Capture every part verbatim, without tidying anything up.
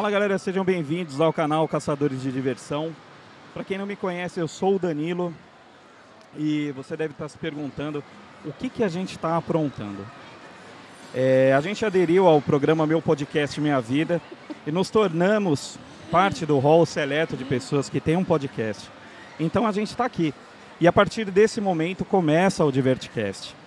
Fala galera, sejam bem-vindos ao canal Caçadores de Diversão. Para quem não me conhece, eu sou o Danilo e você deve estar se perguntando o que, que a gente está aprontando. É, a gente aderiu ao programa Meu Podcast Minha Vida e nos tornamos parte do hall seleto de pessoas que têm um podcast. Então a gente está aqui e a partir desse momento começa o DivertiCast.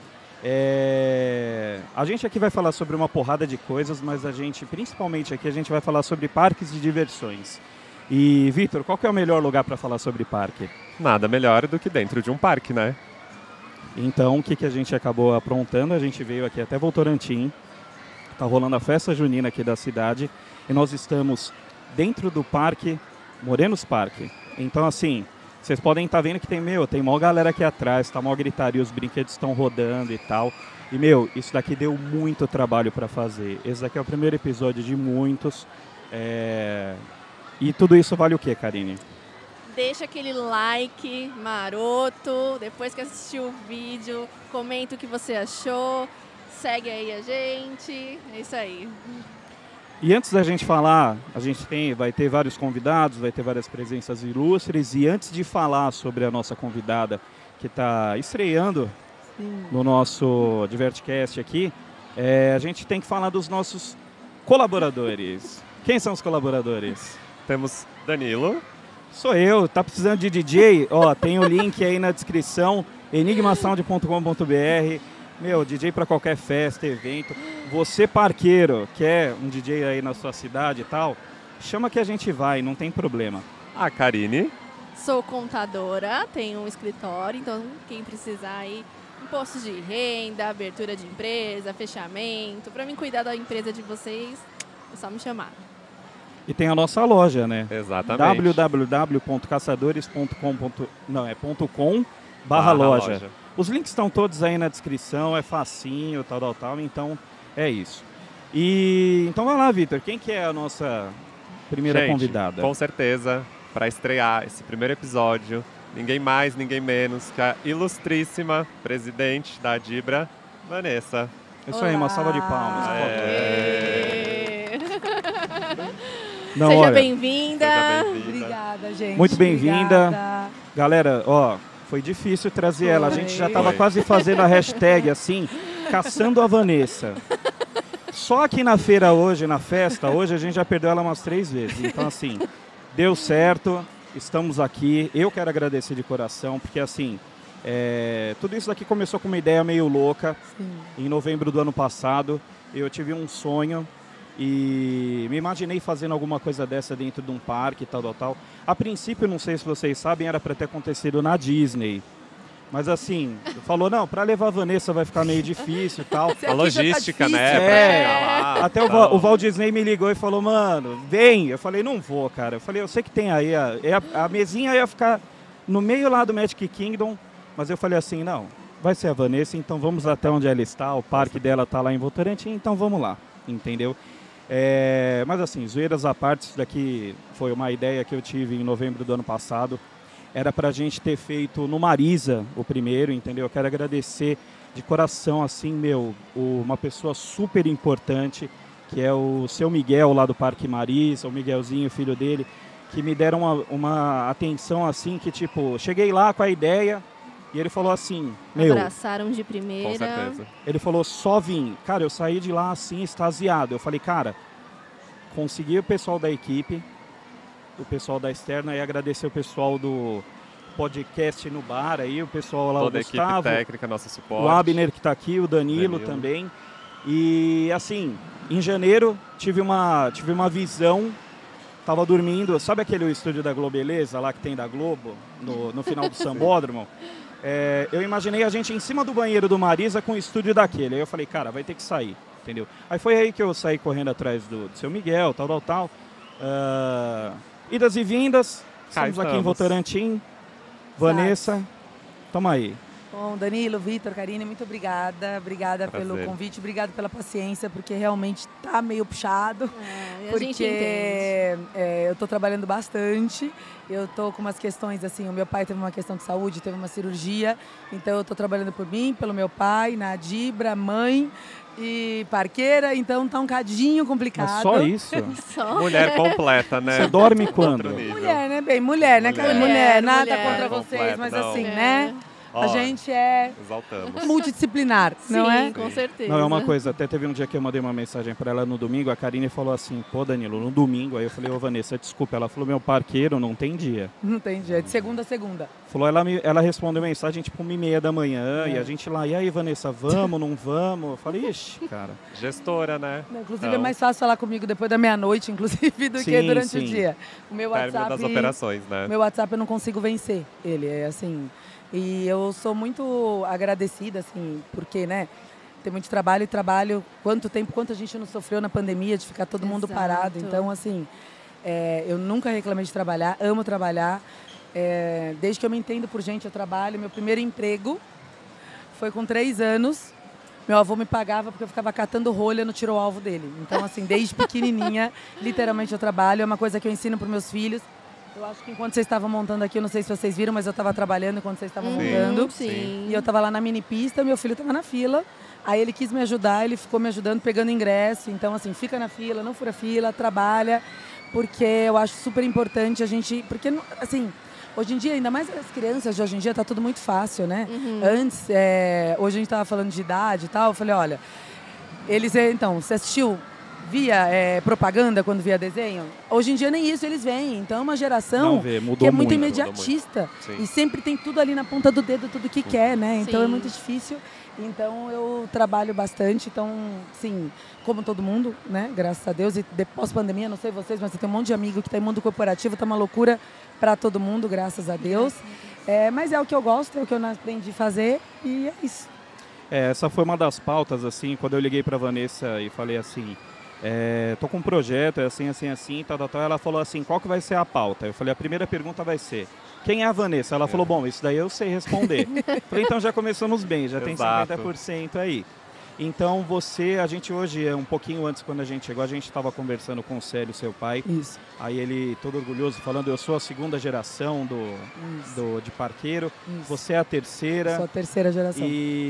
É... A gente aqui vai falar sobre uma porrada de coisas, mas a gente, principalmente aqui, a gente vai falar sobre parques de diversões. E, Vitor, qual que é o melhor lugar para falar sobre parque? Nada melhor do que dentro de um parque, né? Então, o que, que a gente acabou aprontando? A gente veio aqui até Votorantim, tá rolando a festa junina aqui da cidade, e nós estamos dentro do parque Morenos Parque. Então, assim... Vocês podem estar vendo que tem, meu, tem mó galera aqui atrás, tá mó gritaria, os brinquedos estão rodando e tal. E, meu, isso daqui deu muito trabalho para fazer. Esse daqui é o primeiro episódio de muitos. É... E tudo isso vale o quê, Karine? Deixa aquele like maroto, depois que assistiu o vídeo, comenta o que você achou, segue aí a gente, é isso aí. E antes da gente falar, a gente tem, vai ter vários convidados, vai ter várias presenças ilustres. E antes de falar sobre a nossa convidada que está estreando Sim. no nosso DivertiCast aqui, é, a gente tem que falar dos nossos colaboradores. Quem são os colaboradores? Temos Danilo. Sou eu, tá precisando de D J? Ó, tem o link aí na descrição, enigma sound ponto com ponto b r. Meu, D J para qualquer festa, evento. Você, parqueiro, quer um D J aí na sua cidade e tal, chama que a gente vai, não tem problema. A Karine. Sou contadora, tenho um escritório, então quem precisar aí, impostos de renda, abertura de empresa, fechamento, para mim cuidar da empresa de vocês, é só me chamar. E tem a nossa loja, né? Exatamente. w w w ponto caçadores ponto com. Não, é .com barra loja. loja. Os links estão todos aí na descrição, é facinho, tal, tal, tal, então é isso. E então vai lá, Vitor, quem que é a nossa primeira Gente, convidada? Com certeza, para estrear esse primeiro episódio, ninguém mais, ninguém menos que a ilustríssima presidente da Adibra, Vanessa. Isso Olá. aí, uma salva de palmas. É. Não, Seja olha, bem-vinda. bem Obrigada, gente. Muito bem-vinda. Obrigada. Galera, ó, foi difícil trazer Foi. ela. A gente já estava Foi. quase fazendo a hashtag assim, caçando a Vanessa. Só aqui na feira hoje, na festa, hoje a gente já perdeu ela umas três vezes. Então, assim, deu certo, estamos aqui. Eu quero agradecer de coração, porque assim, é, tudo isso daqui começou com uma ideia meio louca. Sim. Em novembro do ano passado, eu tive um sonho e me imaginei fazendo alguma coisa dessa dentro de um parque, tal, tal, tal. A princípio, não sei se vocês sabem, era para ter acontecido na Disney. Mas assim, falou, não, para levar a Vanessa vai ficar meio difícil e tal. A logística, tá né? difícil, pra é. chegar lá, Até o, tal. Val, o Walt Disney me ligou e falou, mano, vem. Eu falei, não vou, cara. Eu falei, eu sei que tem aí, a, a, a mesinha ia ficar no meio lá do Magic Kingdom, mas eu falei assim, não, vai ser a Vanessa, então vamos até onde ela está, o parque dela tá lá em Votorantim, então vamos lá, entendeu? É, mas assim, zoeiras à parte, isso daqui foi uma ideia que eu tive em novembro do ano passado. Era pra gente ter feito no Marisa o primeiro, entendeu? Eu quero agradecer de coração, assim, meu, o, uma pessoa super importante, que é o seu Miguel lá do Parque Marisa, o Miguelzinho, filho dele, que me deram uma, uma atenção assim, que tipo, cheguei lá com a ideia e ele falou assim, meu... Abraçaram de primeira. Com certeza. Ele falou, só vim. Cara, eu saí de lá assim, extasiado. Eu falei, cara, consegui o pessoal da equipe, o pessoal da externa, e agradecer o pessoal do podcast no bar aí, o pessoal lá, Toda o Gustavo, a equipe técnica, nosso suporte. o Abner que está aqui, o Danilo, Danilo também. E assim, em janeiro tive uma, tive uma visão, tava dormindo, sabe aquele estúdio da Globeleza lá que tem da Globo, no, no final do Sambódromo? É, eu imaginei a gente em cima do banheiro do Marisa com o estúdio daquele. Aí eu falei, cara, vai ter que sair, entendeu? Aí foi aí que eu saí correndo atrás do, do seu Miguel, tal, tal, tal. Uh, idas e vindas, Cá estamos aqui em estamos. Votorantim. Vanessa, tamo aí. Bom, Danilo, Vitor, Karine, muito obrigada. Obrigada Prazer. pelo convite, obrigada pela paciência, porque realmente tá meio puxado. É, e a Porque gente entende. é, eu tô trabalhando bastante, eu tô com umas questões assim, o meu pai teve uma questão de saúde, teve uma cirurgia, então eu tô trabalhando por mim, pelo meu pai, na Dibra, mãe e parqueira, então tá um cadinho complicado. Mas só isso? Só. Mulher completa, né? Você dorme Outro quando? nível. Mulher, né, bem? Mulher, né, cara? Mulher. Mulher, nada Mulher. contra Mulher vocês, completa, mas não. assim, É. né? Ó, A gente é Exaltamos. multidisciplinar, Sim, não é? com certeza. Não, é uma coisa, até teve um dia que eu mandei uma mensagem pra ela no domingo, a Karine falou assim, pô, Danilo, no domingo, aí eu falei, ô Vanessa, desculpa, ela falou, meu parqueiro não tem dia. Não tem jeito, de segunda a segunda. Falou, ela, me, ela respondeu mensagem tipo uma e meia da manhã, É. e a gente lá, e aí Vanessa, vamos, não vamos? Eu falei, ixi, cara. Gestora, né? Inclusive Então, é mais fácil falar comigo depois da meia-noite, inclusive, do que Sim, durante sim. o dia. O meu término WhatsApp, das operações, né? meu WhatsApp eu não consigo vencer ele, é assim. E eu sou muito agradecida, assim, porque, né, tem muito trabalho e trabalho, quanto tempo, quanto a gente não sofreu na pandemia de ficar todo mundo Exato. parado. Então, assim, é, eu nunca reclamei de trabalhar, amo trabalhar. É, desde que eu me entendo por gente, eu trabalho. Meu primeiro emprego foi com três anos. Meu avô me pagava porque eu ficava catando rolha no tiro-alvo dele. Então, assim, desde pequenininha, literalmente eu trabalho. É uma coisa que eu ensino para os meus filhos. Eu acho que enquanto vocês estavam montando aqui, eu não sei se vocês viram, mas eu estava trabalhando enquanto vocês estavam Uhum, montando. Sim. E eu estava lá na mini pista, meu filho estava na fila. Aí ele quis me ajudar, ele ficou me ajudando, pegando ingresso. Então, assim, fica na fila, não fura fila, trabalha. Porque eu acho super importante a gente... Porque, assim, hoje em dia, ainda mais as crianças de hoje em dia, tá tudo muito fácil, né? Uhum. Antes, é, hoje a gente estava falando de idade e tal, eu falei, olha... Eles, então, você assistiu... via é, propaganda quando via desenho, hoje em dia nem isso eles veem. Então é uma geração Não vê, mudou que é muito, muito, imediatista Sim. e sempre tem tudo ali na ponta do dedo, tudo que quer, né? Então Sim. é muito difícil. Então eu trabalho bastante, então, sim, como todo mundo, né? Graças a Deus. E de- pós-pandemia, não sei vocês, mas eu tenho um monte de amigo que está em mundo corporativo, tá uma loucura para todo mundo, graças a Deus. É, mas é o que eu gosto, é o que eu aprendi a fazer e é isso. É, essa foi uma das pautas, assim, quando eu liguei pra Vanessa e falei assim, é, tô com um projeto, é assim, assim, assim, tal, tal, tal. Ela falou assim, qual que vai ser a pauta? Eu falei, a primeira pergunta vai ser, quem é a Vanessa? Ela falou, bom, isso daí eu sei responder. Falei, então já começamos bem, já tem Exato. cinquenta por cento aí. Então você, a gente hoje, é um pouquinho antes quando a gente chegou, a gente estava conversando com o Célio, seu pai, Isso. aí ele todo orgulhoso falando, eu sou a segunda geração do, Isso. do, de parqueiro, Isso. você é a terceira. Sou a terceira geração.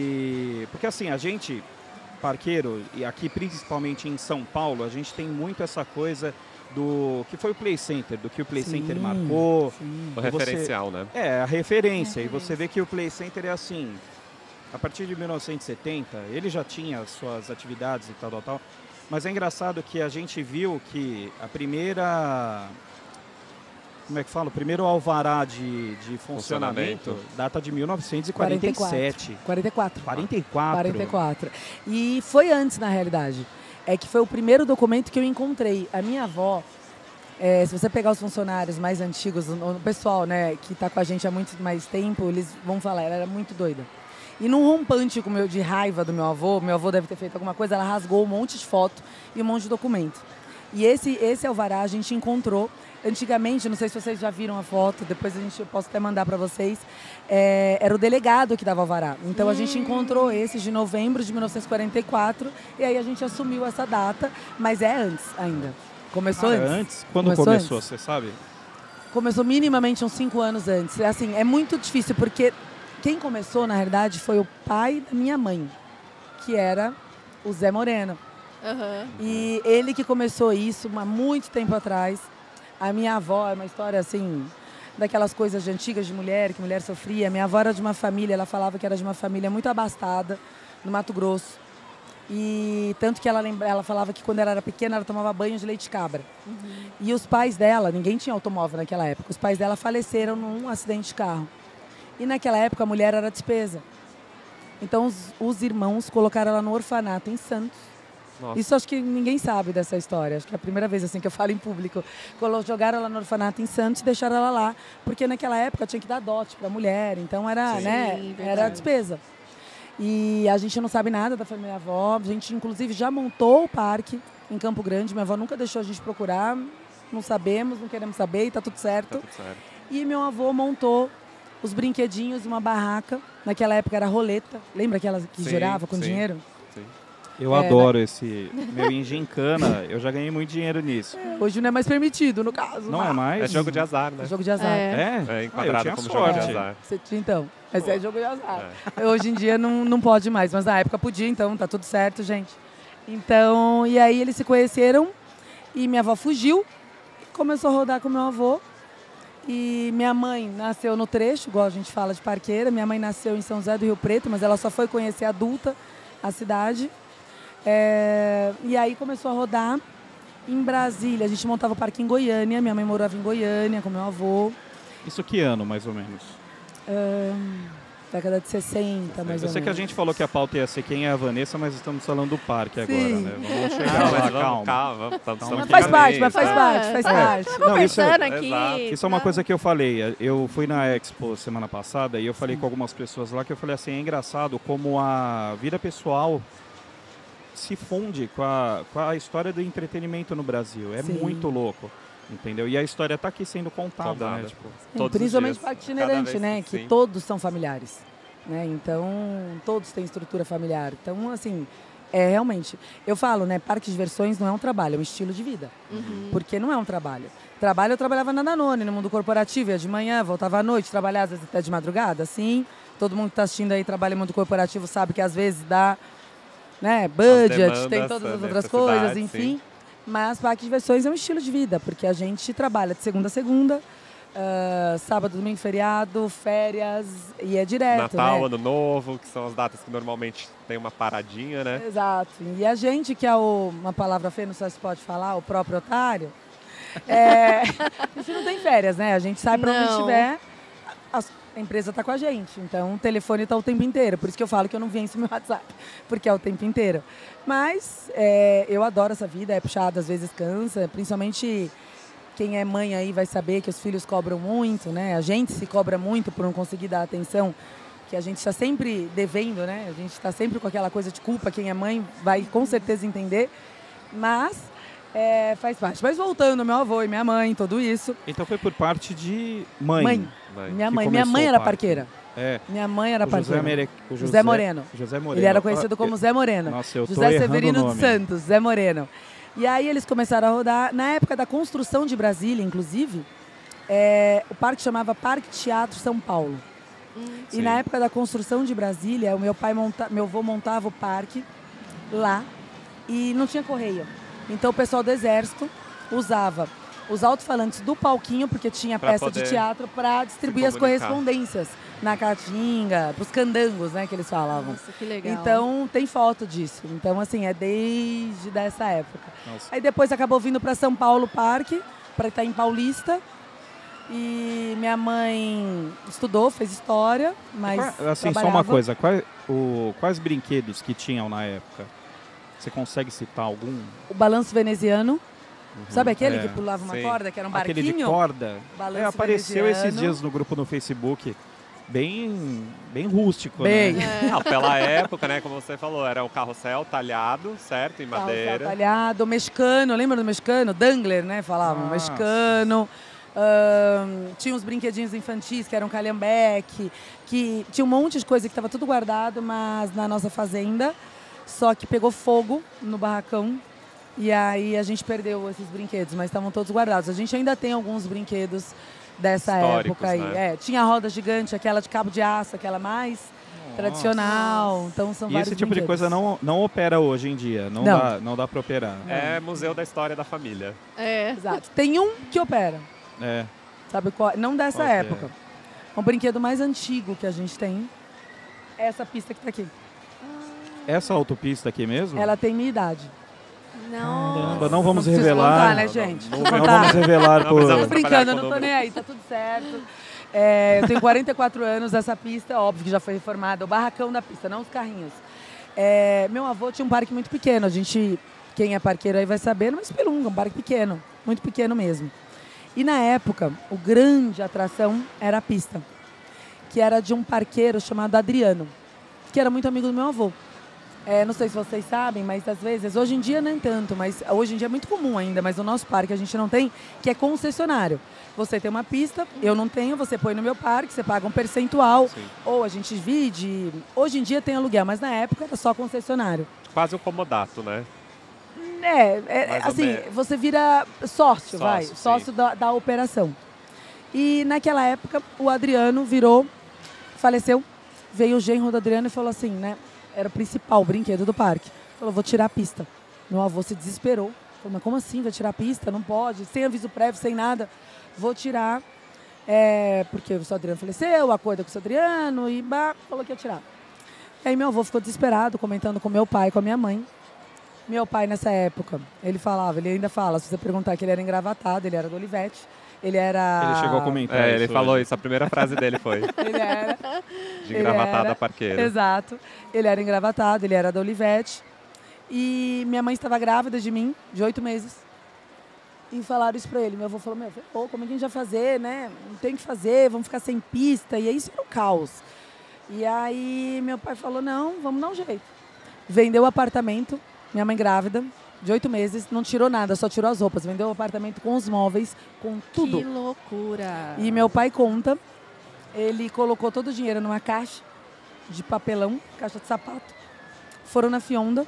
E porque assim, a gente, parqueiro, e aqui principalmente em São Paulo, a gente tem muito essa coisa do que foi o Play Center, do que o Play Sim, Center marcou. sim. O Você- referencial, né? É, a referência. E você vê que o Play Center é assim, a partir de mil novecentos e setenta, ele já tinha as suas atividades e tal, tal, tal. Mas é engraçado que a gente viu que a primeira... Como é que fala? O primeiro alvará de, de funcionamento, Funcionamento. data de mil novecentos e quarenta e sete. quarenta e quatro. quarenta e quatro. quarenta e quatro. E foi antes, na realidade. É que foi o primeiro documento que eu encontrei. A minha avó, é, se você pegar os funcionários mais antigos, o o pessoal, né, que está com a gente há muito mais tempo, eles vão falar, ela era muito doida. E num rompante com o meu, de raiva do meu avô, meu avô deve ter feito alguma coisa, ela rasgou um monte de foto e um monte de documento. E esse, esse alvará a gente encontrou antigamente, não sei se vocês já viram a foto, depois a gente, eu posso até mandar para vocês, é, era o delegado que dava alvará. Então a gente encontrou esse de novembro de mil novecentos e quarenta e quatro e aí a gente assumiu essa data, mas é antes ainda. Começou Cara, antes. antes? Quando Começou começou, antes? você sabe? Começou minimamente uns cinco anos antes. Assim, é muito difícil, porque quem começou, na realidade, foi o pai da minha mãe, que era o Zé Moreno. Aham. E ele que começou isso há muito tempo atrás. A minha avó é uma história, assim, daquelas coisas de antigas de mulher, que mulher sofria. Minha avó era de uma família, ela falava que era de uma família muito abastada, no Mato Grosso. E tanto que ela, lembra, ela falava que quando ela era pequena, ela tomava banho de leite de cabra. E os pais dela, ninguém tinha automóvel naquela época, os pais dela faleceram num acidente de carro. E naquela época a mulher era despesa. Então os, os irmãos colocaram ela no orfanato em Santos. Nossa. Isso acho que ninguém sabe dessa história. Acho que é a primeira vez assim que eu falo em público. Colo- Jogaram ela no orfanato em Santos e deixaram ela lá. Porque naquela época tinha que dar dote para a mulher. Então era, Sim. né, Sim, era verdade. despesa. E a gente não sabe nada da família da minha avó. A gente, inclusive, já montou o parque em Campo Grande. Minha avó nunca deixou a gente procurar. Não sabemos, não queremos saber e tá tudo certo. Tá tudo certo. E meu avô montou os brinquedinhos, uma barraca. Naquela época era roleta. Lembra aquela que Sim, girava com sim. dinheiro? Sim. Eu É, adoro esse... Meu, em gincana, eu já ganhei muito dinheiro nisso. Hoje não é mais permitido, no caso. Não é mais? É jogo de azar, né? É jogo de azar. É. É? É Ah, eu enquadrado tinha como jogo de sorte. azar. Você tinha, então. Mas é jogo de azar. É. Hoje em dia não, não pode mais, mas na época podia, então tá tudo certo, gente. Então, e aí eles se conheceram e minha avó fugiu, começou a rodar com meu avô. E minha mãe nasceu no trecho, igual a gente fala de Parqueira. Minha mãe nasceu em São José do Rio Preto, mas ela só foi conhecer adulta a cidade. É, e aí começou a rodar em Brasília. A gente montava o parque em Goiânia. Minha mãe morava em Goiânia com meu avô. Isso que ano, mais ou menos? Ahn, década de sessenta, mais Eu ou sei que a menos. gente falou que a pauta ia ser quem é a Vanessa, mas estamos falando do parque agora, Sim. né? Vamos chegar Não, lá, mas vamos, calma. calma. Estamos, Calma. estamos Mas aqui faz na parte, mas mesa. faz parte, faz É. parte. Não, isso é- Conversando aqui. Exato. Isso é uma tá? coisa que eu falei. Eu fui na Expo semana passada e eu falei com algumas pessoas lá que eu falei assim, é engraçado como a vida pessoal se funde com a, com a história do entretenimento no Brasil. É Sim. muito louco, entendeu? E a história está aqui sendo contada, Contada. né? Tipo, Sim, Todos os principalmente dias, parque cada itinerante, vez, né? Que sim. todos são familiares. Né? Então, todos têm estrutura familiar. Então, assim, é realmente... Eu falo, né? Parque de diversões não é um trabalho, é um estilo de vida. Uhum. Porque não é um trabalho. Trabalho, eu trabalhava na Danone, no mundo corporativo. Ia de manhã, voltava à noite, trabalhava às vezes até de madrugada. Sim, todo mundo que está assistindo aí trabalha em mundo corporativo sabe que às vezes dá... Né, budget, demandas, tem todas as a outras necessidade, coisas, sim. enfim. Mas parque de diversões é um estilo de vida, porque a gente trabalha de segunda a segunda, ah, sábado, domingo, feriado, férias, e é direto, Natal, né? Ano Novo, que são as datas que normalmente tem uma paradinha, né? Exato. E a gente, que é o, uma palavra feia, não sei se pode falar, o próprio otário, é, a gente não tem férias, né? A gente sai pra onde Não. estiver, a, a empresa tá com a gente. Então, o telefone tá o tempo inteiro. Por isso que eu falo que eu não venço meu WhatsApp, porque é o tempo inteiro. Mas é, eu adoro essa vida, é puxado, às vezes cansa, principalmente... Quem é mãe aí vai saber que os filhos cobram muito, né? A gente se cobra muito por não conseguir dar atenção, que a gente está sempre devendo, né? A gente está sempre com aquela coisa de culpa. Quem é mãe vai com certeza entender, mas é, faz parte. Mas voltando, meu avô e minha mãe, tudo isso. então foi por parte de mãe. Mãe, Mãe. minha que mãe, minha começou mãe o era parque. parqueira. É. Minha mãe era O José, parqueira. Mere... o José Moreno. José Moreno. Ele era conhecido Ah, como eu- Zé Moreno. Nossa, eu tô José errando Severino o dos nome. Santos, Zé Moreno. E aí eles começaram a rodar. Na época da construção de Brasília, inclusive, é, o parque chamava Parque Teatro São Paulo. Hum. E Sim. na época da construção de Brasília, o meu pai monta, meu avô montava o parque lá e não tinha correio. Então o pessoal do Exército usava os alto-falantes do palquinho, porque tinha Pra peça de poder teatro, para distribuir se as comunicar. correspondências na Caatinga, para os candangos, né, que eles falavam. Nossa, que legal. Então tem foto disso. Então assim, é desde dessa época. Nossa. Aí depois acabou vindo para São Paulo Parque, para estar em Paulista. E minha mãe estudou, fez história, mas Qual- assim, só trabalhava. uma coisa. Quais, o, quais brinquedos que tinham na época? Você consegue citar algum? O balanço veneziano. Sabe aquele É. que pulava uma Sim. corda, que era um barquinho? Aquele de corda? Balanço É, apareceu veneziano. esses dias no grupo no Facebook. Bem, bem rústico, Bem. né? É. Não, pela época, né, como você falou, era o carrossel talhado, certo, em Carrossel madeira. talhado, mexicano, lembra do mexicano? Dangler, né? Falavam, Nossa. mexicano. Ahn, tinha uns brinquedinhos infantis que eram calhambeque, que tinha um monte de coisa que estava tudo guardado, mas na nossa fazenda, só que pegou fogo no barracão e aí a gente perdeu esses brinquedos, mas estavam todos guardados. A gente ainda tem alguns brinquedos dessa Históricos, época aí. né? É, tinha a roda gigante, aquela de cabo de aço, aquela mais tradicional. Então são E vários esse tipo de brinquedos. coisa não, não opera hoje em dia. Não, Não. Dá, não dá pra operar. É museu da história da família. É. Exato. Tem um que opera. É. Sabe qual? Não dessa Qual que é? época. O brinquedo mais antigo que a gente tem é essa pista que tá aqui. Essa autopista aqui mesmo? Ela tem minha idade. Não. Caramba, não vamos Não preciso revelar. contar, né, Não, gente? Não, Vou não contar. vamos revelar Não por... precisamos. Tô brincando, eu trabalhar não com tô o nem aí, tá tudo certo. É, eu tenho quarenta e quatro anos, essa pista, óbvio que já foi reformada, o barracão da pista, não os carrinhos. É, meu avô tinha um parque muito pequeno, a gente, quem é parqueiro aí vai saber, mas Pelunga, um parque pequeno, muito pequeno mesmo. E na época, o grande atração era a pista, que era de um parqueiro chamado Adriano, que era muito amigo do meu avô. É, não sei se vocês sabem, mas às vezes, hoje em dia nem tanto, mas hoje em dia é muito comum ainda, mas no nosso parque a gente não tem, que é concessionário. Você tem uma pista, eu não tenho, você põe no meu parque, você paga um percentual, Sim. ou a gente divide. Hoje em dia tem aluguel, mas na época era só concessionário. Quase um comodato, né? É, é Mais ou assim, menos. você vira sócio, Sócio, vai, sim. sócio da, da operação. E naquela época, o Adriano virou, faleceu, veio o genro do Adriano e falou assim, né? Era o principal brinquedo do parque. Falou, vou tirar a pista. Meu avô se desesperou. Falou, mas como assim vai tirar a pista? Não pode, sem aviso prévio, sem nada. Vou tirar, é, porque o seu Adriano faleceu, acorda com o seu Adriano e bah, falou que ia tirar. E aí meu avô ficou desesperado, comentando com meu pai, com a minha mãe. Meu pai, nessa época, ele falava, ele ainda fala, se você perguntar que ele era engravatado, ele era do Olivete. Ele era... Ele chegou a comentar É, ele isso falou hoje. isso, a primeira frase dele foi Ele era... de Ele engravatada era- a parqueira. Exato. Ele era engravatado, ele era da Olivete. E minha mãe estava grávida de mim, de oito meses. E falaram isso pra ele. Meu avô falou, meu, pô, como é que a gente vai fazer, né? Não tem o que fazer, vamos ficar sem pista. E aí isso era um caos. E aí meu pai falou, não, vamos dar um jeito. Vendeu o apartamento, minha mãe grávida, de oito meses, não tirou nada, só tirou as roupas. Vendeu o apartamento com os móveis, com tudo. Que loucura. E meu pai conta, ele colocou todo o dinheiro numa caixa de papelão, caixa de sapato. Foram na Fionda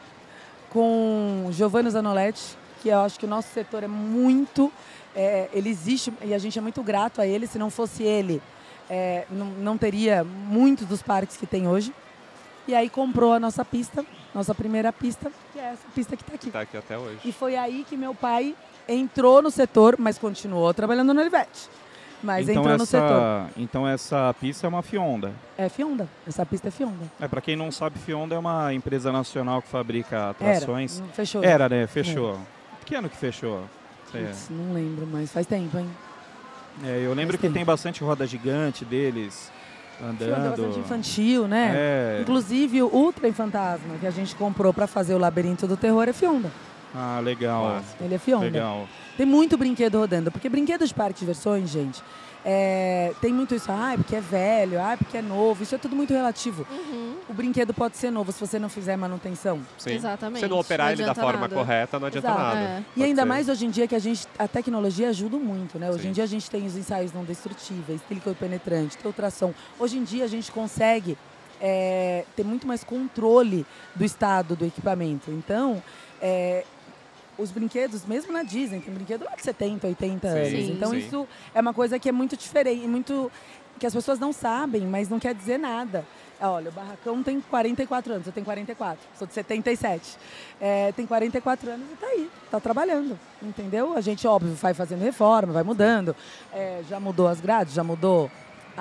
com Giovanni Zanoletti, que eu acho que o nosso setor é muito... é, ele existe e a gente é muito grato a ele. Se não fosse ele, é, não, não teria muitos dos parques que tem hoje. E aí comprou a nossa pista, nossa primeira pista, que é essa pista que está aqui. Tá aqui até hoje. E foi aí que meu pai entrou no setor, mas continuou trabalhando no Olivete. Mas então entrou essa, no setor. Então essa pista é uma Fionda. É Fionda. Essa pista é Fionda. É, para quem não sabe, Fionda é uma empresa nacional que fabrica atrações. Era. Não fechou. Era, né? Fechou. Que ano que fechou? É. Putz, não lembro, mas faz tempo, hein? É, eu lembro Faz que tempo. tem bastante roda gigante deles Fionda é andando. bastante infantil, né? É. Inclusive o Ultra Fantasma que a gente comprou para fazer o Labirinto do Terror é Fionda. Ah, legal. Massa. Ele é Fionda. Legal. Tem muito brinquedo rodando, porque brinquedo de parque de diversões, gente, é, tem muito isso, ah, porque é velho, ah, porque é novo, isso é tudo muito relativo. Uhum. O brinquedo pode ser novo se você não fizer manutenção. Sim. Exatamente. Se não operar Não ele da adianta forma nada. correta, não adianta Exato. nada. É. E Pode ainda ser. mais hoje em dia que a gente, a tecnologia ajuda muito, né? Hoje Sim. em dia a gente tem os ensaios não destrutíveis, sílica penetrante, tem ultrassom. Hoje em dia a gente consegue é, ter muito mais controle do estado do equipamento. Então, é, os brinquedos, mesmo na Disney, tem brinquedo lá de setenta, oitenta Sim, anos. Então sim. isso é uma coisa que é muito diferente, muito que as pessoas não sabem, mas não quer dizer nada. Olha, o Barracão tem quarenta e quatro anos, eu tenho quarenta e quatro, sou de setenta e sete. É, tem quarenta e quatro anos e está aí, está trabalhando, entendeu? A gente, óbvio, vai fazendo reforma, vai mudando. É, já mudou as grades, já mudou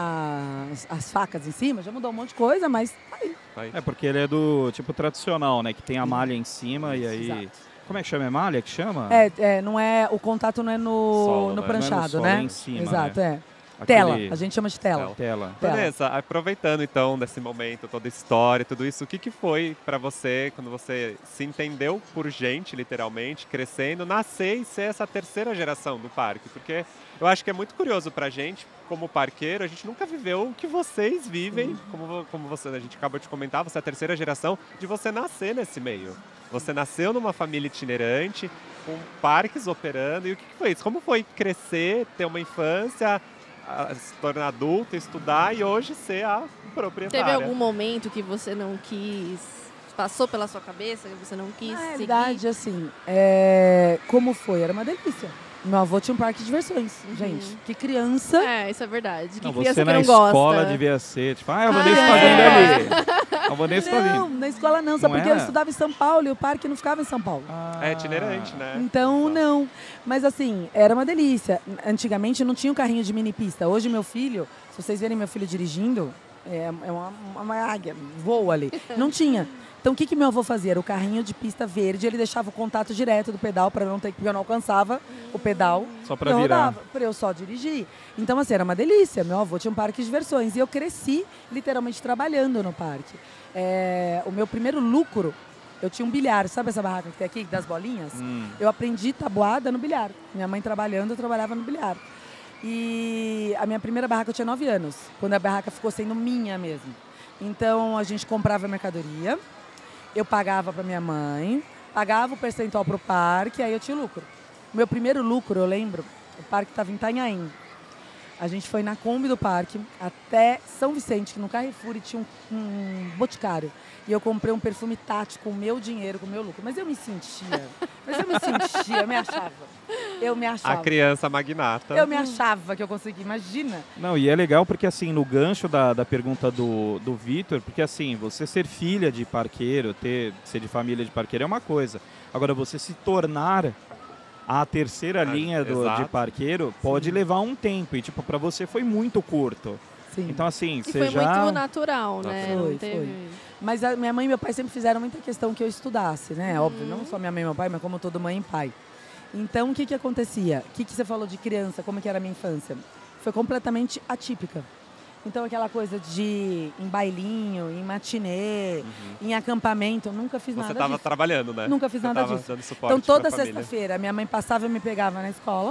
as, as facas em cima, já mudou um monte de coisa, mas tá aí. Aí. É porque ele é do tipo tradicional, né? Que tem a malha em cima e aí... Exato. Como é que chama? É malha que chama? É, é, não é, o contato não é no, Solo, no né? Não é no pranchado, solo, né? é em cima, Exato, é. Aquele- Tela, a gente chama de tela. Tela. Tela. Vanessa, aproveitando então desse momento, toda a história, tudo isso, o que, que foi pra você quando você se entendeu por gente, literalmente, crescendo, nascer e ser essa terceira geração do parque? Porque eu acho que é muito curioso pra gente, como parqueiro, a gente nunca viveu o que vocês vivem, como, como você, a gente acabou de comentar, você é a terceira geração, de você nascer nesse meio. Você nasceu numa família itinerante, com parques operando, e o que, que foi isso? Como foi crescer, ter uma infância, a se tornar adulto, estudar e hoje ser a proprietária? Teve algum momento que você não quis, passou pela sua cabeça, que você não quis Na seguir? realidade, assim, é, como foi? Era uma delícia. Meu avô tinha um parque de diversões, gente. Que criança. É, isso é verdade. Que Não, criança você que na não escola gosta. devia ser, tipo, ah, a Vanessa Ah, tá vindo é. ali. A Vanessa tá Não, vindo. na escola não, só Não porque eu era? estudava em São Paulo e o parque não ficava em São Paulo. É itinerante, né? Então, não. Mas assim, era uma delícia. Antigamente não tinha um carrinho de mini pista. Hoje meu filho, se vocês verem meu filho dirigindo, é é uma, uma águia, voa ali. Não tinha. Então o que, que meu avô fazia? Era o carrinho de pista verde, ele deixava o contato direto do pedal para não ter que, porque eu não alcançava o pedal. Só pra eu virar. rodava, pra eu só dirigir. Então, assim, era uma delícia. Meu avô tinha um parque de diversões e eu cresci literalmente trabalhando no parque. É, o meu primeiro lucro, eu tinha um bilhar, sabe essa barraca que tem aqui, das bolinhas? Hum. Eu aprendi tabuada no bilhar. Minha mãe trabalhando, eu trabalhava no bilhar. E a minha primeira barraca eu tinha nove anos, quando a barraca ficou sendo minha mesmo. Então, a gente comprava mercadoria eu pagava para minha mãe, pagava o percentual para o parque, aí eu tinha lucro. Meu primeiro lucro, eu lembro, o parque estava em Itanhaém. A gente foi na Kombi do parque até São Vicente, que no Carrefour e tinha um, um boticário. E eu comprei um perfume Tati com o meu dinheiro, com o meu lucro. Mas eu me sentia, mas eu me sentia, eu me achava. Eu me achava. A criança magnata. Eu me achava que eu conseguia, imagina. Não, e é legal porque assim, no gancho da, da pergunta do, do Vitor, porque assim, você ser filha de parqueiro, ter, ser de família de parqueiro é uma coisa. Agora, você se tornar a terceira Ah, linha do, exato. de parqueiro pode levar um tempo. E tipo, pra você foi muito curto. Sim. Então assim, E você foi já... muito natural, né? Foi, Não teve... foi. Mas a minha mãe e meu pai sempre fizeram muita questão que eu estudasse, né? Óbvio, não só minha mãe e meu pai, mas como toda mãe e pai. Então, o que que acontecia? O que que você falou de criança, como que era a minha infância? Foi completamente atípica. Então, aquela coisa de ir em bailinho, em matinê, em acampamento, eu nunca fiz Você nada estava disso. trabalhando, né? Nunca fiz Você nada tava disso. dando suporte Então, toda pra família. sexta-feira, minha mãe passava e me pegava na escola.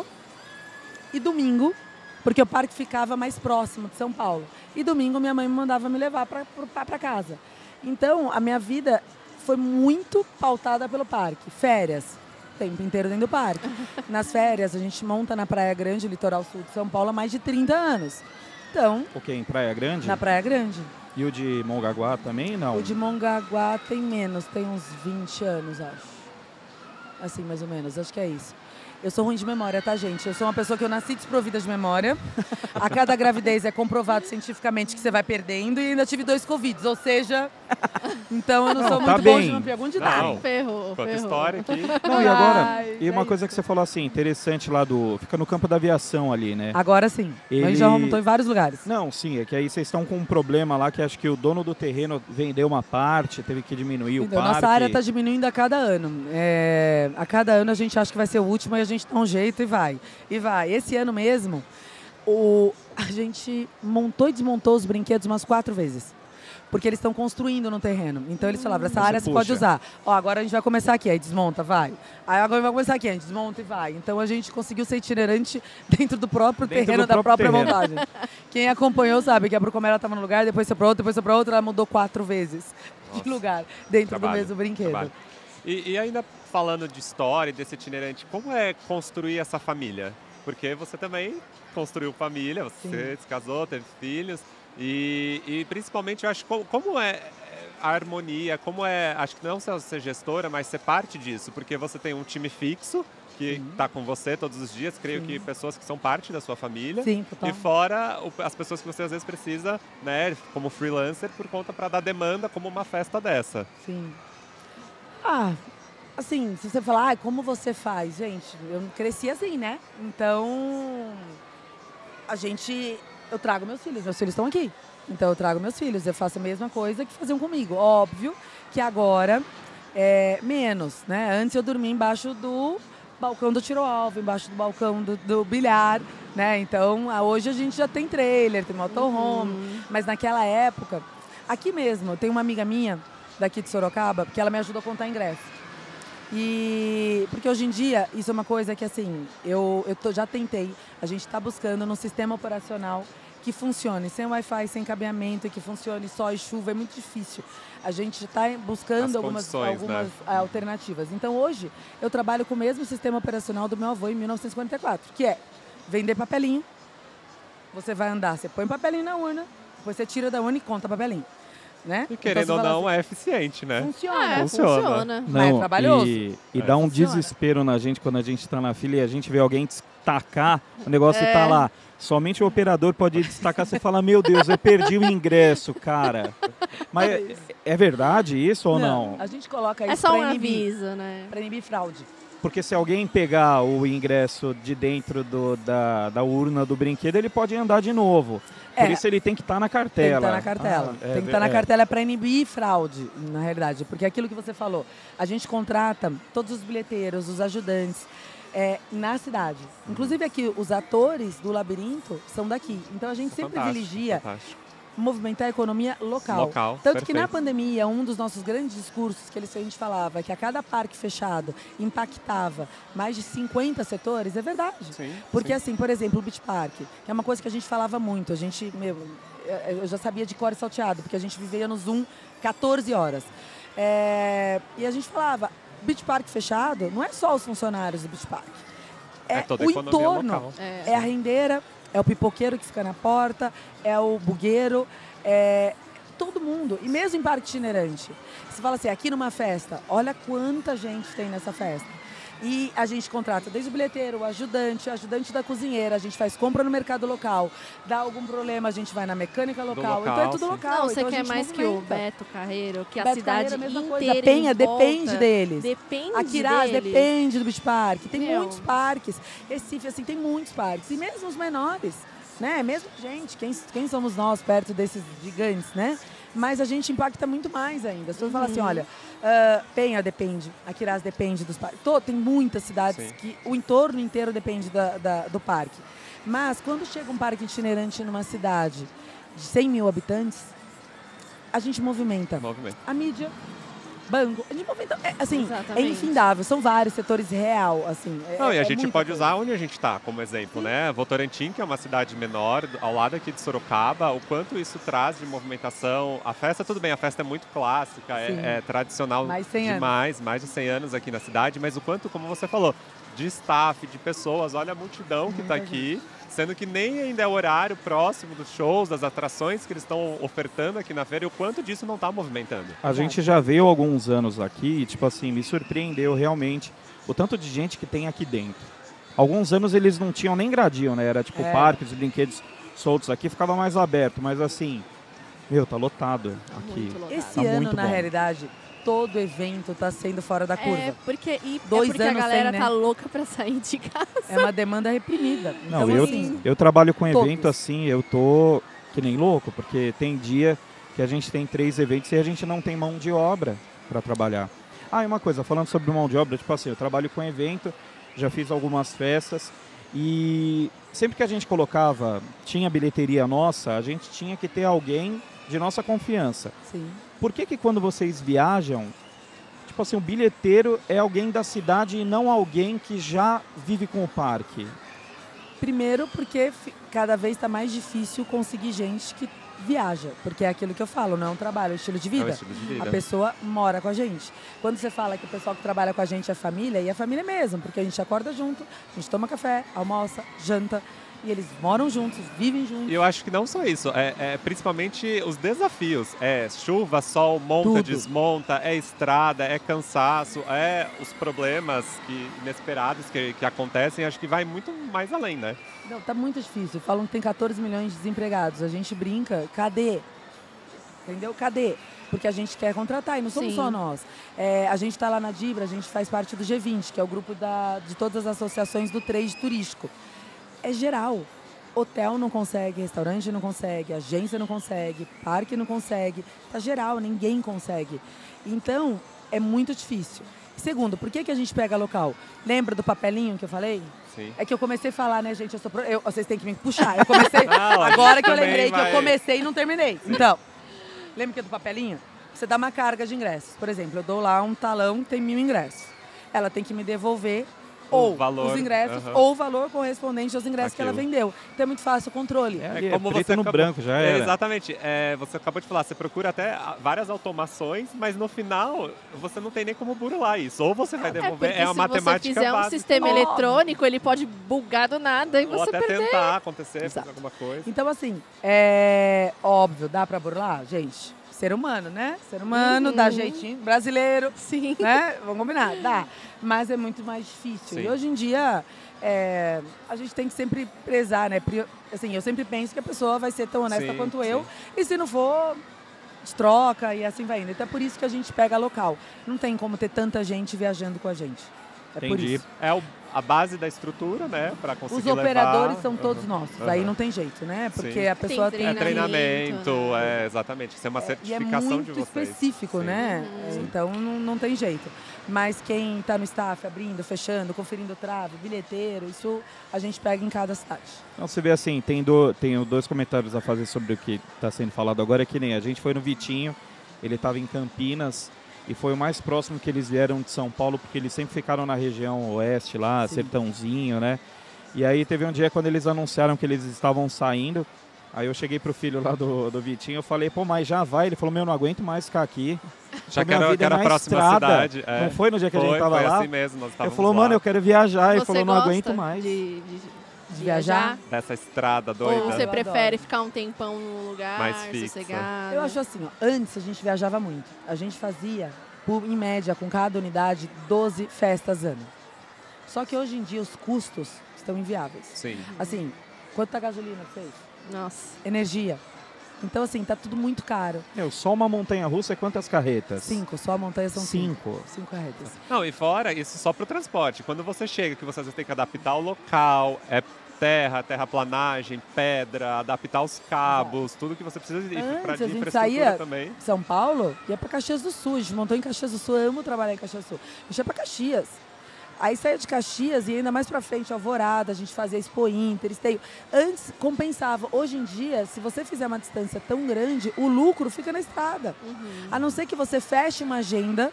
E domingo, porque o parque ficava mais próximo de São Paulo. E domingo, minha mãe me mandava me levar para casa. Então, a minha vida foi muito pautada pelo parque. Férias, o tempo inteiro dentro do parque. Nas férias, a gente monta na Praia Grande, litoral sul de São Paulo, há mais de trinta anos. Então, O quê? Em Praia Grande? na Praia Grande. E o de Mongaguá também, não? O de Mongaguá tem menos, tem uns vinte anos, acho. Assim, mais ou menos, acho que é isso. Eu sou ruim de memória, tá, gente? Eu sou uma pessoa que eu nasci desprovida de memória. A cada gravidez é comprovado cientificamente que você vai perdendo e ainda tive dois Covids, ou seja... Então eu não, Não, sou tá muito boa bem. de uma pergunta de Não. idade. Ferrou, Quanta ferrou. história aqui. Não, e agora, Ai, e uma é coisa que você falou assim, interessante lá do... Fica no campo da aviação ali, né? Agora sim. Ele- A gente já montou em vários lugares. Não, sim, é que aí vocês estão com um problema lá que acho que o dono do terreno vendeu uma parte, teve que diminuir Então, o parque. nossa área está diminuindo a cada ano. É, a cada ano a gente acha que vai ser o último e a gente dá um jeito e vai. E vai. Esse ano mesmo, o, a gente montou e desmontou os brinquedos umas quatro vezes. Porque eles estão construindo no terreno. Então eles falavam, essa Você área você puxa. pode usar. Ó, agora a gente vai começar aqui, aí desmonta, vai. Aí agora vai começar aqui, a gente desmonta e vai. Então a gente conseguiu ser itinerante dentro do próprio Dentro terreno do da próprio própria terreno. montagem. Quem acompanhou sabe que a Brucomera estava num lugar, depois foi para outro, depois foi para outro, ela mudou quatro vezes Nossa. de lugar dentro Trabalho, do mesmo brinquedo. trabalho. E, e ainda falando de história, desse itinerante, como é construir essa família? Porque você também construiu família, você Sim. se casou, teve filhos. E, e principalmente eu acho como, como é a harmonia, como é, acho que não só ser gestora, mas ser parte disso, porque você tem um time fixo que está com você todos os dias, creio Sim. que pessoas que são parte da sua família. Sim, total. E fora o- as pessoas que você às vezes precisa, né, como freelancer, por conta para dar demanda como uma festa dessa. Sim. Ah, assim, se você falar, ah, como você faz? Gente, eu cresci assim, né? Então, a gente... Eu trago meus filhos, meus filhos estão aqui. Então, eu trago meus filhos, eu faço a mesma coisa que faziam comigo. Óbvio que agora é menos, né? Antes eu dormia embaixo do balcão do tiro-alvo, embaixo do balcão do, do bilhar, né? Então, a- hoje a gente já tem trailer, tem motorhome. Mas naquela época, aqui mesmo, eu tenho uma amiga minha daqui de Sorocaba, que ela me ajudou a contar ingresso. E porque hoje em dia, isso é uma coisa que assim, eu, eu tô- já tentei, a gente está buscando num sistema operacional que funcione sem Wi-Fi, sem cabeamento, e que funcione só e chuva, é muito difícil. A gente está buscando As algumas, condições, algumas né? ah, alternativas. Então hoje, eu trabalho com o mesmo sistema operacional do meu avô em mil novecentos e cinquenta e quatro, que é vender papelinho. Você vai andar, você põe papelinho na urna, depois você tira da urna e conta papelinho. Né? E querendo Então, ou você fala não, é eficiente, né? assim, funciona. Ah, é, Funciona. funciona. Mas é trabalhoso. E, e É. dá um Funciona. desespero na gente quando a gente está na fila e a gente vê alguém destacar, o negócio É. tá lá. Somente o operador pode destacar, você fala, meu Deus, eu perdi o ingresso, cara. Mas é, é verdade isso ou não? A gente coloca isso É só um para inibir, aviso, né? pra inibir fraude. Porque se alguém pegar o ingresso de dentro do- da, da urna do brinquedo, ele pode andar de novo. Por É. isso ele tem que estar na Tem que cartela. estar na cartela. Ah, é tem que estar na ver- é. cartela para inibir fraude, na realidade. Porque é aquilo que você falou, a gente contrata todos os bilheteiros, os ajudantes, é, na cidade. Inclusive aqui, os atores do labirinto são daqui. Então a gente sempre Fantástico, privilegia fantástico. movimentar a economia local. Local, Tanto que na perfeito. pandemia, um dos nossos grandes discursos que eles- a gente falava que a cada parque fechado impactava mais de cinquenta setores, é verdade. Sim, Porque sim. assim, por exemplo, o Beach Park, que é uma coisa que a gente falava muito, a gente, meu, eu já sabia de cor e salteado, porque a gente vivia no Zoom quatorze horas. É, e a gente falava, Beach Park fechado não é só os funcionários do Beach Park. É, É toda a o economia entorno. local. É. É a rendeira, é o pipoqueiro que fica na porta, é o bugueiro, é todo mundo. E mesmo em parque itinerante. Você fala assim, aqui numa festa, olha quanta gente tem nessa festa. E a gente contrata desde o bilheteiro, o ajudante, o ajudante da cozinheira, a gente faz compra no mercado local. Dá algum problema, a gente vai na mecânica local. local, então é tudo sim. local. Não, você então a quer gente mais que o movimenta. Beto Carreiro, que a Beto cidade Carreiro, a mesma coisa. inteira A Penha em volta depende deles. Depende A Quiraz deles. depende do Beach Park. Tem Meu. muitos parques. Recife, assim, tem muitos parques. E mesmo os menores, né? Mesmo gente, quem, quem somos nós perto desses gigantes, né? Mas a gente impacta muito mais ainda. Se eu falar assim, olha, uh, Penha depende, a Quiraz depende dos parques. Tô, tem muitas cidades Sim. que o entorno inteiro depende da, da, do parque. Mas quando chega um parque itinerante numa cidade de cem mil habitantes, a gente movimenta Movimento. a mídia, banco, a gente movimenta, é, assim, é Exatamente. infindável, são vários setores real, assim. É, Não, e a é gente muita pode coisa. usar onde a gente está como exemplo, né? Votorantim, que é uma cidade menor, ao lado aqui de Sorocaba, o quanto isso traz de movimentação. A festa, tudo bem, a festa é muito clássica, Sim. é, é tradicional Mais de cem anos. demais, mais de cem anos aqui na cidade, mas o quanto, como você falou, de staff, de pessoas, olha a multidão que está Muita aqui, sendo que nem ainda é o horário próximo dos shows, das atrações que eles estão ofertando aqui na feira, e o quanto disso não está movimentando. A gente já veio há alguns anos aqui e, tipo assim, me surpreendeu realmente o tanto de gente que tem aqui dentro. Alguns anos eles não tinham nem gradil, né? Era tipo É. parques, brinquedos soltos aqui, ficava mais aberto, mas assim, meu, tá lotado aqui. Muito lotado. Esse Tá ano, muito na bom. realidade, todo evento está sendo fora da curva. É porque, e, Dois é porque anos a galera sem, tá né? louca pra sair de casa. É uma demanda reprimida. Não, então, eu, assim, eu trabalho com todos. evento assim, eu tô que nem louco, porque tem dia que a gente tem três eventos e a gente não tem mão de obra para trabalhar. Ah, e uma coisa, falando sobre mão de obra, tipo assim, eu trabalho com evento, já fiz algumas festas e sempre que a gente colocava, tinha bilheteria nossa, a gente tinha que ter alguém de nossa confiança. sim. Por que que quando vocês viajam, tipo assim, o bilheteiro é alguém da cidade e não alguém que já vive com o parque? Primeiro porque fi- cada vez está mais difícil conseguir gente que viaja. Porque é aquilo que eu falo, não é um trabalho, é um estilo de É vida. o estilo de vida. A pessoa mora com a gente. Quando você fala que o pessoal que trabalha com a gente é família, e é família mesmo, porque a gente acorda junto, a gente toma café, almoça, janta, e eles moram juntos, vivem juntos. E eu acho que não só isso, é, é principalmente os desafios. É chuva, sol, monta, Tudo. desmonta, é estrada, é cansaço, é os problemas que, inesperados que, que acontecem. Acho que vai muito mais além, né? Não, tá muito difícil. Falam que tem quatorze milhões de desempregados. A gente brinca, cadê? Entendeu? Cadê? Porque a gente quer contratar e não somos Sim. só nós. É, a gente está lá na Dibra, a gente faz parte do G vinte, que é o grupo da, de todas as associações do trade turístico. É geral. Hotel não consegue, restaurante não consegue, agência não consegue, parque não consegue. Tá geral, ninguém consegue. Então, é muito difícil. Segundo, por que, que a gente pega local? Lembra do papelinho que eu falei? Sim. É que eu comecei a falar, né, gente? Eu sou pro... eu, vocês têm que me puxar. Eu comecei. Não, a agora gente que eu também lembrei vai- que eu comecei e não terminei. Então, lembra que é do papelinho? Você dá uma carga de ingressos. Por exemplo, eu dou lá um talão que tem mil ingressos. Ela tem que me devolver O ou valor, os ingressos aham. ou o valor correspondente aos ingressos que ela Aquilo. vendeu. Então é muito fácil o controle. É, É ali, como é preto você no acabou- branco, já era. Exatamente. É, você acabou de falar, você procura até ah, várias automações, mas no final você não tem nem como burlar isso. Ou você vai É devolver, porque é, uma se matemática você fizer um básica. sistema Óbvio. eletrônico, ele pode bugar do nada e Ou você até perder. tentar acontecer, Exato. fazer alguma coisa. Então, assim, é óbvio, dá pra burlar? Gente, ser humano, né? Ser humano, Uhum. dá jeitinho. Brasileiro, Sim. né? Vamos combinar, dá. Mas é muito mais difícil. Sim. E hoje em dia, é, a gente tem que sempre prezar, né? Pri- Assim, eu sempre penso que a pessoa vai ser tão honesta Sim, quanto sim. eu. E se não for, troca e assim vai indo. Então é por isso que a gente pega local. Não tem como ter tanta gente viajando com a gente. É por Entendi. isso. É o- a base da estrutura, né? Pra conseguir Os operadores levar. são todos Aham. nossos. Aham. Aí não tem jeito, né? Porque Sim. a pessoa Tem tem, É que- treinamento, Treinamento, né? é exatamente. Isso é uma E é certificação muito de vocês. específico, Sim. né? Uhum. Então não, não tem jeito. Mas quem está no staff, abrindo, fechando, conferindo trave, bilheteiro, isso a gente pega em cada cidade. Então você vê assim, tem do, tenho dois comentários a fazer sobre o que está sendo falado agora, que nem a gente foi no Vitinho, ele estava em Campinas e foi o mais próximo que eles vieram de São Paulo, porque eles sempre ficaram na região oeste lá, Sim. Sertãozinho, né? E aí teve um dia quando eles anunciaram que eles estavam saindo, aí eu cheguei pro filho lá do, do Vitinho, eu falei, pô, mas já vai? Ele falou, meu, não aguento mais ficar aqui. Já minha quero, vida é quero a na próxima estrada. cidade. É. Não foi no dia que foi, a gente tava foi lá? assim mesmo, nós Ele estávamos falou, lá. mano, eu quero viajar. Ele Você falou, não gosta aguento mais. De, de, de Viajar? Dessa estrada doida. Ou você Eu prefere adoro. ficar um tempão num lugar Mais fixa. sossegado? Eu acho assim, ó, antes a gente viajava muito. A gente fazia, por- em média, com cada unidade, doze festas ano. Só que hoje em dia os custos estão inviáveis. Sim. Assim, quanto tá a gasolina pra vocês? Nossa. Energia. Então, assim, tá tudo muito caro. Meu, só uma montanha-russa é quantas carretas? Cinco, só a montanha são cinco. Cinco. Cinco carretas. Não, e fora isso só pro transporte. Quando você chega, que você às vezes tem que adaptar o local, é terra, terraplanagem, pedra, adaptar os cabos, tudo que você precisa de, Antes, pra, de a gente infraestrutura saía- também. São Paulo ia pra Caxias do Sul. A gente montou em Caxias do Sul. Eu amo trabalhar em Caxias do Sul. A gente ia pra Caxias. Aí saía de Caxias e ainda mais pra frente, Alvorada, a gente fazia Expo Inter, Esteio. Antes compensava. Hoje em dia, se você fizer uma distância tão grande, o lucro fica na estrada. Uhum. A não ser que você feche uma agenda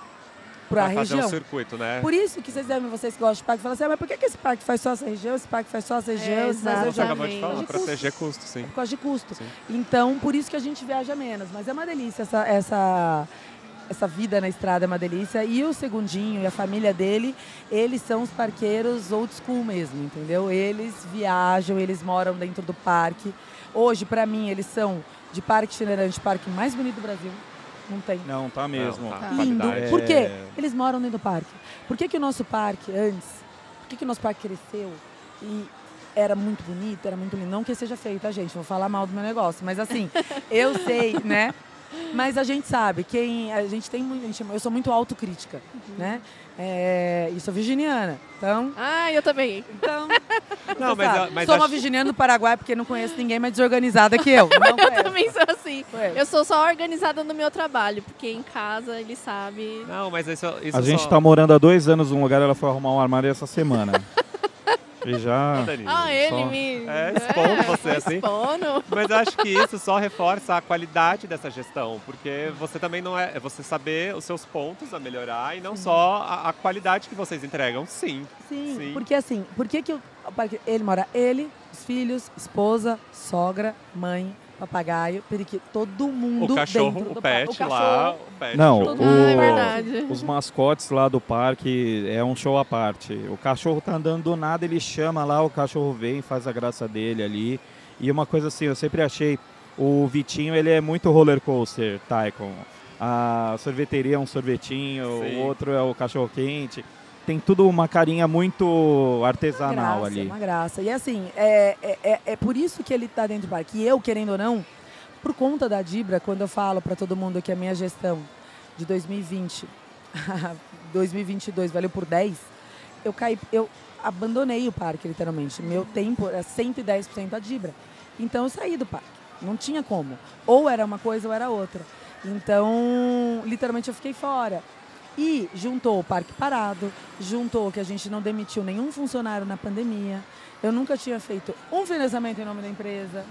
pra Pra fazer região. um circuito, né? Por isso que vocês devem, vocês que gostam de parque, falam assim, ah, mas por que, que esse parque faz só essa região, esse parque faz só essa região, esse faz exato. Você essa região? acabou de falar, Exatamente. proteger custo, sim. Por causa de custo. Sim. Então, por isso que a gente viaja menos. Mas é uma delícia essa, essa, essa vida na estrada, é uma delícia. E o Segundinho e a família dele, eles são os parqueiros old school mesmo, entendeu? Eles viajam, eles moram dentro do parque. Hoje, pra mim, eles são de parque itinerante, parque mais bonito do Brasil. Não tem. Não, tá mesmo. Não, tá. Lindo. Qualidade. Por quê? É. Eles moram dentro do parque. Por que, que o nosso parque, antes, por que, que o nosso parque cresceu e era muito bonito, era muito lindo? Não que seja feio, tá, gente? Vou falar mal do meu negócio. Mas assim, eu sei, né? Mas a gente sabe, quem. A gente tem muito. a gente- Eu sou muito autocrítica, né? É, e sou virginiana. Então. Ah, eu também. Então. Não, você mas, sabe. eu- mas sou uma acho- virginiana do Paraguai porque não conheço ninguém mais desorganizada que eu. Não Eu conheço. também sou assim. Conheço. Eu sou só organizada no meu trabalho, porque em casa ele sabe. Não, mas isso, isso A gente só... tá morando há dois anos num lugar, ela foi arrumar um armário essa semana. E já... Danilo. Ah, ele só- me. É, expondo você, assim. Expondo. Mas eu acho que isso só reforça a qualidade dessa gestão, porque você também não é, é você saber os seus pontos a melhorar e não só a, a qualidade que vocês entregam, sim. Sim, Sim. porque assim, por que, que o o parque- ele mora? Ele, os filhos, esposa, sogra, mãe, papagaio, periquito, todo mundo O cachorro, dentro o do pet parque. O lá, cachorro. o pet. Não, show. o- Ah, é verdade. Os mascotes lá do parque é um show à parte. O cachorro tá andando do nada, ele chama lá, o cachorro vem, faz a graça dele ali. E uma coisa assim, eu sempre achei, o Vitinho, ele é muito roller coaster, Tycoon. A sorveteria é um sorvetinho, Sim. o outro é o cachorro quente. Tem tudo uma carinha muito artesanal Graça, ali. uma graça. E assim, é, é, é, é por isso que ele tá dentro do parque. E eu, querendo ou não, por conta da Dibra, quando eu falo para todo mundo que a minha gestão de dois mil e vinte, dois mil e vinte e dois valeu por dez, eu caí, eu abandonei o parque, literalmente. Meu tempo era cento e dez por cento a Dibra. Então eu saí do parque. Não tinha como. Ou era uma coisa ou era outra. Então, literalmente eu fiquei fora. E juntou o parque parado, juntou que a gente não demitiu nenhum funcionário na pandemia. Eu nunca tinha feito um financiamento em nome da empresa.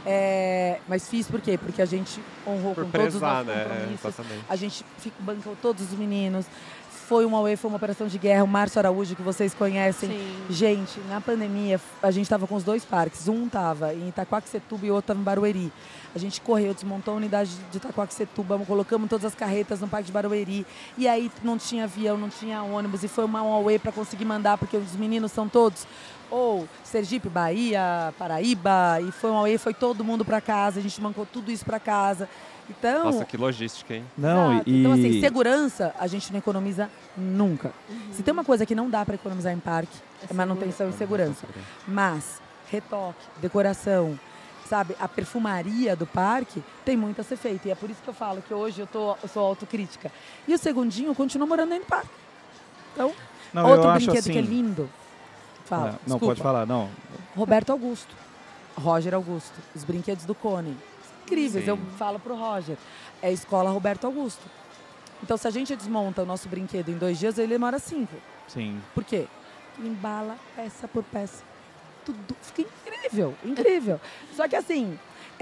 É, mas fiz por quê? Porque a gente honrou Por com todos os prezar, nossos né? compromissos. Exatamente. A gente fica- bancou todos os meninos. Foi uma Away, foi uma operação de guerra. O Márcio Araújo, que vocês conhecem. Sim. Gente, na pandemia, a gente estava com os dois parques. Um estava em Itaquaquecetuba e o outro estava em Barueri. A gente correu, desmontou a unidade de Itaquaquecetuba, colocamos todas as carretas no parque de Barueri. E aí não tinha avião, não tinha ônibus. E foi uma Away para conseguir mandar, porque os meninos são todos ou Sergipe, Bahia, Paraíba. E foi uma Away, foi todo mundo para casa. A gente bancou tudo isso para casa. Então, Nossa, que logística, hein? Não, Exato. e... Então, assim, segurança a gente não economiza nunca. Se tem uma coisa que não dá para economizar em parque, é manutenção e segurança. Mas retoque, decoração, sabe, a perfumaria do parque tem muito a ser feito. E é por isso que eu falo que hoje eu, tô, eu sou autocrítica. E o Segundinho continua morando dentro do parque. Então, Não, outro eu acho brinquedo assim... que é lindo. Fala, É, não, desculpa. pode falar, não. Roberto Augusto, Roger Augusto, os brinquedos do Cone. Incríveis, Sim. eu falo pro Roger. É a escola Roberto Augusto. Então, se a gente desmonta o nosso brinquedo em dois dias, ele demora cinco. Sim. Por quê? Embala peça por peça. Tudo fica incrível, incrível. Só que assim,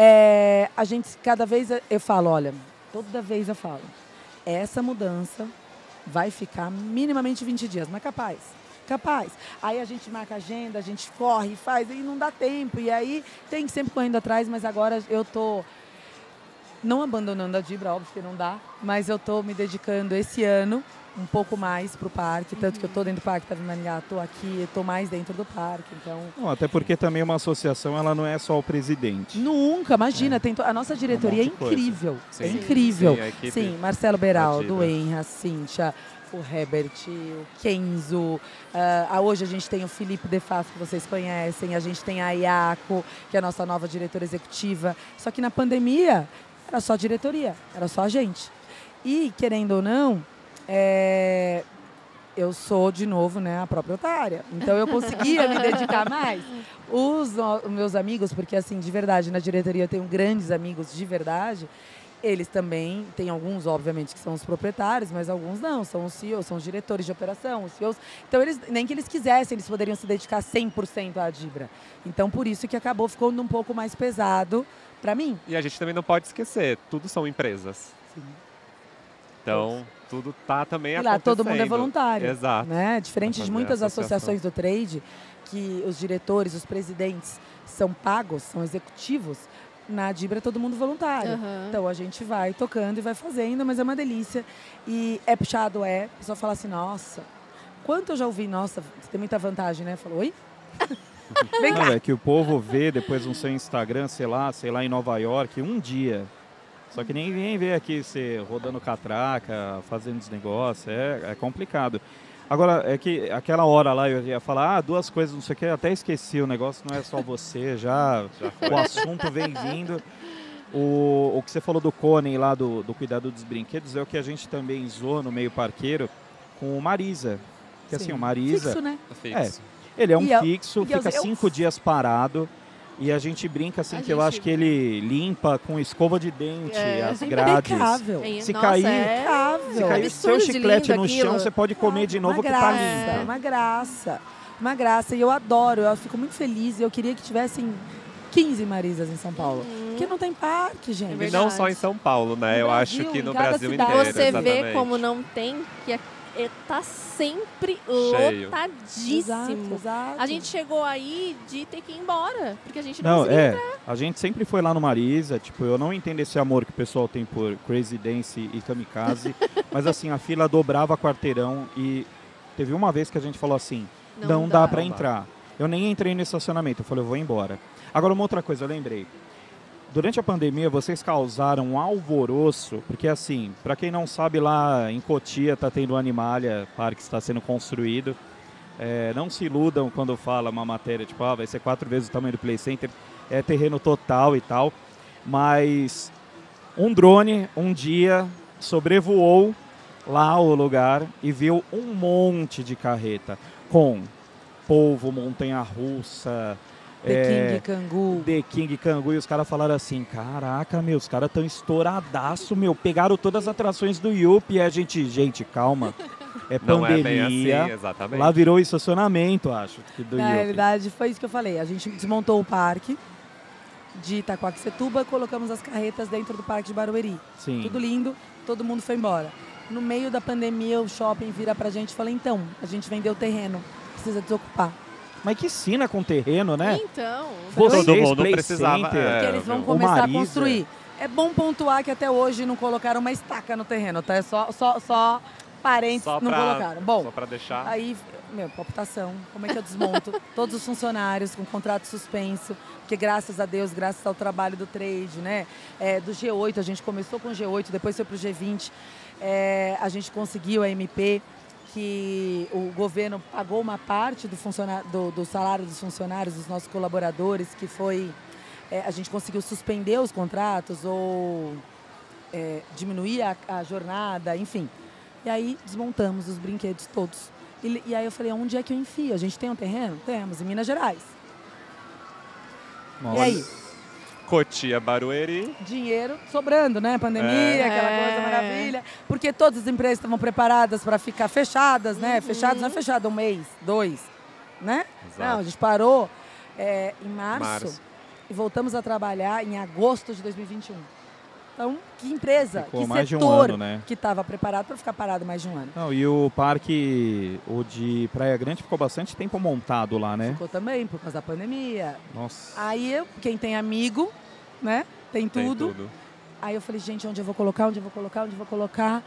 é, a gente, cada vez eu falo, olha, toda vez eu falo, essa mudança vai ficar minimamente vinte dias, mas capaz. Capaz. Aí a gente marca a agenda, a gente corre, faz, e não dá tempo. E aí tem que sempre correndo atrás, mas agora eu tô Não abandonando a Dibra, óbvio que não dá, mas eu tô me dedicando esse ano um pouco mais pro parque, tanto uhum. que eu tô dentro do parque, tá vendo Maringá, tô aqui, eu tô mais dentro do parque, então... Não, até porque também uma associação, ela não é só o presidente. Nunca, imagina, é. tem to... a nossa diretoria um é incrível, sim, é incrível. Sim, equipe, sim Marcelo Beraldo, Enra, Cíntia, o Herbert, o Kenzo, uh, hoje a gente tem o Felipe Defaf, que vocês conhecem, a gente tem a Iaco, que é a nossa nova diretora executiva, só que na pandemia era só diretoria, era só a gente. E, querendo ou não, É, eu sou, de novo, né, a própria otária. Então, eu conseguia me dedicar mais. Os, os meus amigos, porque, assim, de verdade, na diretoria eu tenho grandes amigos de verdade, eles também, tem alguns, obviamente, que são os proprietários, mas alguns não, são os C E Os, são os diretores de operação, os C E Os. Então, eles, nem que eles quisessem, eles poderiam se dedicar cem por cento à Dibra. Então, por isso que acabou ficando um pouco mais pesado para mim. E a gente também não pode esquecer, tudo são empresas. Sim. Então... tudo tá também e acontecendo. lá todo mundo é voluntário. Exato. Né? Diferente de muitas associações do trade, que os diretores, os presidentes são pagos, são executivos, na Dibra é todo mundo voluntário. Uhum. Então a gente vai tocando e vai fazendo, mas é uma delícia. E é puxado, é. A pessoa fala assim, nossa, quanto eu já ouvi, nossa, você tem muita vantagem, né? Falou, oi? Vem cá. Não, é que o povo vê depois no seu Instagram, sei lá, sei lá, em Nova York, um dia. Só que ninguém vê aqui você rodando catraca, fazendo os negócios, é, é complicado. Agora, é que aquela hora lá eu ia falar, ah, duas coisas, não sei o que, eu até esqueci, o negócio não é só você, já, já o assunto vem vindo. O, o que você falou do Cone lá, do, do cuidado dos brinquedos, é o que a gente também zoou no meio parqueiro com o Marisa. Que assim, o Marisa... Fixo, né? É, ele é um e fixo, eu, fica eu, cinco eu... dias parado. E a gente brinca assim, a que gente... eu acho que ele limpa com escova de dente é. as grades. Impecável. Se Nossa, cair, é... se cair o seu chiclete no aquilo. chão, você pode comer é, de novo que graça, tá limpo. É uma graça, uma graça. E eu adoro, eu fico muito feliz. Eu queria que tivessem quinze Marisas em São Paulo. Uhum. Porque não tem parque, gente. É e não só em São Paulo, né? No eu Brasil, acho que no em cada Brasil cidade. inteiro, Você exatamente. vê como não tem, que é, é, tá sempre cheio. Lotadíssimo. Exato, exato. A gente chegou aí de ter que ir embora, porque a gente não, não conseguia é, entrar. A gente sempre foi lá no Marisa, tipo, eu não entendo esse amor que o pessoal tem por Crazy Dance e Kamikaze, mas assim, a fila dobrava quarteirão e teve uma vez que a gente falou assim, não, não dá, dá pra não entrar. Dá. Eu nem entrei no estacionamento, eu falei, eu vou embora. Agora, uma outra coisa, eu lembrei. Durante a pandemia, vocês causaram um alvoroço, porque assim, para quem não sabe, lá em Cotia está tendo o Animalia, parque está sendo construído. É, não se iludam quando fala uma matéria, tipo, ah, vai ser quatro vezes o tamanho do Play Center, é terreno total e tal. Mas um drone, um dia, sobrevoou lá o lugar e viu um monte de carreta com polvo, montanha-russa... The é, King Cangu. The King Cangu. E os caras falaram assim, caraca, meu, os caras estão estouradaço, meu. Pegaram todas as atrações do Yup e a gente, gente, calma. É Não pandemia. É bem assim, exatamente. Lá virou estacionamento, acho, do Na Yup. realidade, foi isso que eu falei. A gente desmontou o parque de Itaquaquecetuba e colocamos as carretas dentro do parque de Barueri. Sim. Tudo lindo, todo mundo foi embora. No meio da pandemia, o shopping vira pra gente e fala, então, a gente vendeu o terreno, precisa desocupar. Mas que sina com terreno, né? Então, Vocês, todo mundo Play precisava. Center, É, porque eles vão meu. começar a construir. É bom pontuar que até hoje não colocaram uma estaca no terreno, tá? É só, só, só parentes Só não pra, colocaram. Bom, só pra deixar. aí, meu, palpitação. Como é que eu desmonto? Todos os funcionários com contrato suspenso, porque graças a Deus, graças ao trabalho do trade, né? É, do G oito, a gente começou com o G oito, depois foi pro G vinte. É, a gente conseguiu a M P, que o governo pagou uma parte do, do, do salário dos funcionários, dos nossos colaboradores, que foi... É, a gente conseguiu suspender os contratos ou é, diminuir a, a jornada, enfim. E aí desmontamos os brinquedos todos. E, e aí eu falei, onde é que eu enfio? A gente tem um terreno? Temos, em Minas Gerais. Nossa. E aí? Cotia, Barueri. Dinheiro sobrando, né? Pandemia, É. aquela É. coisa maravilha. Porque todas as empresas estavam preparadas para ficar fechadas, né? Uhum. Fechadas não é fechado um mês, dois, né? Exato. Não, a gente parou é, em março, Março. e voltamos a trabalhar em agosto de dois mil e vinte e um. Então, que empresa, Ficou que mais de um setor ano, né? que estava preparado para ficar parado mais de um ano. Não, e o parque, o de Praia Grande, ficou bastante tempo montado lá, né? Ficou também, por causa da pandemia. Nossa. Aí, eu, quem tem amigo, né? Tem Tem tudo. tudo. Aí eu falei, gente, onde eu vou colocar, onde eu vou colocar, onde eu vou colocar?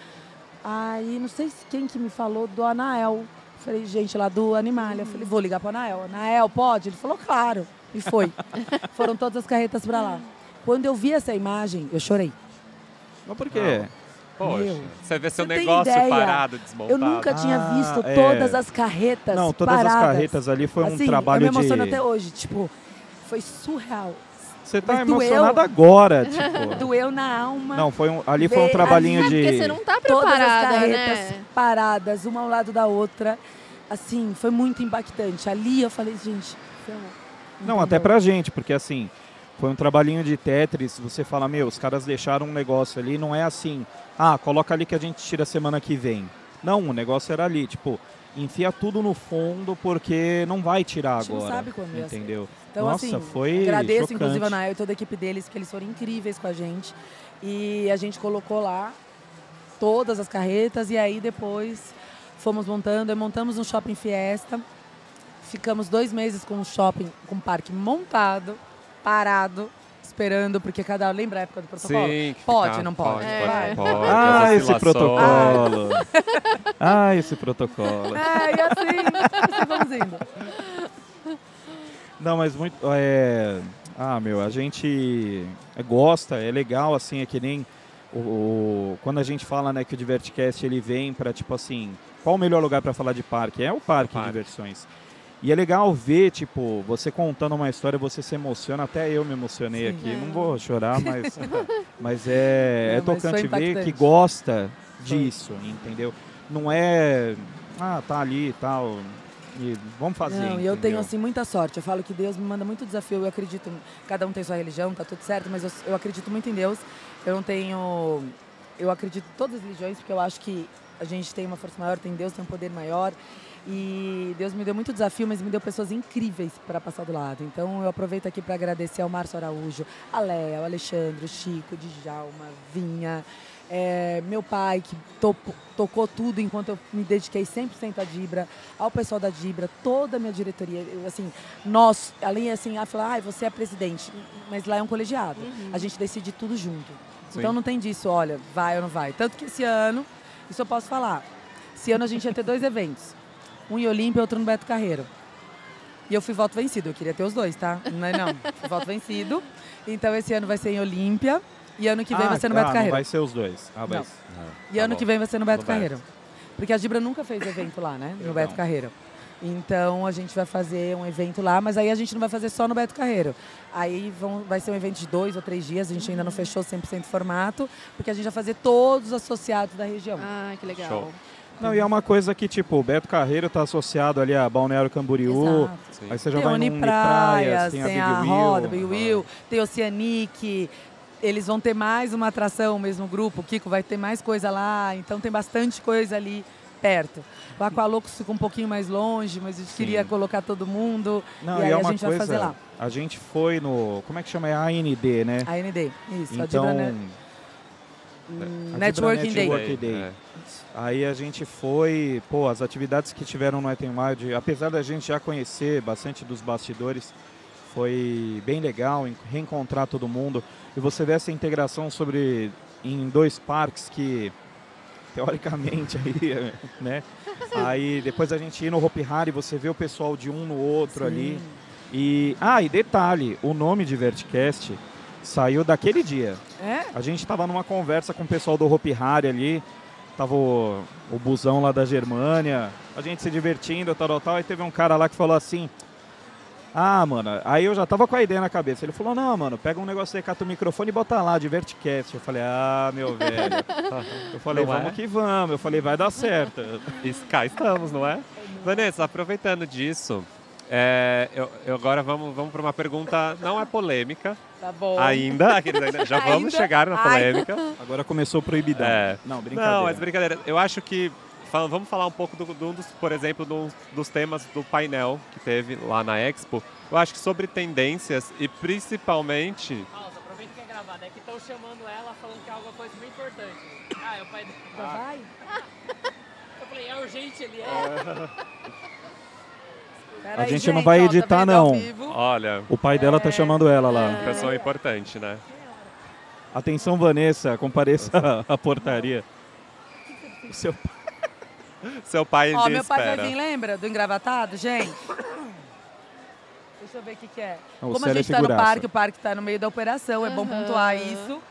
Aí não sei quem que me falou do Anael. Falei, gente, lá do Animalia. Falei, vou ligar pro Anael. Anael, pode? Ele falou, claro. E foi. Foram todas as carretas pra lá. Quando eu vi essa imagem, eu chorei. Mas por quê? Poxa, Meu, você vê seu você tem negócio ideia? parado, desmontado. Eu nunca tinha Ah, visto é. todas as carretas Não, todas paradas. as carretas ali foi um Assim, trabalho eu me emociono de... até hoje. Tipo, foi surreal. Você tá Mas doeu. emocionada agora, tipo... Doeu na alma. Não, foi um, ali foi um Ver trabalhinho É de... porque você não tá Todas as preparada, carretas né? paradas, uma ao lado da outra. Assim, foi muito impactante. Ali eu falei, gente... ferrou. Não, Entendeu? até pra gente, porque assim, foi um trabalhinho de Tetris, você fala, meu, os caras deixaram um negócio ali, não é assim, ah, coloca ali que a gente tira semana que vem. Não, o negócio era ali, tipo, enfia tudo no fundo porque não vai tirar A gente não agora. sabe quando ia ser. entendeu? Então, Nossa, assim, foi agradeço, chocante. inclusive, a Anael e toda a equipe deles, que eles foram incríveis com a gente. E a gente colocou lá todas as carretas e aí depois fomos montando, e montamos um shopping Fiesta. Ficamos dois meses com o shopping, com o parque montado, parado, esperando, porque cada... Lembra a época do protocolo? Sim, que Pode, fica- não pode? Pode, É. pode, pode. Ah, as esse oscilações. protocolo. Ah, esse protocolo. É, e assim, assim vamos indo. Não, mas muito. É... Ah, meu, a gente gosta, é legal, assim, é que nem o, o- quando a gente fala, né, que o Diverticast ele vem para tipo assim, qual o melhor lugar para falar de parque? É o parque, Parque. de diversões. E é legal ver, tipo, você contando uma história, você se emociona, até eu me emocionei Sim. aqui. Não vou chorar, mas, mas é, é Não, mas foi tocante ver impactante. que gosta disso, entendeu? Não é, ah, tá ali e tal, e vamos fazer. Não, e eu tenho entendeu? assim muita sorte. Eu falo que Deus me manda muito desafio. Eu acredito, cada um tem sua religião, tá tudo certo, mas eu, eu acredito muito em Deus. Eu não tenho, eu acredito em todas as religiões porque eu acho que a gente tem uma força maior, tem Deus, tem um poder maior. E Deus me deu muito desafio, mas me deu pessoas incríveis para passar do lado. Então eu aproveito aqui para agradecer ao Márcio Araújo, a Léa, o Alexandre, o Chico, o Djalma, Vinha, é, meu pai que topo, tocou tudo enquanto eu me dediquei cem por cento à Dibra, ao pessoal da Dibra, toda a minha diretoria. Eu, assim, nós, além assim, a falar, ah, você é presidente, mas lá é um colegiado. Uhum. A gente decide tudo junto. Sim. Então não tem disso, olha, vai ou não vai. Tanto que esse ano, isso eu posso falar, esse ano a gente ia ter dois eventos. Um em Olímpia e outro no Beto Carreiro. E eu fui voto vencido. Eu queria ter os dois, tá? Não é não. Fui voto vencido. Então esse ano vai ser em Olímpia. E ano que vem Ah, vai ser no ah, Beto não Carreiro. vai ser os dois. Ah, vai Não. ser. E Tá ano bom. que vem vai ser no Beto No Beto. Carreiro. Porque a Dibra nunca fez evento lá, né? No Beto Não. Carreiro. Então a gente vai fazer um evento lá, mas aí a gente não vai fazer só no Beto Carreiro. Aí vão, vai ser um evento de dois ou três dias. A gente ainda não fechou cem por cento formato, porque a gente vai fazer todos os associados da região. Ah, que legal. Show. Não, e é uma coisa que, tipo, o Beto Carreiro tá associado ali a Balneário Camboriú. Exato. Sim. Aí você já Tem vai a no Unipraias, tem, tem a a Big Roda, Wheel. Big Wheel, tem Oceanic. Eles vão ter mais uma atração, o mesmo grupo. O Kiko vai ter mais coisa lá. Então tem bastante coisa ali perto. O Aqualocos fica um pouquinho mais longe, mas a gente Sim. queria colocar todo mundo. Não, e e aí é a uma gente coisa, vai fazer lá. a gente foi no, como é que chama? É A N D, né? A N D, isso. a Então, Dibra, né? a Hum, Dibra Networking Day. Network Day. É. aí a gente foi, pô, as atividades que tiveram no Etemard, apesar da gente já conhecer bastante dos bastidores, foi bem legal en- reencontrar todo mundo. E você vê essa integração sobre em dois parques que teoricamente aí, né? Aí depois a gente ir no Hopi Hari, você vê o pessoal de um no outro ali. Sim. E ah, e detalhe, o nome de Verticast saiu daquele dia. É? A gente estava numa conversa com o pessoal do Hopi Hari ali, tava o, o busão lá da Germânia, a gente se divertindo, tal, tal, tal, e teve um cara lá que falou assim, ah, mano, aí eu já tava com a ideia na cabeça, ele falou, não, mano, pega um negócio aí, cata o microfone e bota lá, de Verticast. Eu falei, ah, meu velho, eu falei, Não vamos é? que vamos, eu falei, vai dar certo. E cá estamos, não é? Vanessa, aproveitando disso, é, eu, eu agora vamos, vamos para uma pergunta, não é polêmica Tá bom. ainda, aqueles ainda- já vamos Ainda? chegar na Ai. polêmica. Agora começou o proibidão. É. Não, brincadeira. Não, mas brincadeira. Eu acho que, fala- vamos falar um pouco, do, do- dos, por exemplo, do- dos temas do painel que teve lá na Expo. Eu acho que sobre tendências e principalmente... Pausa, aproveita que é gravado. É que estão chamando ela falando que é alguma coisa muito importante. Ah, é o pai dele. Já vai? Eu falei, é urgente, ele é. Pera A aí, gente não vai ó, tá editar, vendo ao não. vivo? Olha, O pai dela tá chamando ela lá. pessoa importante, né? Atenção, Vanessa, compareça à portaria. O seu Seu pai Ó, ainda meu pai espera. vai vir, lembra do engravatado, gente? Deixa eu ver o que, que é. Não, o Como a Célio é gente tá no figuraça. parque, o parque tá no meio da operação, é bom Aham. pontuar isso.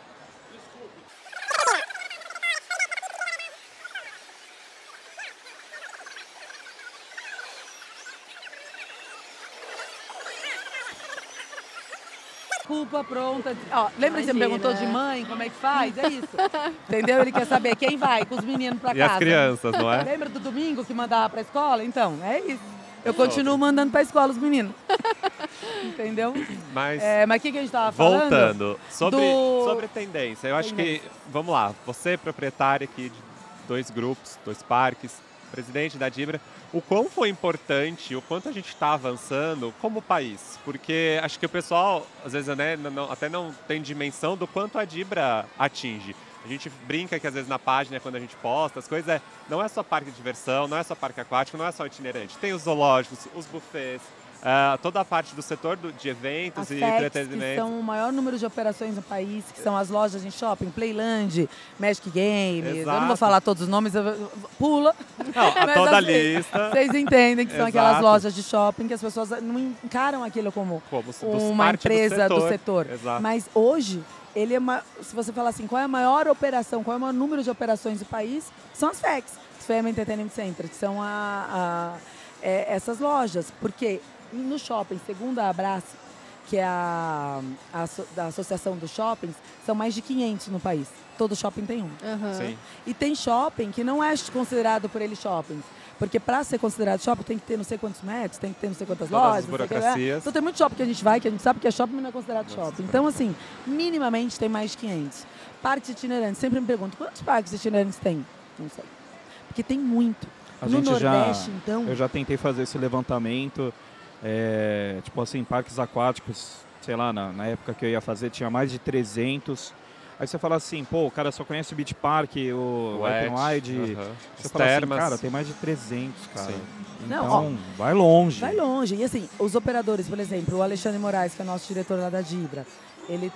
Culpa pronta. Ó, lembra que você me Imagina. perguntou de mãe, como é que faz? É isso. Entendeu? Ele quer saber quem vai com os meninos pra E casa. as crianças, não é? Lembra do domingo que mandava pra escola? Então, é isso. Eu continuo mandando pra escola os meninos. Entendeu? Mas É, mas o que, que a gente tava falando? voltando, sobre, do- sobre tendência, eu acho Tendência. que, vamos lá, você é proprietária aqui de dois grupos, dois parques, presidente da Dibra, o quão foi importante, o quanto a gente está avançando como país? Porque acho que o pessoal, às vezes, né, não- até não tem dimensão do quanto a Dibra atinge. A gente brinca que às vezes na página, quando a gente posta as coisas, é, não é só parque de diversão, não é só parque aquático, não é só itinerante. Tem os zoológicos, os buffets, ah, toda a parte do setor do- de eventos As e F E Cs, que entretenimento. são o maior número de operações no país, que são as lojas em shopping, Playland, Magic Games, eu não vou Exato. falar todos os nomes, eu- eu- pula. Não, a Mas toda a assim, lista, Vocês entendem que são aquelas Exato. lojas de shopping que as pessoas não encaram aquilo como como se- uma parte empresa do setor. Exato. Mas hoje, ele é uma, se você falar assim, qual é a maior operação, qual é o maior número de operações do país, são as F E Cs, as Family Entertainment Center, que são a, a- é, essas lojas. Porque no shopping, segundo a Abrace, que é a, a, asso- da Associação dos Shoppings, são mais de quinhentos no país. Todo shopping tem um. Aham. Sim. E tem shopping que não é considerado por ele shopping. Porque para ser considerado shopping tem que ter não sei quantos metros, tem que ter não sei quantas Todas as lojas. não sei o que, né? burocracias. Então tem muito shopping que a gente vai, que a gente sabe que é shopping, mas não é considerado shopping. Então, assim, minimamente tem mais de quinhentos. Parques itinerantes, sempre me pergunto, quantos parques itinerantes tem? Não sei. Porque tem muito. A no gente já- Nordeste, então... Eu já tentei fazer esse levantamento, é, tipo assim, parques aquáticos, sei lá, na, na época que eu ia fazer tinha mais de trezentos. Aí você fala assim, pô, o cara só conhece o Beach Park, o Wet n Wild. aham. Você As fala assim, termas. cara, tem mais de trezentos, cara. Sim. Não, Então, vai longe. Vai longe. E assim, os operadores, por exemplo, o Alexandre Moraes, que é nosso diretor lá da Dibra, ele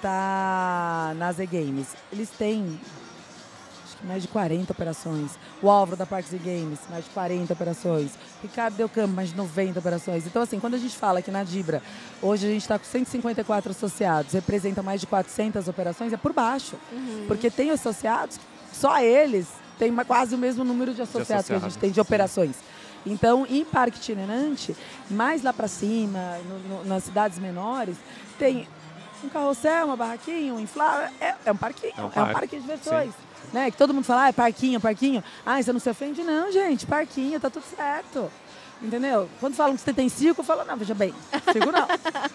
tá na Z Games. Eles têm acho que mais de quarenta operações. O Álvaro da Parques e Games, mais de quarenta operações. Ricardo Del Campo, mais de noventa operações. Então, assim, quando a gente fala que na Dibra, hoje a gente está com cento e cinquenta e quatro associados, representa mais de quatrocentas operações, é por baixo. Porque tem associados, só eles têm ma- quase o mesmo número de associados, que a gente associados, tem de sim. operações. Então, em parque itinerante, mais lá para cima, no- no- nas cidades menores, tem um carrossel, uma barraquinha, um inflável. É, é um parquinho, É é um um, parque, parque de diversões. Né? Que todo mundo fala, ah, é parquinho, parquinho. Ah, você não se ofende? Não, gente, parquinho, tá tudo certo. Entendeu? Quando falam que você tem circo, eu falo, não, veja bem, circo não.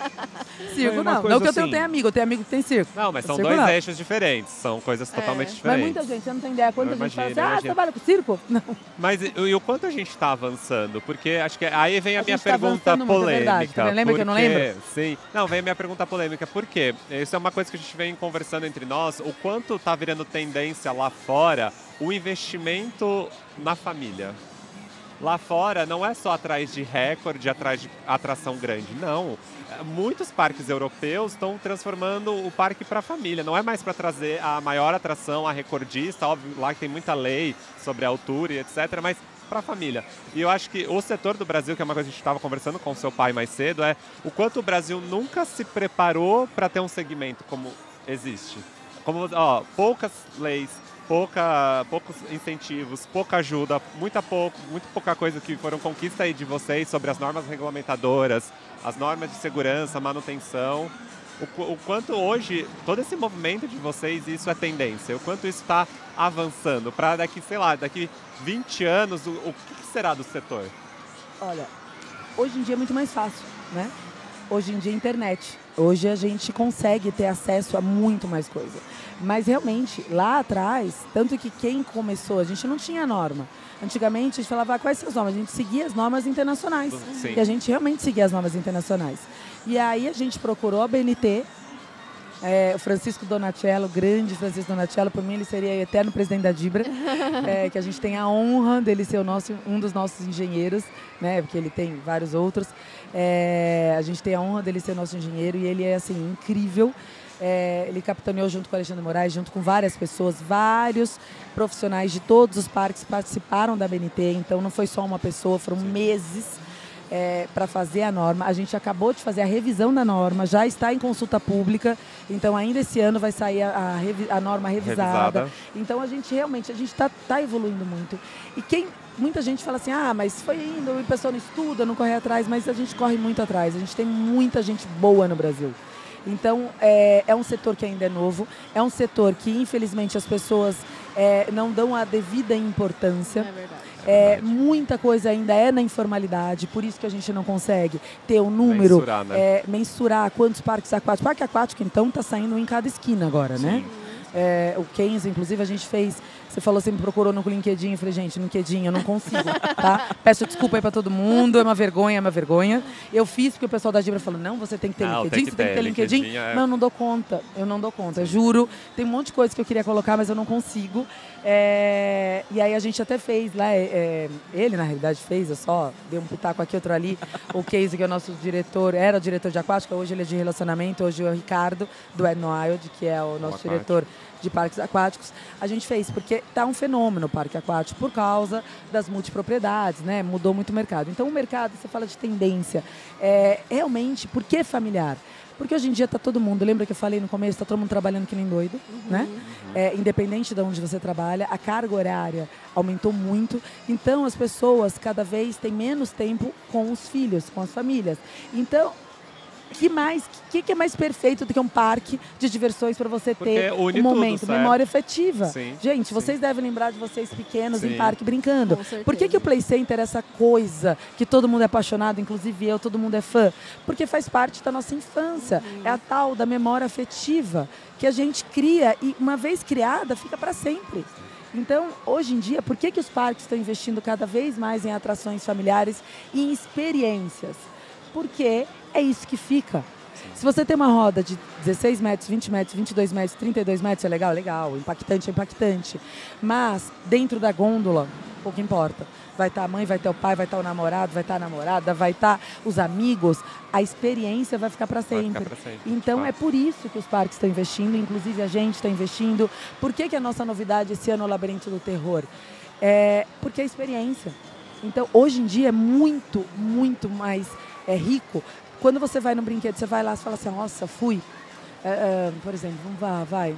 Circo Uma não. coisa Não que eu tenho, assim- tenho amigo, eu tenho amigo que tem circo. Não, mas são Circo dois não. eixos diferentes, são coisas totalmente É. Mas diferentes. muita gente, você não tem ideia quanta Eu gente fala imagino, assim, eu ah, você imagino. trabalha com circo? Não. Mas e, e o quanto a gente está avançando? Porque acho que aí vem a, A minha gente tá pergunta avançando muito, é polêmica. verdade. Tá vendo? Lembra que eu não porque- lembro? Sim. Não, vem a minha pergunta polêmica. Por quê? Isso é uma coisa que a gente vem conversando entre nós. O quanto está virando tendência lá fora o investimento na família. Lá fora não é só atrás de recorde, atrás de atração grande. Não. Muitos parques europeus estão transformando o parque para a família. Não é mais para trazer a maior atração, a recordista. Óbvio, lá que tem muita lei sobre a altura e etcétera. Mas para a família. E eu acho que o setor do Brasil, que é uma coisa que a gente estava conversando com o seu pai mais cedo, é o quanto o Brasil nunca se preparou para ter um segmento como existe. Como, ó, poucas leis, pouca, poucos incentivos, pouca ajuda, muita pouco, muito pouca coisa que foram conquista aí de vocês sobre as normas regulamentadoras, as normas de segurança, manutenção. O, qu- o quanto hoje, todo esse movimento de vocês, isso é tendência, o quanto isso está avançando para daqui, sei lá, daqui vinte anos, o, o que será do setor? Olha, hoje em dia é muito mais fácil, né? Hoje em dia é internet. Hoje a gente consegue ter acesso a muito mais coisa. Mas realmente, lá atrás, tanto que quem começou, a gente não tinha norma. Antigamente a gente falava, ah, quais são as normas? A gente seguia as normas internacionais. Sim. E a gente realmente seguia as normas internacionais. E aí a gente procurou a B N T, é, o Francisco Donatello, grande Francisco Donatello, por mim ele seria o eterno presidente da Dibra, é, que a gente tem a honra dele ser o nosso, um dos nossos engenheiros, né, porque ele tem vários outros. É, a gente tem a honra dele ser nosso engenheiro e ele é assim incrível. É, ele capitaneou junto com o Alexandre Moraes, junto com várias pessoas, vários profissionais de todos os parques participaram da B N T, então não foi só uma pessoa, foram meses é, para fazer a norma. A gente acabou de fazer a revisão da norma, já está em consulta pública, então ainda esse ano vai sair a, a, revi a norma revisada. revisada. Então a gente realmente, a gente está tá evoluindo muito. E quem... Muita gente fala assim, ah, mas foi indo, o pessoal não estuda, não corre atrás, mas a gente corre muito atrás. A gente tem muita gente boa no Brasil. Então, é, é um setor que ainda é novo, é um setor que, infelizmente, as pessoas é, não dão a devida importância. É verdade. É, muita coisa ainda é na informalidade, por isso que a gente não consegue ter um número, mensurar, né? é, mensurar quantos parques aquáticos. Parque aquático, então, está saindo em cada esquina agora, Sim. né? É, o Kenzo, inclusive, a gente fez... Você falou, você me procurou no LinkedIn. Eu falei, gente, no LinkedIn eu não consigo, tá? Peço desculpa aí pra todo mundo, é uma vergonha, é uma vergonha. Eu fiz porque o pessoal da Gibra falou, não, você tem que ter não, LinkedIn, que você ter, tem que ter LinkedIn. LinkedIn é... Não, eu não dou conta, eu não dou conta, juro. Tem um monte de coisa que eu queria colocar, mas eu não consigo. É... E aí a gente até fez lá, é... ele na realidade fez, eu só dei um pitaco aqui, outro ali. O Casey, que é o nosso diretor, era o diretor de aquática, hoje ele é de relacionamento, hoje é o Ricardo, do Ed No Wild, que é o nosso o diretor de parques aquáticos. A gente fez porque tá um fenômeno o parque aquático por causa das multipropriedades, né? Mudou muito o mercado. Então o mercado, você fala de tendência, é, realmente, por que familiar? Porque hoje em dia está todo mundo, lembra que eu falei no começo, está todo mundo trabalhando que nem doido, uhum. né? É, independente de onde você trabalha, a carga horária aumentou muito, então as pessoas cada vez têm menos tempo com os filhos, com as famílias. Então, que mais, que, que é mais perfeito do que um parque de diversões para você ter um momento, tudo, memória afetiva? Sim, Gente, sim. vocês devem lembrar de vocês pequenos sim. em parque brincando. Por que, que o Play Center é essa coisa que todo mundo é apaixonado, inclusive eu, todo mundo é fã? Porque faz parte da nossa infância. Uhum. É a tal da memória afetiva que a gente cria e, uma vez criada, fica para sempre. Então, hoje em dia, por que, que os parques estão investindo cada vez mais em atrações familiares e em experiências? Porque é isso que fica. Se você tem uma roda de dezesseis metros, vinte metros, vinte e dois metros, trinta e dois metros, é legal? Legal. Impactante, é impactante. Mas, dentro da gôndola, pouco importa. Vai estar a mãe, vai ter o pai, vai estar o namorado, vai estar a namorada, vai estar os amigos. A experiência vai ficar para sempre. sempre. Então, é por isso que os parques estão investindo, inclusive a gente está investindo. Por que, que a nossa novidade esse ano é o Labirinto do Terror? É porque é a experiência. Então, hoje em dia, é muito, muito mais... é rico. Quando você vai no brinquedo, você vai lá e fala assim, nossa, fui. É, é, por exemplo, vamos lá, vai.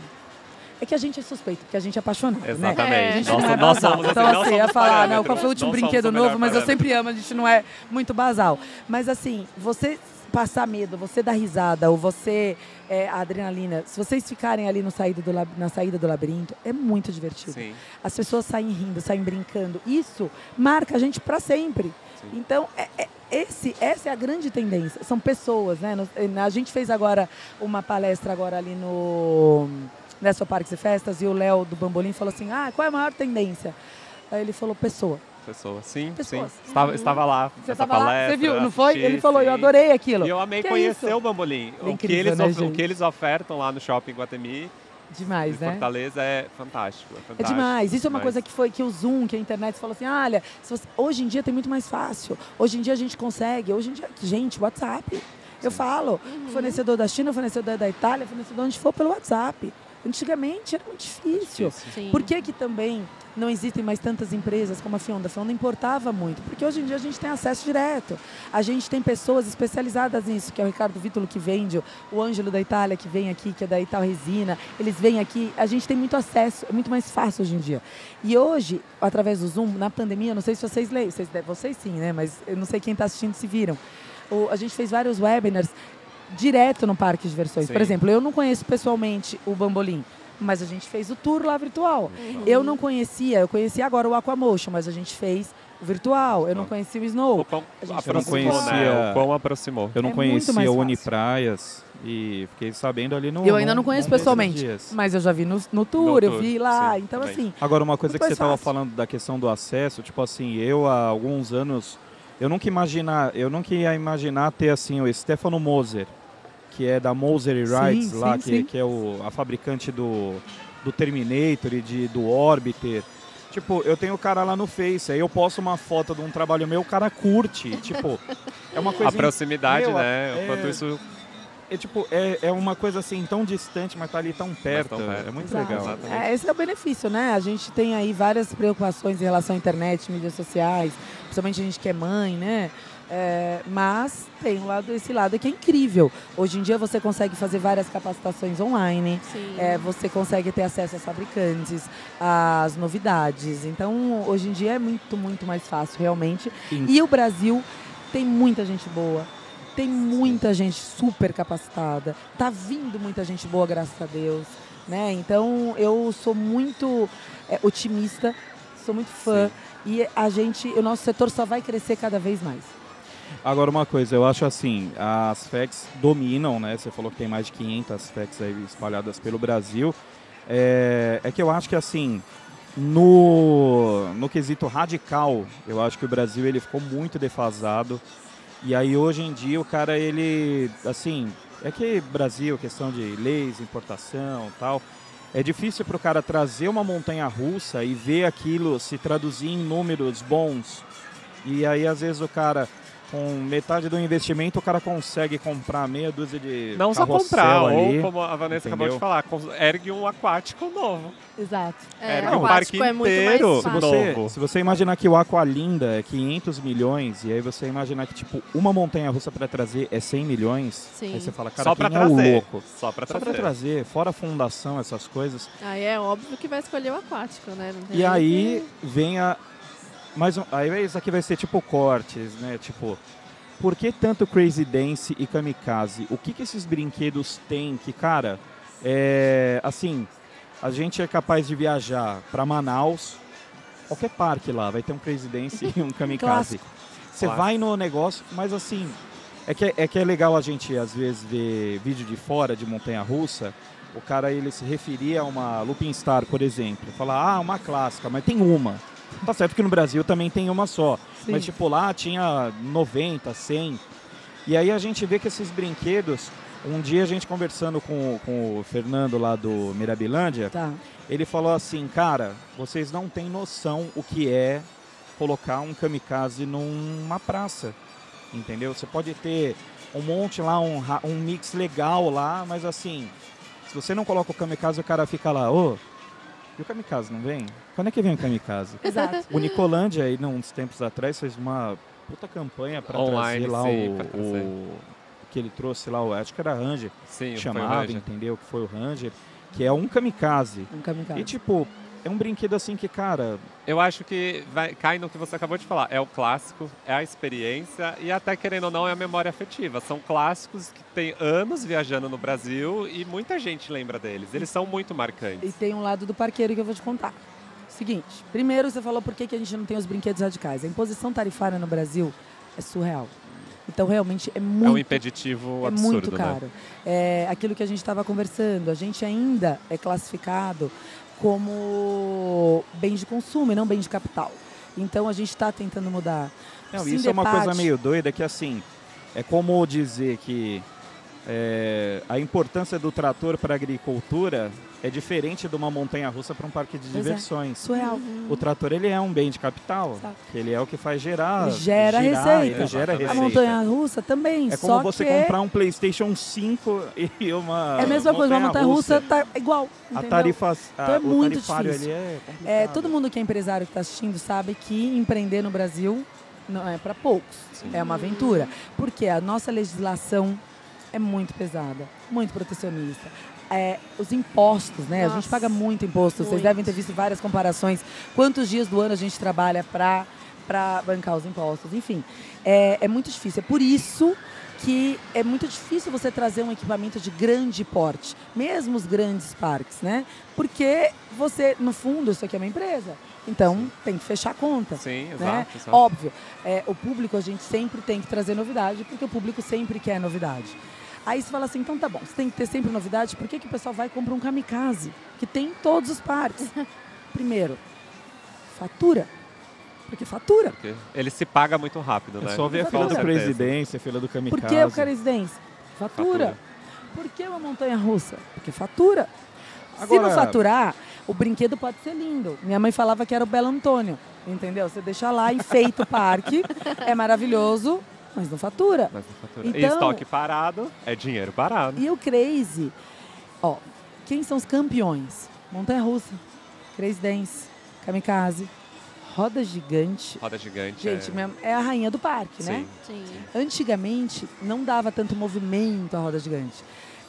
É que a gente é suspeito, porque a gente é apaixonado, Exatamente. né? A gente nossa, não é nós basal. somos, assim, então, assim, ia falar, não, qual foi o último não brinquedo novo, mas parâmetro. eu sempre amo, a gente não é muito basal. Mas, assim, você passar medo, você dar risada, ou você, é, a adrenalina, se vocês ficarem ali no saída do, na saída do labirinto, é muito divertido. Sim. As pessoas saem rindo, saem brincando. Isso marca a gente para sempre. Sim. Então, é, é, esse, essa é a grande tendência. São pessoas, né? A gente fez agora uma palestra agora ali no Nessa Parques e Festas e o Léo do Bambolim falou assim, ah, qual é a maior tendência? Aí ele falou, pessoa. Pessoa, sim, Pessoas. sim. Estava, estava lá Você nessa estava palestra. Lá? Você viu, não foi? Assisti, ele falou, sim. eu adorei aquilo. E eu amei que conhecer é o Bambolim. É o, incrível, que eles, né, o que eles ofertam lá no Shopping Guatemi, demais, de né? Fortaleza, é fantástico, é fantástico. É demais. Isso é uma demais. coisa que foi que o Zoom, que a internet falou assim, ah, olha, se você... hoje em dia tem muito mais fácil. Hoje em dia a gente consegue. Hoje em dia, gente, WhatsApp. Eu falo, uhum. fornecedor da China, fornecedor da Itália, fornecedor onde for pelo WhatsApp. Antigamente era muito difícil. Sim. Por que que também não existem mais tantas empresas como a Fionda? A Fionda importava muito, porque hoje em dia a gente tem acesso direto. A gente tem pessoas especializadas nisso, que é o Ricardo Vítolo que vende, o Ângelo da Itália que vem aqui, que é da Ital Resina. Eles vêm aqui, a gente tem muito acesso, é muito mais fácil hoje em dia. E hoje, através do Zoom, na pandemia, não sei se vocês leem, vocês, vocês sim, né? Mas eu não sei quem está assistindo se viram. O, a gente fez vários webinars direto no parque de diversões. Sim. Por exemplo, eu não conheço pessoalmente o Bambolim, mas a gente fez o tour lá virtual. Uhum. Eu não conhecia, eu conhecia agora o Aquamotion, mas a gente fez o virtual. Eu não conhecia o Snow. O quão aproximou, né? O quão aproximou. Eu não é conhecia o Unipraias e fiquei sabendo ali no... Eu ainda não no, conheço pessoalmente, mas eu já vi no, no, tour, no tour, eu vi lá, sim, então também. Assim... Agora, uma coisa que você estava falando da questão do acesso, tipo assim, eu há alguns anos, eu nunca, imagina, eu nunca ia imaginar ter assim o Stefano Moser, que é da Moser Rides, lá, sim, que, sim. que é o, a fabricante do, do Terminator e de, do Orbiter. Tipo, eu tenho o cara lá no Face, aí eu posto uma foto de um trabalho meu, o cara curte. Tipo, é uma coisa... A proximidade, meu, né? É... Enquanto isso... é tipo, é, é uma coisa assim tão distante, mas tá ali tão perto. tão perto. É muito Exato. legal. Exatamente. É, esse é o benefício, né? A gente tem aí várias preocupações em relação à internet, mídias sociais, principalmente a gente que é mãe, né? É, mas tem um lado, esse lado que é incrível. Hoje em dia você consegue fazer várias capacitações online, Sim. é, você consegue ter acesso aos fabricantes, às novidades. Então, hoje em dia é muito, muito mais fácil, realmente. Sim. E o Brasil tem muita gente boa, tem muita gente super capacitada, tá vindo muita gente boa, graças a Deus, né? Então, eu sou muito é, otimista, sou muito fã. Sim. E a gente, o nosso setor só vai crescer cada vez mais. Agora, uma coisa, eu acho assim, as F A Qs dominam, né? Você falou que tem mais de quinhentas F A Qs aí espalhadas pelo Brasil. É, é que eu acho que, assim, no, no quesito radical, eu acho que o Brasil ele ficou muito defasado. E aí, hoje em dia, o cara, ele, assim, é que Brasil, questão de leis, importação e tal, é difícil para o cara trazer uma montanha-russa e ver aquilo se traduzir em números bons. E aí, às vezes, o cara, com metade do investimento, o cara consegue comprar meia dúzia de Não só carrossel comprar, ali, ou como a Vanessa entendeu? acabou de falar, cons- ergue um aquático novo. Exato. É, Ergue o um aquático parque é muito inteiro. mais Se fácil. você, Novo. se você imaginar que o Aqualinda é quinhentos milhões, e aí você imaginar que, tipo, uma montanha-russa para trazer é cem milhões, Sim. aí você fala, cara, Só quem pra é o trazer. louco? Só pra Só trazer. para trazer, fora a fundação, essas coisas. Aí é óbvio que vai escolher o aquático, né? Não tem E nem aí vem a... Mais um, aí isso aqui vai ser tipo cortes, né? Tipo, por que tanto Crazy Dance e Kamikaze? O que que esses brinquedos têm que, cara, é... Assim, a gente é capaz de viajar para Manaus, qualquer parque lá, vai ter um Crazy Dance e um Kamikaze. Clássico. Você Clássico. vai no negócio, mas assim, é que, é que é legal a gente, às vezes, ver vídeo de fora de montanha-russa. O cara, ele se referia a uma Looping Star, por exemplo. Falar, ah, uma clássica, mas tem uma. Tá certo que no Brasil também tem uma só. Sim. Mas, tipo, lá tinha noventa, cem. E aí a gente vê que esses brinquedos... Um dia a gente conversando com, com o Fernando lá do Mirabilândia, Tá. ele falou assim, cara, vocês não têm noção o que é colocar um kamikaze numa praça, entendeu? Você pode ter um monte lá, um, ra- um mix legal lá, mas assim, se você não coloca o kamikaze, o cara fica lá, ô, e o kamikaze não vem? Quando é que vem o kamikaze? Exato. O Nicolândia, aí, uns tempos atrás, fez uma puta campanha para Online, trazer lá sim, o, pra trazer. o... que ele trouxe lá, o- acho que era Ranger, Sim, que foi o chamava, Ranger. entendeu? Que foi o Ranger, que é um kamikaze. Um kamikaze. E tipo, é um brinquedo assim que, cara, Eu acho que vai, cai no que você acabou de falar. É o clássico, é a experiência e até, querendo ou não, é a memória afetiva. São clássicos que têm anos viajando no Brasil e muita gente lembra deles. Eles são muito E marcantes. tem um lado do parqueiro que eu vou te contar. Seguinte, primeiro você falou por que, que a gente não tem os brinquedos radicais. A imposição tarifária no Brasil é surreal. Então, realmente, é É um muito, impeditivo é absurdo, muito né? caro. É aquilo que a gente estava conversando, a gente ainda é classificado como bem de consumo e não bem de capital. Então, a gente está tentando mudar. não, O isso é uma Sindepart- coisa meio doida que assim, é como dizer que é, a importância do trator para a agricultura é diferente de uma montanha-russa para um parque de Pois é. diversões. Surreal. O trator, ele é um bem de capital, Exato. que ele é o que faz gerar, Ele gera girar, receita. ele gera A receita. montanha-russa também, É só como você que comprar um PlayStation cinco e uma é a mesma coisa, uma montanha-russa tá igual, A entendeu? tarifa, a, Então é o muito tarifário difícil. ali é complicado. É, todo mundo que é empresário que está assistindo sabe que empreender no Brasil não é para poucos. É uma aventura. Porque a nossa legislação é muito pesada, muito protecionista. É, os impostos, né? A Nossa, gente paga muito imposto. Vocês muito. devem ter visto várias comparações. Quantos dias do ano a gente trabalha para para bancar os impostos? Enfim, é, é muito difícil. É por isso que é muito difícil você trazer um equipamento de grande porte, mesmo os grandes parques, né? Porque você, no fundo, isso aqui é uma empresa. Então, tem que fechar a conta. Sim, Né? exato. exato. Óbvio, é, o público a gente sempre tem que trazer novidade, porque o público sempre quer novidade. Aí você fala assim, então tá bom, você tem que ter sempre novidade, por que, que o pessoal vai e compra um kamikaze? Que tem em todos os parques. Primeiro, fatura. Porque fatura. Porque ele se paga muito rápido, É né? só ver a Com fila do certeza. Presidência, a fila do Kamikaze. Por que o Carizense? Fatura. Fatura. Por que uma montanha-russa? Porque fatura. Se Agora- não faturar, o brinquedo pode ser lindo. Minha mãe falava que era o Belo Antônio, entendeu? Você deixa lá, enfeita o parque, é maravilhoso, mas não fatura. Mas não fatura. Então- E estoque parado é dinheiro parado. E o Crazy, ó, quem são os campeões? Montanha-russa, Crazy Dance, Kamikaze, roda gigante. Roda gigante. Gente, é... minha- é a rainha do parque, né? Sim. Sim. Antigamente, não dava tanto movimento a roda gigante.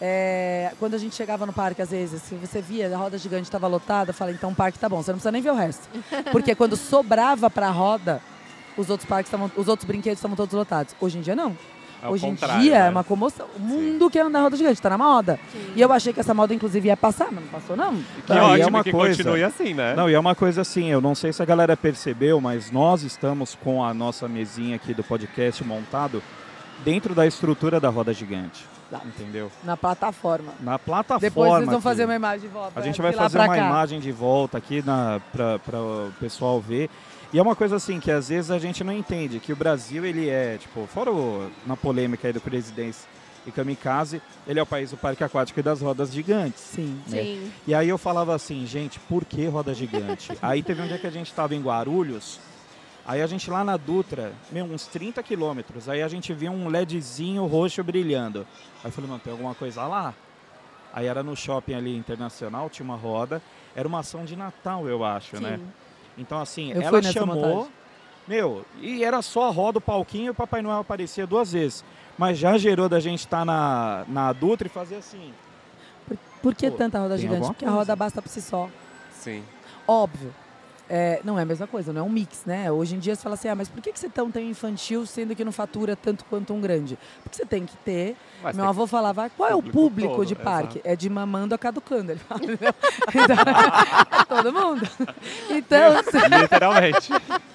É, quando a gente chegava no parque, às vezes, se você via a roda gigante estava lotada, eu falei, então o parque tá bom, você não precisa nem ver o resto. Porque quando sobrava pra roda, os outros parques estavam, os outros brinquedos estavam todos lotados. Hoje em dia, não. É o Hoje em contrário, dia né? é uma comoção. O mundo quer andar na roda gigante, tá na moda. Sim. E eu achei que essa moda, inclusive, ia passar, mas não passou, não. Que Ah, e é ótimo uma que coisa- continue assim, né? Não, e é uma coisa assim, eu não sei se a galera percebeu, mas nós estamos com a nossa mesinha aqui do podcast montado dentro da estrutura da roda gigante. Tá. Entendeu? Na plataforma. Na plataforma. Depois vocês vão aqui. fazer uma imagem de volta. A gente de vai lá fazer pra uma cá. imagem de volta aqui para o pessoal ver. E é uma coisa assim que às vezes a gente não entende, que o Brasil ele é, tipo, fora o, na polêmica aí do Crazy Dance e Kamikaze, ele é o país do parque aquático e das rodas gigantes. Sim. né? Sim. E aí eu falava assim, gente, por que roda gigante? Aí teve um dia que a gente estava em Guarulhos, aí a gente lá na Dutra, meu, uns trinta quilômetros, aí a gente via um LEDzinho roxo brilhando. Aí eu falei, mano, tem alguma coisa lá? Aí era no shopping ali internacional, tinha uma roda, era uma ação de Natal, eu acho, Sim. né? Então assim, Eu fui ela nessa chamou, montagem. meu, e era só a roda, o palquinho e o Papai Noel aparecia duas vezes. Mas já gerou da gente estar na, na Dutra e fazer assim. Por, por que Pô, tanta roda tem gigante? alguma Porque a coisa. roda basta por si só. Sim. Óbvio. É, não é a mesma coisa, não é um mix, né? Hoje em dia você fala assim, ah, mas por que, que você tão tão infantil sendo que não fatura tanto quanto um grande? Porque você tem que ter. Mas Meu tem avô falava, qual é o público público todo, de parque? exato. É de mamando a caducando. Ele fala, entendeu? Então, é todo mundo. Então, você- Literalmente.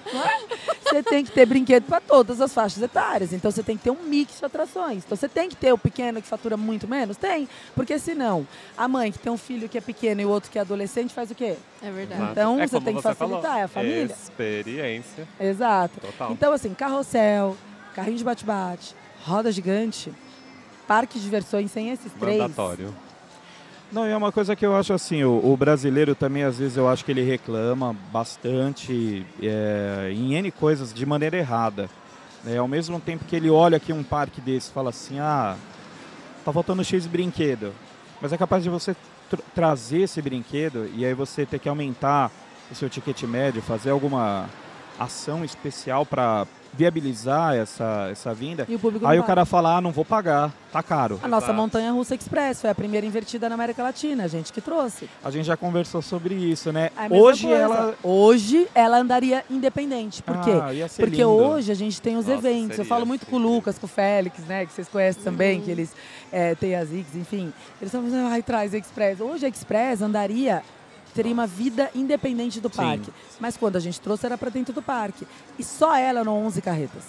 você tem que ter brinquedo para todas as faixas etárias. Então você tem que ter um mix de atrações. Então você tem que ter o pequeno que fatura muito menos? Tem. Porque senão, a mãe que tem um filho que é pequeno e o outro que é adolescente faz o quê? É verdade. Exato. Então, É você como tem que você facilitar, falou. é a família. Experiência. Exato. Total. Então, assim, carrossel, carrinho de bate-bate, roda gigante, parque de diversões sem esses três. Mandatório. Não, e é uma coisa que eu acho assim, o, o brasileiro também, às vezes, eu acho que ele reclama bastante é, em N coisas de maneira errada. É, ao mesmo tempo que ele olha aqui um parque desse e fala assim, ah, tá faltando X brinquedo. Mas é capaz de você tr- trazer esse brinquedo e aí você ter que aumentar o seu ticket médio, fazer alguma ação especial para viabilizar essa, essa vinda. E o público Aí não o cara paga. fala, ah, não vou pagar, tá caro. A nossa Exato. Montanha Russa Express foi a primeira invertida na América Latina, a gente que trouxe. A gente já conversou sobre isso, né? É a mesma Hoje coisa. ela... Hoje ela andaria independente. Por quê? Ah, ia ser Porque lindo. hoje a gente tem os Nossa, eventos. Eu seria, falo muito com o seria. Lucas, com o Félix, né? Que vocês conhecem também, Uhum. que eles é, têm as X, enfim. Eles estão falando, ai, traz a Express. Hoje a Express andaria, teria uma vida independente do Sim. parque. Mas quando a gente trouxe era para dentro do parque. E só ela eram onze carretas.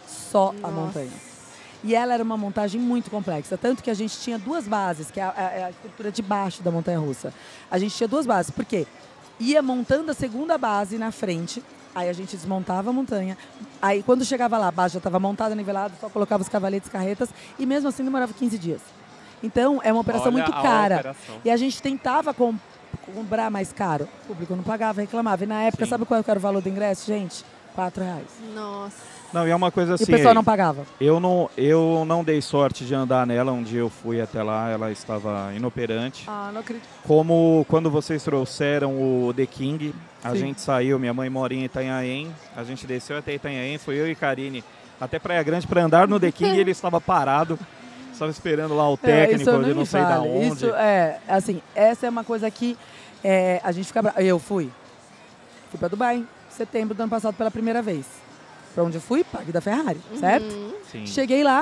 Só a Nossa. montanha. E ela era uma montagem muito complexa. Tanto que a gente tinha duas bases, que é a, a- a estrutura de baixo da montanha-russa. A gente tinha duas bases. Por quê? Ia montando a segunda base na frente, aí a gente desmontava a montanha. Aí quando chegava lá, a base já estava montada, nivelada, só colocava os cavaletes, carretas, e mesmo assim demorava quinze dias. Então é uma operação Olha muito a cara. operação. E a gente tentava com- comprar mais caro. O público não pagava, reclamava. E na época, Sim. sabe qual era o valor do ingresso, gente? Quatro reais. Nossa. Não, e é uma coisa E assim, o pessoal não pagava. eu, não, eu não dei sorte de andar nela, um dia eu fui até lá, ela estava inoperante. Ah, não acredito. Como quando vocês trouxeram o The King, a Sim. gente saiu, minha mãe mora em Itanhaém, a gente desceu até Itanhaém, foi eu e Karine até Praia Grande para andar no The King e ele estava parado, estava esperando lá o técnico, isso eu nem não me sei da fale. onde. Isso é, assim, essa é uma coisa que é, a gente fica bravo. Eu fui. Fui para Dubai, em setembro do ano passado pela primeira vez. Para onde eu fui? Parque da Ferrari, certo? Uhum. Sim. Cheguei lá,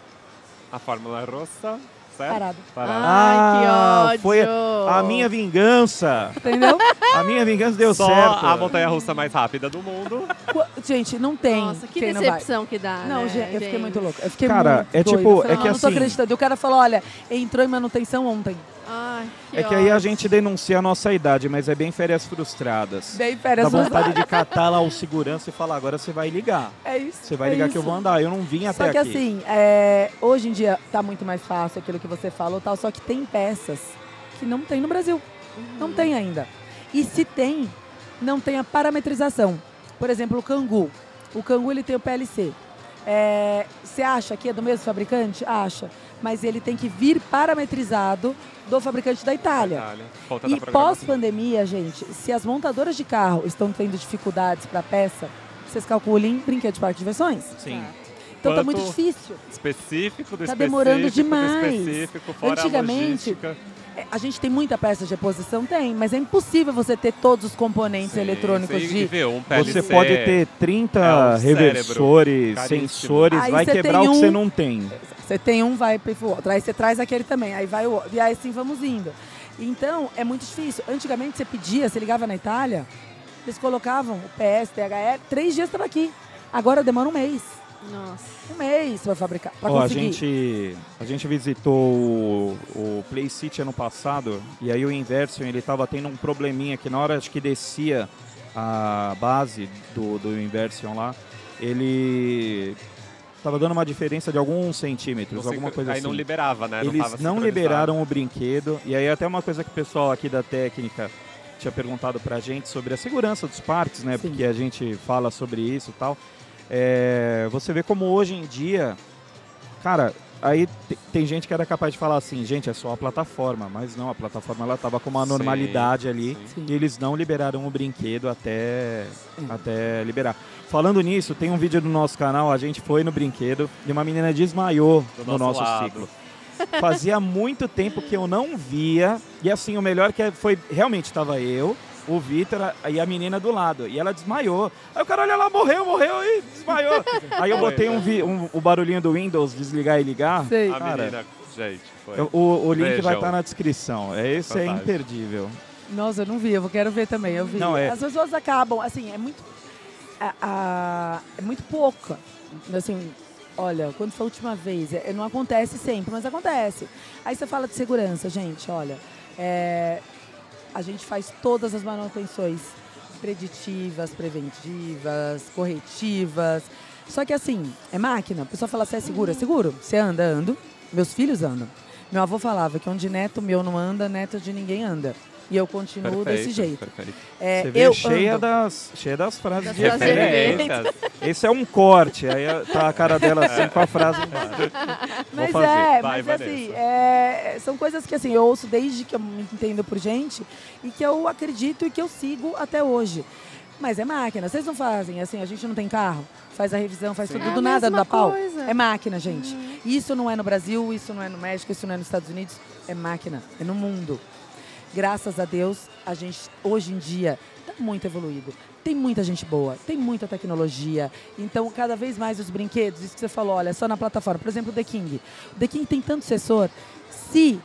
A Fórmula Rossa, certo? parado. Parada. Ai, que Ah, ódio. foi a minha vingança. Entendeu? A minha vingança deu Só certo. a montanha-russa mais rápida do mundo. Qu- Gente, não tem. Nossa, que quem não vai. decepção que dá, Não, né, gente, eu fiquei muito louca. Eu fiquei Cara, muito é doida. tipo, Eu falei, é que não, não tô assim- acreditando. E o cara falou, olha, entrou em manutenção ontem. Ai, que É que aí a ódio. gente denuncia a nossa idade, mas é bem férias frustradas. Dei Dá férias no vontade de catar lá o segurança e falar, agora você vai ligar. É isso. Você vai é ligar isso. que eu vou andar. Eu não vim Só até que aqui. assim, é, hoje em dia tá muito mais fácil aquilo que você falou, tal, só que tem peças que não tem no Brasil. Não tem ainda. E se tem, não tem a parametrização. Por exemplo, o cangu. O cangu ele tem o P L C. É, você acha que é do mesmo fabricante? Acha. Mas ele tem que vir parametrizado do fabricante da Itália. Itália. Falta da E programação. pós-pandemia, gente, se as montadoras de carro estão tendo dificuldades para peça, vocês calculem brinquedo de parque de diversões. Sim. Então tá Quanto muito difícil. Específico do Tá específico, demorando do demais. específico, fora Antigamente, a logística. É, a gente tem muita peça de reposição? Tem, mas é impossível você ter todos os componentes Sim, eletrônicos sim, de... e ver um P L C, Você pode ter trinta é o reversores, Caríssimo. sensores, Aí vai você quebrar tem o que você um- não tem. Você tem um, vai para o outro. Aí você traz aquele também, aí vai o outro. E aí assim vamos indo. Então, é muito difícil. Antigamente você pedia, você ligava na Itália, eles colocavam o P S, T H E, três dias estava aqui. Agora demora um mês. Nossa. Um mês para fabricar, para Ó, a conseguir. gente, a gente visitou o, o Play City ano passado e aí o Inversion ele estava tendo um probleminha que na hora acho que descia a base do, do Inversion lá, ele estava dando uma diferença de alguns centímetros, Você- alguma coisa aí assim. não liberava, né? Eles tava não sincronizado. liberaram o brinquedo e aí até uma coisa que o pessoal aqui da técnica tinha perguntado pra gente sobre a segurança dos parques, né? Sim. Porque a gente fala sobre isso e tal. É, você vê como hoje em dia, cara, aí te- tem gente que era capaz de falar assim, gente, é só a plataforma, mas não, a plataforma ela tava com uma Sim, normalidade ali sim. e eles não liberaram o brinquedo até, até liberar. Falando nisso, tem um vídeo no nosso canal, a gente foi no brinquedo e uma menina desmaiou Do no nosso nosso lado. ciclo. Fazia muito tempo que eu não via. E assim, o melhor que foi, realmente estava eu, o Vitor e a menina do lado. E ela desmaiou. Aí o cara, olha lá, morreu, morreu e desmaiou. Aí eu Foi, botei um, vi- um- o barulhinho do Windows, desligar e ligar. Sei. A Cara, menina, gente, foi. Eu- o, o link vai Vejam. estar na descrição. É, esse é Fantástico. imperdível. Nossa, eu não vi, eu quero ver também, eu vi. Não, é- As pessoas acabam, assim, é muito... a- a- é muito pouca. Assim, olha, quando foi a última vez? É, não acontece sempre, mas acontece. Aí você fala de segurança, gente, olha, é, a gente faz todas as manutenções preditivas, preventivas, corretivas. Só que assim, é máquina. A pessoa fala, você é seguro? É seguro. Você anda, ando. Meus filhos andam. Meu avô falava que onde neto meu não anda, neto de ninguém anda. E eu continuo Perfeito, desse jeito. perfeito. É, Você vê eu cheia ando. das, cheia das frases Das de frases de referência. Referências. Esse é um corte. Aí tá a cara dela assim com a frase embaixo. Mas fazer. é, Vai, mas assim, Vanessa. é, são coisas que assim, eu ouço desde que eu me entendo por gente e que eu acredito e que eu sigo até hoje. Mas é máquina, vocês não fazem, assim, a gente não tem carro, faz a revisão, faz Sim. tudo É do a nada, não mesma dá pau. coisa. É máquina, gente. Isso não é no Brasil, isso não é no México, isso não é nos Estados Unidos, é máquina, é no mundo. Graças a Deus, a gente hoje em dia está muito evoluído. Tem muita gente boa, tem muita tecnologia. Então, cada vez mais os brinquedos, isso que você falou, olha, só na plataforma. Por exemplo, o The King. O The King tem tanto sensor. Se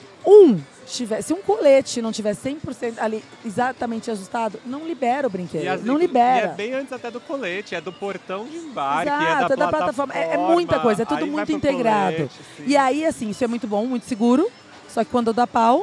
um tiver, se um colete não tiver cem por cento ali exatamente ajustado, não libera o brinquedo. E as- não E libera. é bem antes até do colete, é do portão de embarque, Exato, é da, é da plataforma. É- é muita coisa, é tudo aí vai muito pro integrado. colete, sim. E aí, assim, isso é muito bom, muito seguro. Só que quando dá pau,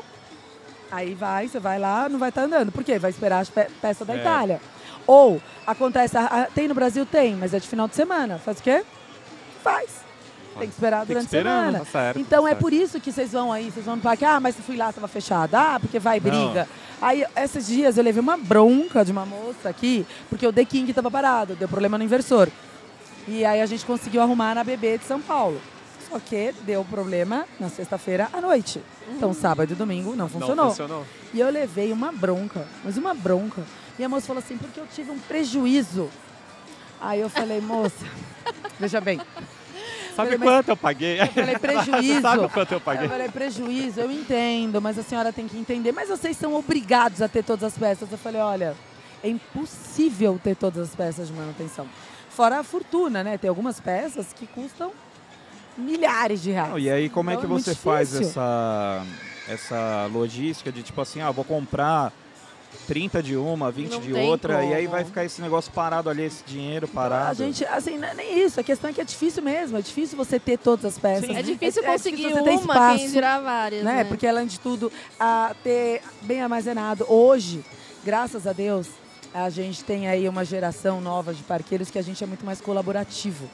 aí vai, você vai lá, não vai estar andando. Por quê? Vai esperar as pe peças da É. Itália. Ou, acontece, a- a- tem no Brasil? Tem, mas é de final de semana. Faz o quê? Faz. Tem que esperar Tem que durante a esperando, semana. tá certo, então tá é certo. por isso que vocês vão aí, vocês vão no parque, ah, mas eu fui lá, tava fechado. Ah, porque vai briga. Aí, esses dias eu levei uma bronca de uma moça aqui, porque o The King tava parado, deu problema no inversor. E aí a gente conseguiu arrumar na B B de São Paulo. Só que deu problema na sexta-feira à noite. Então, sábado e domingo não funcionou. Não funcionou. E eu levei uma bronca, mas uma bronca. E a moça falou assim, porque eu tive um prejuízo. Aí eu falei, moça, veja bem. Sabe Falei, mas- quanto eu paguei? Eu falei, prejuízo. Sabe quanto eu Eu paguei? falei, prejuízo, eu entendo, mas a senhora tem que entender. Mas vocês são obrigados a ter todas as peças. Eu falei, olha, é impossível ter todas as peças de manutenção. Fora a fortuna, né? Tem algumas peças que custam milhares de reais. Não, e aí como é Então que é muito você faz difícil. essa, essa logística de tipo assim, ah, vou comprar trinta de uma, vinte Não de tem outra, e aí como. vai ficar esse negócio parado ali, esse dinheiro parado. A gente, assim, não é nem isso. A questão é que é difícil mesmo. É difícil você ter todas as peças. Sim. É difícil É- é conseguir difícil você ter uma, espaço, quem dirá várias, né? né? Porque além de tudo, a ter bem armazenado. Hoje, graças a Deus, a gente tem aí uma geração nova de parqueiros que a gente é muito mais colaborativo.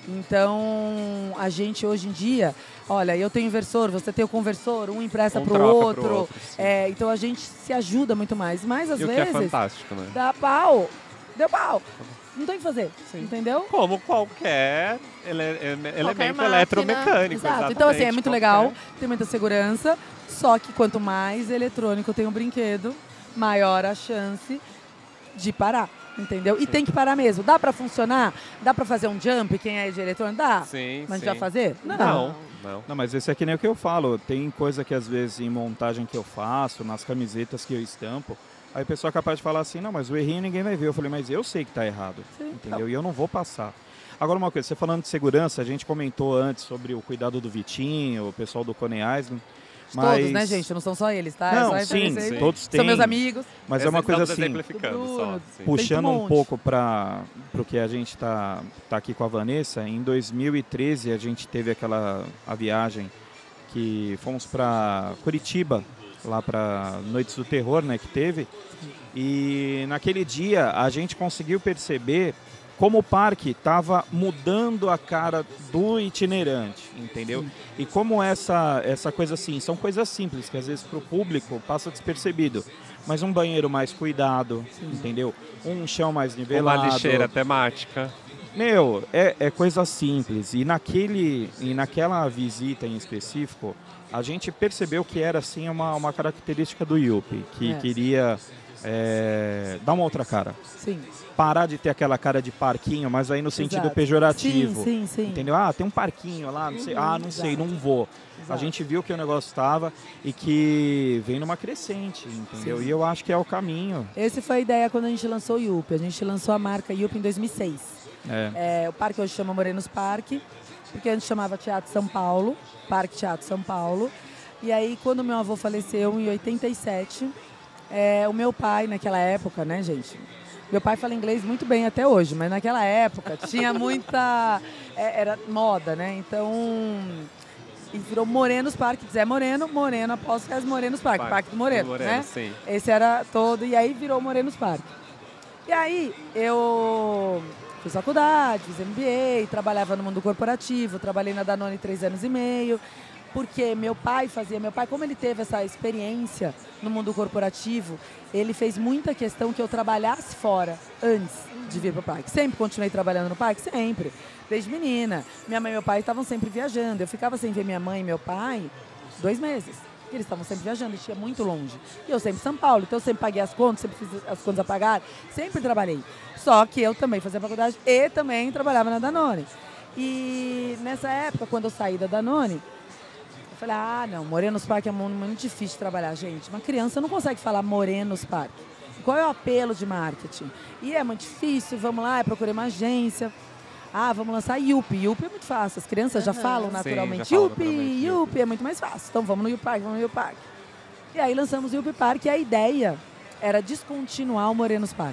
Então, a gente hoje em dia, olha, eu tenho inversor, você tem o conversor, um empresta Um para o troca pro outro. outro, sim. É, então a gente se ajuda muito mais. Mas às E o que é vezes fantástico, né? dá pau, deu pau. Não tem o que fazer, entendeu? Como qualquer ele elemento máquina. eletromecânico. Exato. Então, assim, é muito qualquer. legal, tem muita segurança, só que quanto mais eletrônico tem um brinquedo, maior a chance de parar, entendeu? E tem que parar mesmo. Dá pra funcionar? Dá pra fazer um jump, quem é de eletrônico? Dá. Sim, Mas sim. já fazer? Não. Não, não. Não, mas esse é que nem o que eu falo. Tem coisa que às vezes em montagem que eu faço, nas camisetas que eu estampo, aí o pessoal é capaz de falar assim, não, mas o errinho ninguém vai ver. Eu falei, mas eu sei que tá errado, Sim. entendeu? E eu não vou passar. Agora uma coisa, você falando de segurança, a gente comentou antes sobre o cuidado do Vitinho, o pessoal do Coney Island. Mas... Todos, né, gente? Não são só eles, tá? Não, é só sim, referência aí. todos têm. São meus amigos. Mas é uma coisa Estamos assim, exemplificando Do só. Bruno. sim. puxando Tem um um monte. pouco para o que a gente está tá aqui com a Vanessa, em dois mil e treze a gente teve aquela a viagem que fomos para Curitiba, lá para Noites do Terror, né, que teve. E naquele dia a gente conseguiu perceber como o parque estava mudando a cara do itinerante, entendeu? E como essa, essa coisa assim, são coisas simples que às vezes para o público passa despercebido. Mas um banheiro mais cuidado, entendeu? Um chão mais nivelado. Uma lixeira temática. Meu, é, é coisa simples. E, naquele, e naquela visita em específico, a gente percebeu que era assim uma, uma característica do Yupi, que É. queria é, dar uma outra cara. Sim. Parar de ter aquela cara de parquinho, mas aí no sentido Exato. pejorativo. Sim, sim, sim. Entendeu? Ah, tem um parquinho lá, não sei. Uhum, ah, não sei, exato. não vou. A Exato. gente viu que o negócio estava e que vem numa crescente, entendeu? Sim. E eu acho que é o caminho. Essa foi a ideia quando a gente lançou o Yupi. A gente lançou a marca Yupi em dois mil e seis. É. É, o parque hoje chama Morenos Parque, porque antes chamava Teatro São Paulo, Parque Teatro São Paulo. E aí, quando meu avô faleceu, em oitenta e sete, é, o meu pai, naquela época, né, gente? Meu pai fala inglês muito bem até hoje, mas naquela época tinha muita... é, era moda, né? Então... E virou Morenos Parque, Zé Moreno, Moreno após Cas Morenos Parque, Parque, Parque do Moreno, Moreno, né? sim. Esse era todo, e aí virou Morenos Parque. E aí eu fiz faculdade, fiz M B A, trabalhava no mundo corporativo, trabalhei na Danone três anos e meio, porque meu pai fazia, meu pai, como ele teve essa experiência no mundo corporativo, ele fez muita questão que eu trabalhasse fora antes de vir para o parque. Sempre continuei trabalhando no parque, sempre. Desde menina. Minha mãe e meu pai estavam sempre viajando. Eu ficava sem ver minha mãe e meu pai dois meses. Porque eles estavam sempre viajando, eles iam muito longe. E eu sempre em São Paulo, então eu sempre paguei as contas, sempre fiz as contas a pagar, sempre trabalhei. Só que eu também fazia faculdade e também trabalhava na Danone. E nessa época, quando eu saí da Danone, eu falei, ah, não, Morenos Parque é muito difícil de trabalhar, gente. Uma criança não consegue falar Morenos Parque. Qual é o apelo de marketing? E é muito difícil, vamos lá, eu procurei uma agência. Ah, vamos lançar Yupi. Yupi é muito fácil, as crianças já Uhum. Sim, falam já naturalmente. falam Yupi, naturalmente, Yupi, Yupi. é muito mais fácil. Então vamos no Yupi Park, vamos no Yupi Park. E aí lançamos o Yupi Park e a ideia era descontinuar o Morenos Park.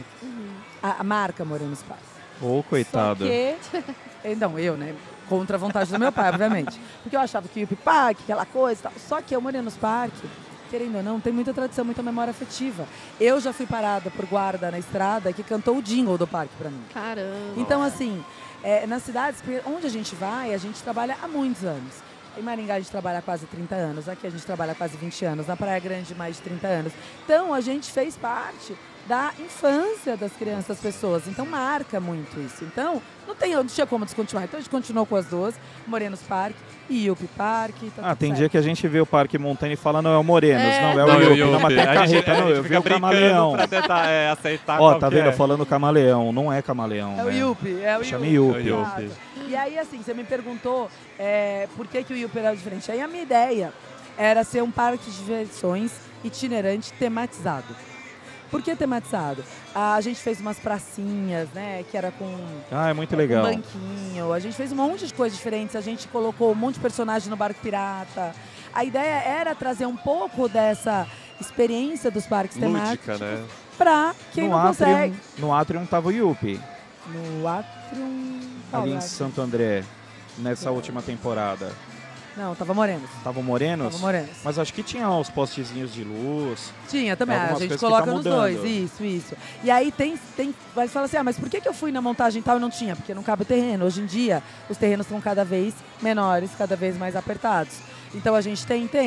A, a marca Morenos Park. Ô, coitado. Só que, não, eu, né? Contra a vontade do meu pai, obviamente. Porque eu achava que o Yupi Park, aquela coisa e tal. Só que o Morenos Park, querendo ou não, tem muita tradição, muita memória afetiva. Eu já fui parada por guarda na estrada que cantou o jingle do parque pra mim. Caramba. Então, assim, é, nas cidades, onde a gente vai, a gente trabalha há muitos anos. Em Maringá a gente trabalha há quase trinta anos, aqui a gente trabalha há quase vinte anos, na Praia Grande mais de trinta anos. Então, a gente fez parte da infância das crianças, das pessoas. Então, marca muito isso. Então, não, tem, não tinha como descontinuar. Então, a gente continuou com as duas, Morenos Parque e Yupi Parque. Tá Ah, tudo tem certo. dia que a gente vê o Parque Montana e fala, não, é o Morenos, É. não, é Não, o eu- Yupi. eu- Não, mas tem a gente- carreta, a não, gente eu fica vi o camaleão. brincando pra tentar é, aceitar Ó, qual tá que vendo? é. Falando camaleão, não é camaleão, É o né? Yupi, é o Chama Yupi. Yupi. Exato. E aí, assim, você me perguntou é, por que, que o Yupi era diferente. Aí a minha ideia era ser um parque de diversões itinerante tematizado. Por que tematizado? A gente fez umas pracinhas, né, que era com Ah, é muito é, legal. um banquinho. A gente fez um monte de coisas diferentes. A gente colocou um monte de personagem no barco pirata. A ideia era trazer um pouco dessa experiência dos parques Lúdica, temáticos né? pra quem no, não consegue. Atrium, no Atrium tava o Yupi, No Atrium... qual ali em Atrium? Santo André, nessa última temporada. Não, tava Morenos. Tava o Morenos? Tava Morenos. Mas acho que tinha os postezinhos de luz. Tinha também, a Algumas gente coisas que coloca tá nos mudando. dois, isso, isso. E aí tem, tem, mas fala assim, ah, mas por que, que eu fui na montagem tal e não tinha? Porque não cabe o terreno. Hoje em dia, os terrenos estão cada vez menores, cada vez mais apertados. Então a gente tem, tem.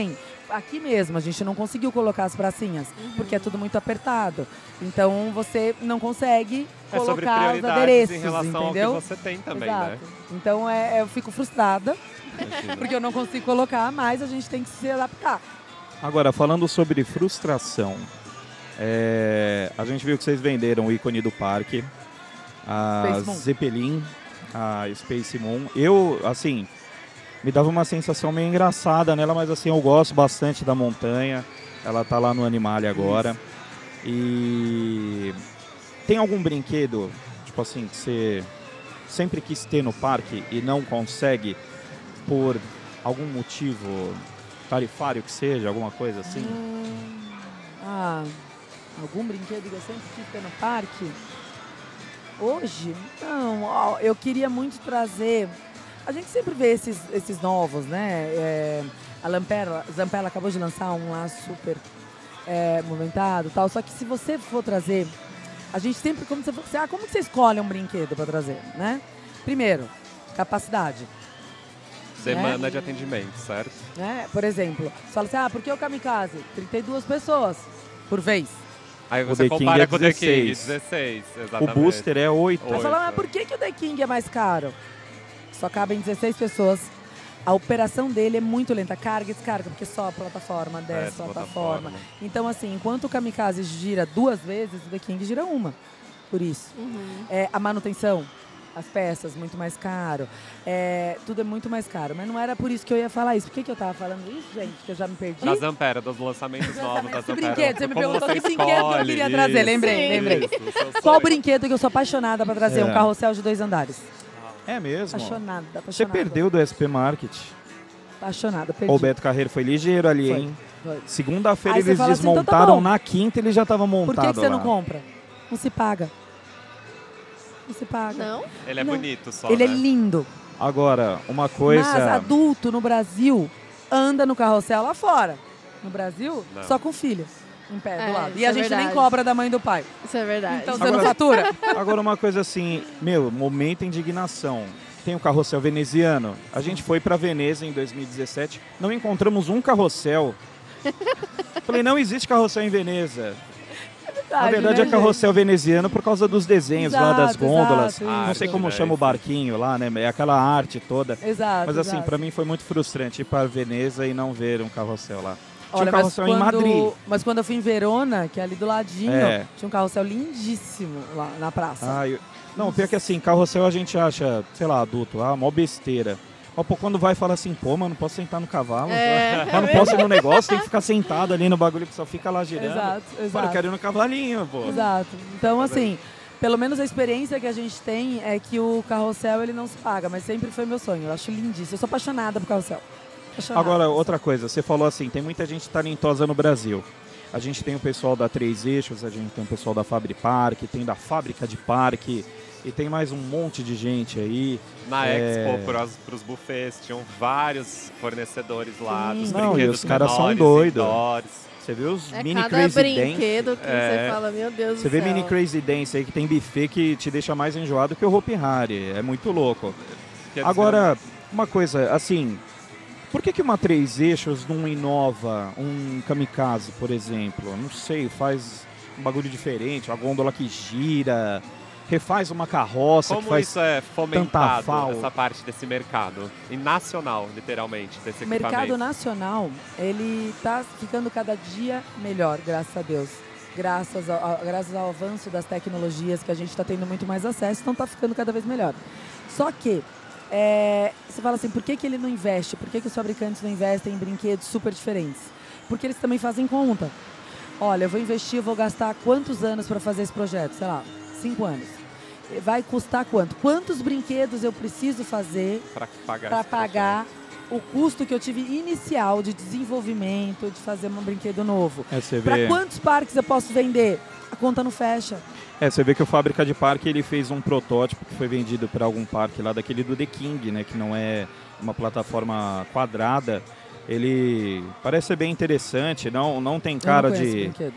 aqui mesmo, a gente não conseguiu colocar as pracinhas, Uhum. porque é tudo muito apertado. Então você não consegue É sobre colocar os prioridades adereços, em relação entendeu? ao que você tem também, Exato. né? Então é, eu fico frustrada, Imagina. porque eu não consigo colocar, mas a gente tem que se adaptar. Agora, falando sobre frustração, é, a gente viu que vocês venderam o ícone do parque, a Space Moon. Zeppelin, a Space Moon. Eu, assim, me dava uma sensação meio engraçada nela, mas assim, eu gosto bastante da montanha. Ela tá lá no Animale agora. E tem algum brinquedo, tipo assim, que você sempre quis ter no parque e não consegue por algum motivo tarifário que seja, alguma coisa assim? Hum, ah, algum brinquedo que eu sempre quis ter no parque? Hoje? Não, ó, eu queria muito trazer... A gente sempre vê esses, esses novos, né? É, a Lampera, Zampella acabou de lançar um lá super é, movimentado e tal. Só que se você for trazer... A gente sempre, como você falou, assim, ah, como que você escolhe um brinquedo para trazer, né? Primeiro, capacidade. Demanda de atendimento, certo? Né? Por exemplo, você fala assim, ah, por que o Kamikaze? trinta e duas pessoas por vez. Aí O você The King compara é com o The King, dezesseis. dezesseis, O exatamente. booster é oito. Vai Oito. falar, mas por que, que o The King é mais caro? Só cabem dezesseis pessoas. A operação dele é muito lenta. Carga e descarga, porque só a plataforma, desce, Desce, plataforma. plataforma. Então, assim, enquanto o Kamikaze gira duas vezes, o The King gira uma. Por isso. Uhum. É, a manutenção, as peças, muito mais caro. É, tudo é muito mais caro. Mas não era por isso que eu ia falar isso. Por que, que eu tava falando isso, gente? Que eu já me perdi? Da Zampera, dos lançamentos novos da Que Zampera. brinquedo? Você me Como perguntou você que brinquedo que eu escolhe, queria trazer. isso, Lembrei, Sim. lembrei. isso, seu Qual sonho. brinquedo que eu sou apaixonada pra trazer? É. Um carrossel de dois andares. É mesmo? Apaixonada, apaixonada. Você perdeu do S P Market. Apaixonada, perdi. O Beto Carreiro foi ligeiro ali, Foi, hein? foi. Segunda-feira Aí você eles fala assim, então tá desmontaram, bom. na quinta ele já estava montado Por que, que você lá. não compra? Não se paga. Não se paga. Não? Ele é Não. bonito só, Ele né? é lindo. Agora, uma coisa... Mas adulto no Brasil anda no carrossel lá fora. No Brasil, Não. só com filho. Em pé, É, do lado. isso E a é gente nem verdade. cobra da mãe e do pai. Isso é verdade. Então você Agora- não fatura. Agora uma coisa assim, meu, momento de indignação. Tem o carrossel veneziano. A gente foi pra Veneza em dois mil e dezessete, não encontramos um carrossel. Falei, não existe carrossel em Veneza. Na verdade né, é carrossel veneziano por causa dos desenhos lá das Exato, gôndolas. exato, Não sei isso. como É, chama o isso. barquinho lá, né? É aquela arte toda. gente? Exato. Mas assim, exato. pra mim foi muito frustrante ir pra Veneza e não ver um carrossel lá. Tinha Olha, um carrossel mas em quando, Madrid. Mas quando eu fui em Verona, que é ali do ladinho, É. tinha um carrossel lindíssimo lá na praça. Ah, eu- Não, pior que assim, carrossel a gente acha, sei lá, adulto, ah, mó besteira. Mas pô, quando vai fala assim, pô, mas não posso sentar no cavalo. É. Mas não posso ir no negócio, tem que ficar sentado ali no bagulho que só fica lá girando. Exato, Pô, eu exato. quero ir no cavalinho, pô. Exato. Então, assim, pelo menos a experiência que a gente tem é que o carrossel ele não se paga, mas sempre foi meu sonho. Eu acho lindíssimo. Eu sou apaixonada por carrossel. Apaixonada. Agora, outra coisa, você falou assim, tem muita gente talentosa no Brasil. A gente tem o pessoal da Três Eixos, a gente tem o pessoal da Fabri Parque, tem da Fábrica de Parque, e tem mais um monte de gente aí. Na É. Expo, para os buffets, tinham vários fornecedores lá, Sim. dos Não, e brinquedos os caras são menores, doidos. indoors. Você vê os É mini cada Crazy Dance. brinquedo que É. você fala, meu Deus Você do vê céu. mini Crazy Dance aí que tem buffet que te deixa mais enjoado que o Hopi Hari. É muito louco. Quer dizer, Agora, uma coisa, assim, por que, que uma Três Eixos não inova um Kamikaze, por exemplo? Não sei, faz um bagulho diferente, uma gôndola que gira, refaz uma carroça como que faz... isso é fomentado, fal. essa parte desse mercado? E nacional, literalmente, desse O mercado equipamento. nacional, ele tá ficando cada dia melhor, graças a Deus. Graças ao, ao- graças ao avanço das tecnologias que a gente está tendo muito mais acesso, então tá ficando cada vez melhor. Só que, é, você fala assim, por que, que ele não investe? Por que, que os fabricantes não investem em brinquedos super diferentes? Porque eles também fazem conta. Olha, eu vou investir, eu vou gastar quantos anos para fazer esse projeto? Sei lá, cinco anos. Vai custar quanto? Quantos brinquedos eu preciso fazer Para pagar. para esse pagar o custo que eu tive inicial de desenvolvimento, de fazer um brinquedo novo? É, você Para vê, quantos parques eu posso vender? A conta não fecha. é, você vê que o Fábrica de Parque ele fez um protótipo que foi vendido para algum parque lá, daquele do The King, né? Que não é uma plataforma quadrada. Ele parece ser bem interessante, não, não tem cara eu não conheço de... brinquedo ainda.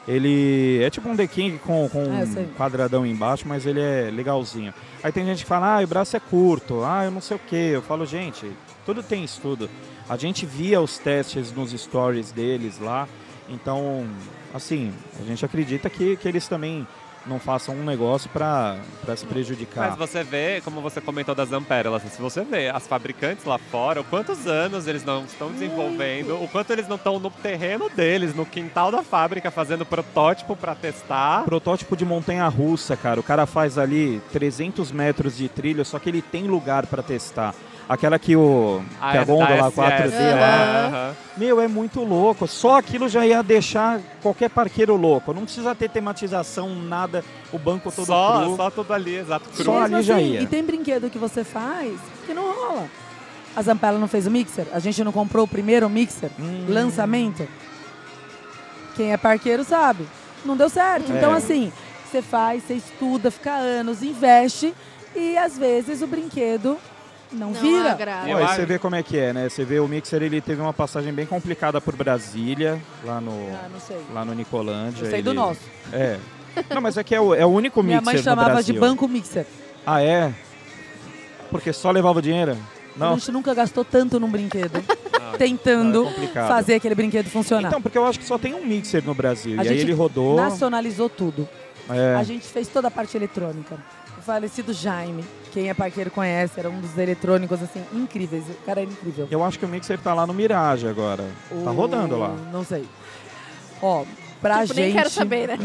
Ele é tipo um The King com, com É, eu sei. um quadradão embaixo, mas ele é legalzinho. Aí tem gente que fala, ah, o braço é curto, ah, eu não sei o quê. Eu falo, gente, tudo tem estudo. A gente via os testes nos stories deles lá, então, assim, a gente acredita que, que eles também não façam um negócio para se prejudicar. Mas você vê, como você comentou das Ampérolas, se você vê as fabricantes lá fora, o quantos anos eles não estão desenvolvendo, o quanto eles não estão no terreno deles, no quintal da fábrica, fazendo protótipo para testar. Protótipo de montanha-russa, cara. O cara faz ali trezentos metros de trilha, só que ele tem lugar para testar. Aquela que, o, Ah, que a é gôndola da quatro D S S, lá. aham. Meu, é muito louco. Só aquilo já ia deixar qualquer parqueiro louco. Não precisa ter tematização, nada, o banco todo Só, cru. só tudo ali, exato, cru. Só Mesmo ali já assim, ia. E tem brinquedo que você faz que não rola. A Zampella não fez o mixer? A gente não comprou o primeiro mixer? Hum. Lançamento? Quem é parqueiro sabe. Não deu certo. É. Então, assim, você faz, você estuda, fica anos, investe e às vezes o brinquedo não, Não vira. agrada. Eu Ó, e acho- você vê como é que é, né? Você vê o Mixer, ele teve uma passagem bem complicada por Brasília, lá no, Ah, não sei. lá no Nicolândia. Eu sei do ele- nosso. É. Não, mas é que é o, é o único Minha Mixer mãe no chamava Brasil. de banco mixer. Ah, é? Porque só levava o dinheiro? A Não? gente nunca gastou tanto num brinquedo, Ah, tentando é complicado. fazer aquele brinquedo funcionar. Então, porque eu acho que só tem um Mixer no Brasil. A e aí gente ele rodou. nacionalizou tudo. É. A gente fez toda a parte eletrônica. O falecido Jaime, quem é parqueiro conhece, era um dos eletrônicos, assim, incríveis. O cara era incrível. Eu acho que o Mixer tá lá no Mirage agora. Tá O- rodando lá. Não sei. Ó, pra Tipo, gente... nem quero saber, né?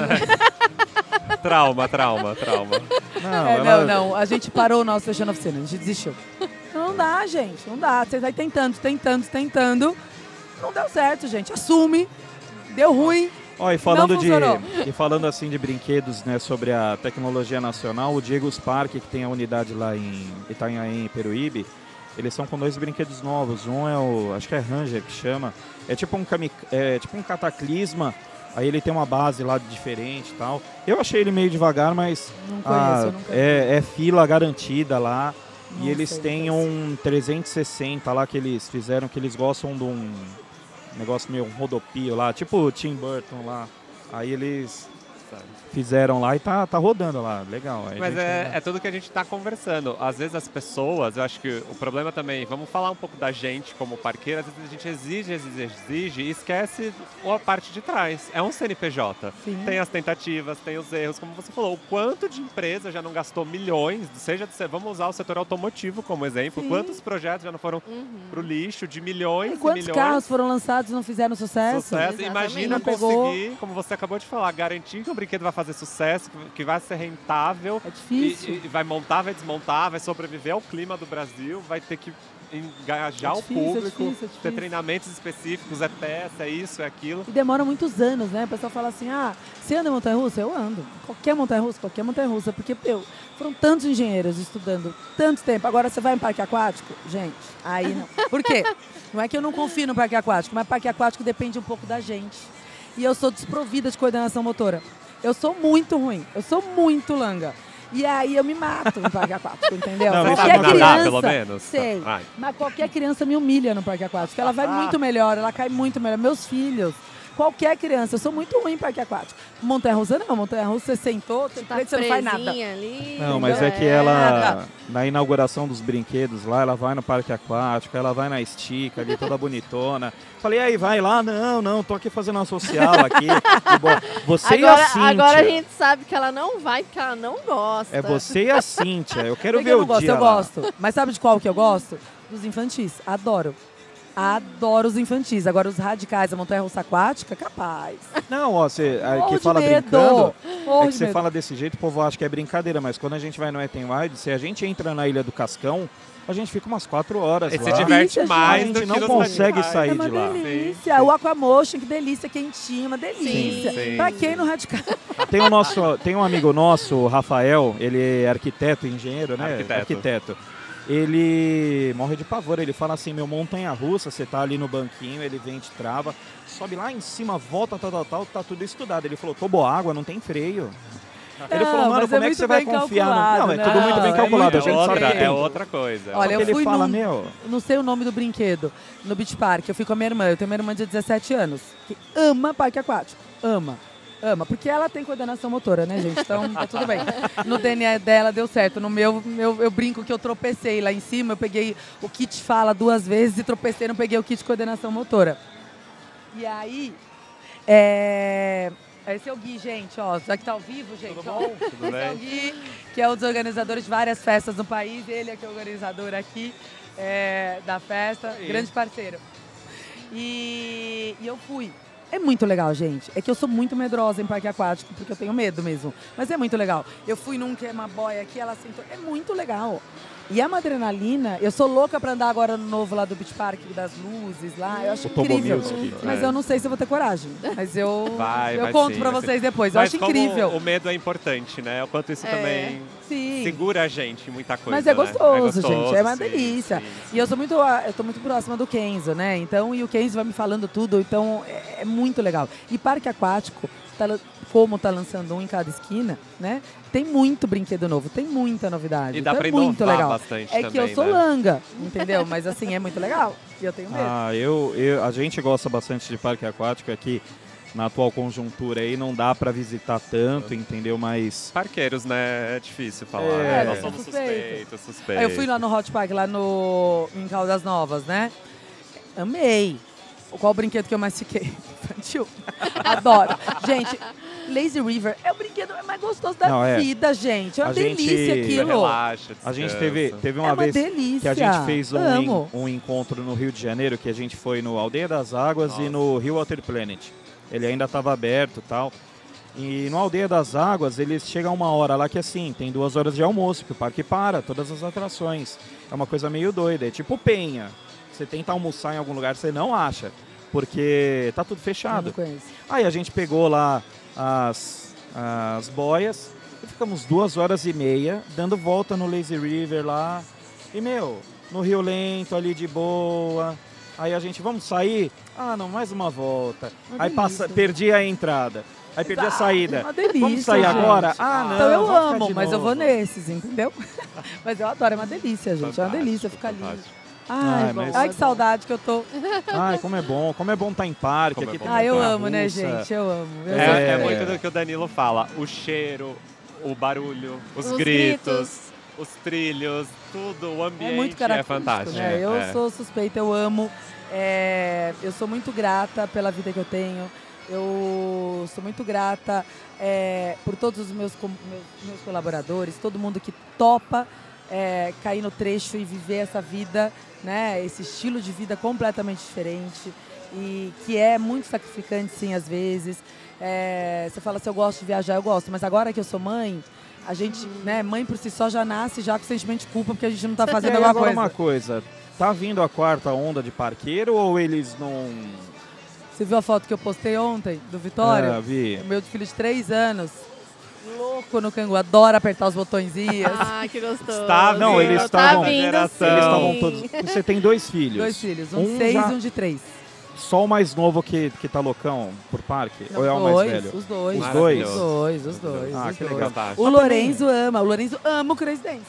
Trauma, trauma, trauma. Não, É, ela- não, não. A gente parou o nosso fechando a oficina, a gente desistiu. Não dá, gente, não dá. Você vai tentando, tentando, tentando. Não deu certo, gente. Assume. Deu ruim. Ó, e falando Não de funcionou. e falando assim de brinquedos, né, sobre a tecnologia nacional, o Diego's Park, que tem a unidade lá em Itanhaém, Peruíbe, eles são com dois brinquedos novos. Um é o, acho que é Ranger que chama, é tipo um kami- é tipo um cataclisma. Aí ele tem uma base lá diferente e tal. Eu achei ele meio devagar, mas Não conheço, ah, eu nunca vi. é, é fila garantida lá. Não E eles sei, têm não um trezentos e sessenta lá que eles fizeram, que eles gostam de um negócio meio um rodopio lá, tipo o Tim Burton lá. Aí eles fizeram lá e tá, tá rodando lá, legal. Aí a Mas gente é, vai- é tudo que a gente está conversando. Às vezes as pessoas, eu acho que o problema também, vamos falar um pouco da gente como parqueiro, às vezes a gente exige, exige, exige e esquece a parte de trás. É um C N P J. Sim. Tem as tentativas, tem os erros, como você falou. O quanto de empresa já não gastou milhões, seja, de, vamos usar o setor automotivo como exemplo, Sim. quantos projetos já não foram Uhum. pro lixo de milhões E e quantos milhões. carros foram lançados e não fizeram sucesso? Sucesso. Exatamente. Imagina Não pegou. conseguir, como você acabou de falar, garantir que o brinquedo vai fazer sucesso, que- que vai ser rentável. É E, difícil. e vai montar, vai desmontar, vai sobreviver ao clima do Brasil, vai ter que engajar É o difícil, é público, difícil, é ter difícil. treinamentos específicos, é peça, é isso, é aquilo. E demora muitos anos, né? O pessoal fala assim, ah, você anda em montanha-russa? Eu ando. Qualquer montanha-russa, qualquer montanha-russa. Porque, meu, foram tantos engenheiros estudando tanto tempo. Agora você vai em parque aquático? Gente, aí não. Por quê? Não é que eu não confio no parque aquático, mas parque aquático depende um pouco da gente. E eu sou desprovida de coordenação motora. Eu sou muito ruim. Eu sou muito langa. E aí eu me mato no parque aquático, entendeu? Não, Você Qualquer sabe criança, nadar, pelo menos? sei. Ai. Mas qualquer criança me humilha no parque aquático. Ela vai muito melhor, ela cai muito melhor. Meus filhos, qualquer criança. Eu sou muito ruim em parque aquático. Montanha-russa não. Montanha-russa você sentou, tem Tá que você não faz nada. presinha ali. Não, mas é que ela, na inauguração dos brinquedos lá, ela vai no parque aquático, ela vai na estica ali, toda bonitona. Falei, aí, vai lá? Não, não, tô aqui fazendo uma social aqui. E, bom, você e a Agora, Cíntia. agora a gente sabe que ela não vai, porque ela não gosta. É você e a Cíntia. Eu quero Porque ver eu não o gosto, dia eu lá. gosto. Mas sabe de qual que eu gosto? Dos infantis. Adoro. Adoro os infantis. Agora os radicais, a montanha-russa aquática, capaz. Não, ó, você aí Morro que de fala medo. brincando, Morro é que de você medo. fala desse jeito, o povo acha que é brincadeira, mas quando a gente vai no Wet n Wild, se a gente entra na Ilha do Cascão, a gente fica umas quatro horas E lá. se diverte Delícia, mais gente. do A que gente nos não consegue radicais. sair É uma de lá. delícia. O Aquamotion, que delícia, quentinho, uma delícia. Sim, sim. Pra quem no radical? Tem, o nosso, tem um amigo nosso, o Rafael, ele é arquiteto, engenheiro, né? Arquiteto. Ele morre de pavor, ele fala assim, meu, montanha-russa, você tá ali no banquinho, ele vem, te trava, sobe lá em cima, volta, tal, tal, tal, tá tudo estudado. Ele falou, toboágua, não tem freio. Ele Não, falou, mano, mas como é é que você muito vai bem confiar? No... calculado, Não, é né? tudo muito bem Não, calculado, é a gente outra, sabe que é tem. outra coisa. Olha, Só eu que ele fui fala, num- meu... Não sei o nome do brinquedo, no Beach Park. Eu fui com a minha irmã. Eu tenho uma irmã de dezessete anos, que ama parque aquático. Ama. ama. Porque ela tem coordenação motora, né, gente? Então, tá tudo bem. No D N A dela deu certo. No meu, meu, eu brinco que eu tropecei lá em cima. Eu peguei o kit fala duas vezes e tropecei, não peguei o kit coordenação motora. E aí, é... esse é o Gui, gente, ó. Já que tá ao vivo, gente. Tudo ó. bom? Tudo Esse bem? é o Gui, que é um dos organizadores de várias festas no país. Ele é que é o organizador aqui é, da festa. Aí. Grande parceiro. E, e eu fui. É muito legal, gente. É que eu sou muito medrosa em parque aquático, porque eu tenho medo mesmo. Mas é muito legal. Eu fui num que é uma boia aqui, ela sentou. É muito legal. E a adrenalina, eu sou louca pra andar agora no novo lá do Beach Park, das luzes lá. Eu acho O Turbo incrível. Music, Mas é. eu não sei se eu vou ter coragem. Mas eu, Vai, eu vai conto sim, pra vai vocês sim. depois. Eu Mas acho como incrível. o medo é importante, né? O quanto isso É. também Sim. segura a gente em muita coisa, Mas é né? gostoso, gente. É uma sim, delícia. sim, sim. E eu sou muito, eu tô muito próxima do Kenzo, né? Então, e o Kenzo vai me falando tudo, então é, é muito legal. E parque aquático, tá, como tá lançando um em cada esquina, né? Tem muito brinquedo novo, tem muita novidade. E dá então pra é muito inovar legal. bastante É também, que eu sou né? langa, entendeu? Mas assim, é muito legal. E eu tenho medo. Ah, eu, eu, a gente gosta bastante de parque aquático aqui. Na atual conjuntura aí não dá pra visitar tanto, entendeu? Mas Parqueiros, né? É difícil falar. É, né? Nós sou somos suspeita. suspeitos, suspeitos. Aí eu fui lá no Hot Park, lá no, em Caldas Novas, né? Amei. Qual o brinquedo que eu mais fiquei? Infantil. Adoro. Gente, Lazy River é o brinquedo mais gostoso da Não, é. vida, gente. É uma A gente- delícia aquilo. Relaxa, a gente descansa. teve, teve uma É uma vez delícia. que a gente fez um, Amo. en- um encontro no Rio de Janeiro, que a gente foi no Aldeia das Águas Nossa. e no Rio Water Planet. Ele ainda estava aberto e tal. E no Aldeia das Águas, eles chegam uma hora lá que assim, tem duas horas de almoço, que o parque para, todas as atrações. É uma coisa meio doida, é tipo Penha. Você tenta almoçar em algum lugar, você não acha, porque tá tudo Eu fechado. não conheço. Aí a gente pegou lá as, as boias e ficamos duas horas e meia dando volta no Lazy River lá. E, meu, no Rio Lento ali de boa. Aí a gente, vamos sair? Ah, não, mais uma volta. Uma Aí passa, delícia. perdi a entrada. Aí perdi a Exato, saída. é uma delícia, Vamos sair gente. agora? Ah, não. Então eu vamos ficar amo, de mas eu vou novo. nesses, entendeu? Mas eu adoro, é uma delícia, gente. É uma delícia ficar ali. fantástico. Ai, Ai, mas- ai, que saudade que eu tô. Ai, como é bom. Como é bom estar em parque. Como é Aqui bom. tem Ah, eu montanha amo, né, russa. gente? Eu amo. Eu É, sou- é É. muito do que o Danilo fala. O cheiro, o barulho, os, Os gritos, gritos. os trilhos, tudo, o ambiente É muito é característico, fantástico. né? Eu é. sou suspeita, eu amo. É, eu sou muito grata pela vida que eu tenho. Eu sou muito grata é, por todos os meus, com- meus, meus colaboradores, todo mundo que topa é, cair no trecho e viver essa vida, né? Esse estilo de vida completamente diferente e que é muito sacrificante, sim, às vezes. É, você fala se eu gosto de viajar, eu gosto, mas agora que eu sou mãe, a gente, né, mãe por si só já nasce já com sentimento de culpa porque a gente não está E fazendo aí, alguma agora coisa. uma coisa. Tá vindo a quarta onda de parqueiro ou eles não... Você viu a foto que eu postei ontem do Vitória? Ah, vi. O meu filho de três anos, louco no Cangu, adora apertar os botõezinhos. Ah, que gostoso. Está Não, eles tá estavam- vindo, Geração. Eles sim. estavam todos... Você tem dois filhos. Dois filhos, um, Um de seis já- e um de três. Só o mais novo que, que tá loucão por parque? Não, ou é o dois, mais velho? Os dois. Os dois? Os dois, os dois. Ah, os que dois. legal. Fantástico. O Lorenzo ama, o Lorenzo ama o Crazy Dance.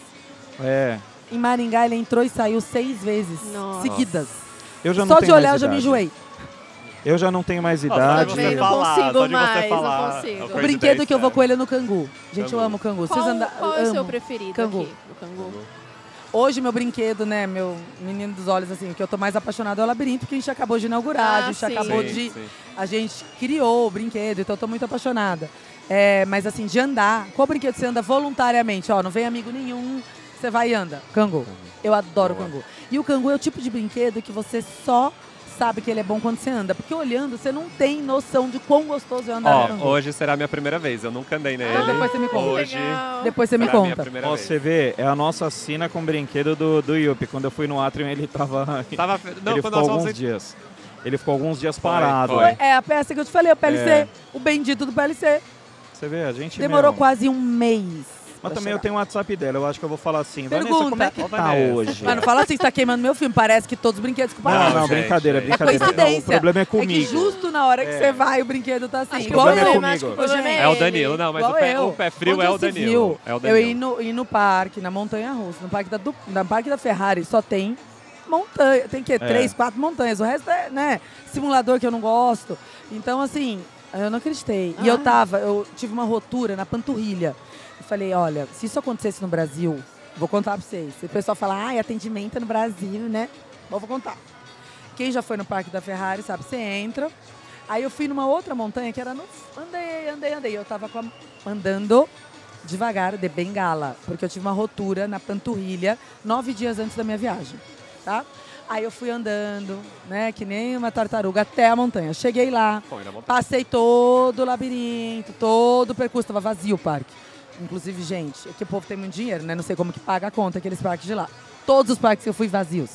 É. Em Maringá ele entrou e saiu seis vezes Nossa. seguidas. Eu já não Só tenho de olhar eu mais já me idade. enjoei. Eu já não tenho mais Ó, idade. só de Também você não falar, consigo só de mais, você não falar. consigo. é O O Crazy brinquedo Dance, que eu vou é. com ele é no Cangu. Gente, eu Cangu. amo o Cangu. Qual, Vocês andam, qual é o seu amo. preferido Cangu. aqui do Cangu? Hoje, meu brinquedo, né, meu menino dos olhos, assim, o que eu tô mais apaixonado é o labirinto, que a gente acabou de inaugurar, Ah, a gente sim. acabou Sim, de... sim. A gente criou o brinquedo, então eu tô muito apaixonada. É, mas assim, de andar, qual brinquedo você anda voluntariamente? Ó, não vem amigo nenhum, você vai e anda. Cangu. Eu adoro o Boa. Cangu. E o Cangu é o tipo de brinquedo que você só sabe que ele é bom quando você anda. Porque olhando, você não tem noção de quão gostoso é andar no Ó, Cangu. hoje será a minha primeira vez. Eu nunca andei nele. Então depois você me conta. Hoje Legal. Depois você me será a minha conta. primeira Ó, vez. você vê, é a nossa sina com o brinquedo do, do Yuppie. Quando eu fui no Atrium, ele tava... Tava... Não, ele quando ficou nós alguns vamos... dias. Ele ficou alguns dias Foi, parado. foi. né? É a peça que eu te falei, o P L C. É. O bendito do P L C. Você vê, a gente... Demorou meu, quase um mês. Mas pra também eu chegar. tenho o WhatsApp dela. Eu acho que eu vou falar assim. Pergunta. Vanessa, como é que Ô, tá Vanessa. hoje? Mas não fala assim, você tá queimando meu filme. Parece que todos os brinquedos que Não, Não, não, gente, brincadeira, gente. É brincadeira. Não, coincidência. o problema é É que comigo. justo na hora que É. você vai, o brinquedo tá assim. Acho que Igual o problema é eu. comigo. acho que o problema É o ele. Danilo, não, mas Igual o pé, eu. o pé frio Onde é o já se Danilo. viu? É o Eu Danilo. ir no, ir no parque, na Montanha Russa, no parque da, Du- na parque da Ferrari, só tem montanha. Tem que É. três, quatro montanhas. O resto é, né, simulador que eu não gosto. Então, assim, Eu não acreditei. E eu tava, eu tive uma rotura na panturrilha. Eu falei, olha, se isso acontecesse no Brasil, vou contar pra vocês. Se o pessoal falar, ah, atendimento no Brasil, né? Bom, vou contar. Quem já foi no Parque da Ferrari, sabe, você entra. Aí eu fui numa outra montanha que era no... Andei, andei, andei. Eu tava com a... andando devagar, de bengala. Porque eu tive uma rotura na panturrilha nove dias antes da minha viagem, tá? Aí eu fui andando, né, que nem uma tartaruga, até a montanha. Cheguei lá, passei todo o labirinto, todo o percurso. Tava vazio o parque. Inclusive, gente, é que o povo tem muito dinheiro, né? Não sei como que paga a conta aqueles parques de lá. Todos os parques que eu fui vazios.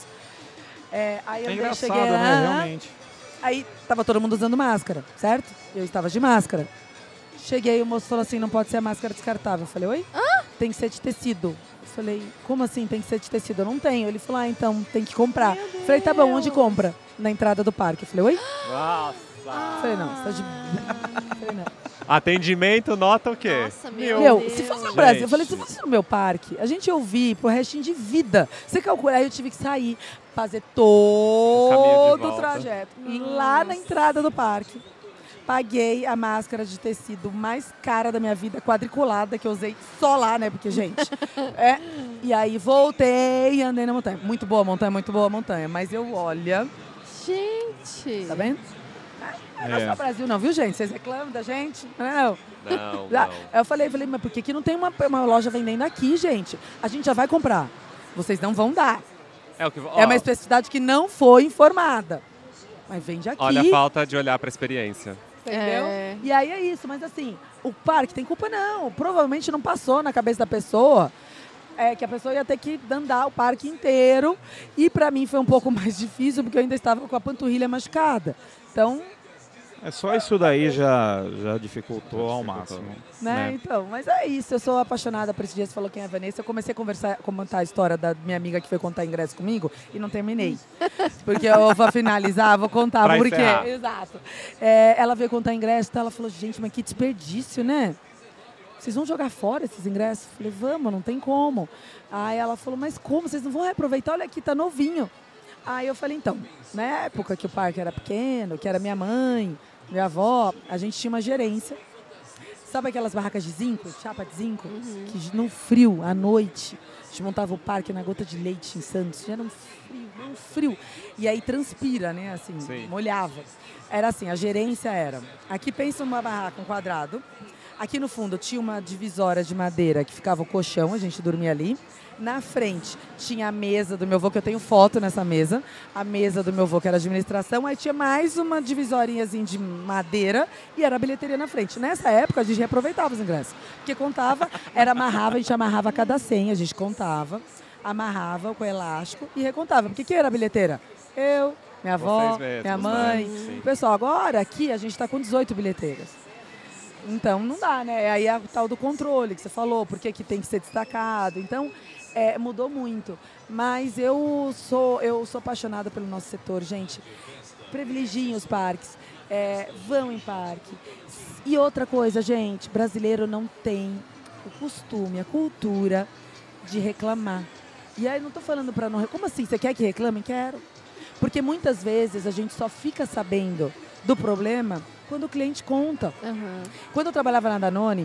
É, aí eu É engraçado, cheguei lá, né? Realmente. aí tava todo mundo usando máscara, certo? Eu estava de máscara. Cheguei, o moço falou assim, não pode ser a máscara descartável. Eu falei, oi? Ah? Tem que ser de tecido. Eu falei, como assim tem que ser de tecido? Eu não tenho. Ele falou, ah, então tem que comprar. Eu falei, tá bom, onde compra? Na entrada do parque. Eu falei, oi? Nossa! Eu falei, não, você tá de... Eu falei, não. Atendimento, nota o quê? Nossa, meu, Meu, Deus. se fosse no Brasil, Gente. eu falei, se fosse no meu parque, a gente ia ouvir pro restinho de vida. Você calcula, aí eu tive que sair, fazer todo volta. o trajeto. Ir lá na entrada do parque. Paguei a máscara de tecido mais cara da minha vida, quadriculada, que eu usei só lá, né? Porque, gente, é. E aí voltei e andei na montanha. Muito boa a montanha, muito boa a montanha. Mas eu, olha, Gente. tá vendo? Não é só Brasil não, viu, gente? Vocês reclamam da gente? Não. Não, Já- não. Eu falei, falei, mas por que, que não tem uma, uma loja vendendo aqui, gente? A gente já vai comprar. Vocês não vão dar. É, o que, ó, É uma especificidade que não foi informada. Mas vende aqui, olha a falta de olhar para a experiência. entendeu? É. E aí é isso, mas assim, o parque tem culpa não. Provavelmente não passou na cabeça da pessoa é, que a pessoa ia ter que andar o parque inteiro. E pra mim foi um pouco mais difícil, porque eu ainda estava com a panturrilha machucada. Então, É só isso daí já, já dificultou Já ao dificultou. máximo. né? né? Então, mas é isso. Eu sou apaixonada por esse dia. Você falou quem é a Vanessa. Eu comecei a conversar, comentar a história da minha amiga que foi contar ingresso comigo e não terminei. Porque eu vou finalizar, vou contar. Pra porque, encerrar. exato. É, ela veio contar ingresso, então ela falou, gente, mas que desperdício, né? Vocês vão jogar fora esses ingressos? Eu falei, vamos, não tem como. Aí ela falou, mas como? Vocês não vão reaproveitar? Olha aqui, tá novinho. Aí eu falei, então, na época que o parque era pequeno, que era minha mãe, minha avó, a gente tinha uma gerência. Sabe aquelas barracas de zinco, chapa de zinco? Que no frio, à noite, a gente montava o parque na Gota de Leite em Santos. Já era um frio, um frio. E aí transpira, né? Assim, Sim. molhava. Era assim, a gerência era... Aqui pensa numa barraca, um quadrado. Aqui no fundo tinha uma divisória de madeira que ficava o colchão, a gente dormia ali. Na frente tinha a mesa do meu avô, que eu tenho foto nessa mesa. A mesa do meu avô, que era administração. Aí tinha mais uma divisorinha assim, de madeira e era a bilheteria na frente. Nessa época, a gente reaproveitava os ingressos. Porque contava, era amarrava, a gente amarrava cada senha, a gente contava, amarrava com elástico e recontava. Porque quem era a bilheteira? Eu, minha avó, Vocês mesmos, minha né? mãe. Sim. Pessoal, agora aqui a gente está com dezoito bilheteiras. Então, não dá, né? Aí é o tal do controle que você falou, porque que tem que ser destacado. Então, é, mudou muito. Mas eu sou, eu sou apaixonada pelo nosso setor, gente. Privilegiem os parques, é, vão em parque. E outra coisa, gente, brasileiro não tem o costume, a cultura de reclamar. E aí, não tô falando para não... Como assim? Você quer que reclame? Quero. Porque muitas vezes a gente só fica sabendo do problema quando o cliente conta. Uhum. Quando eu trabalhava na Danone,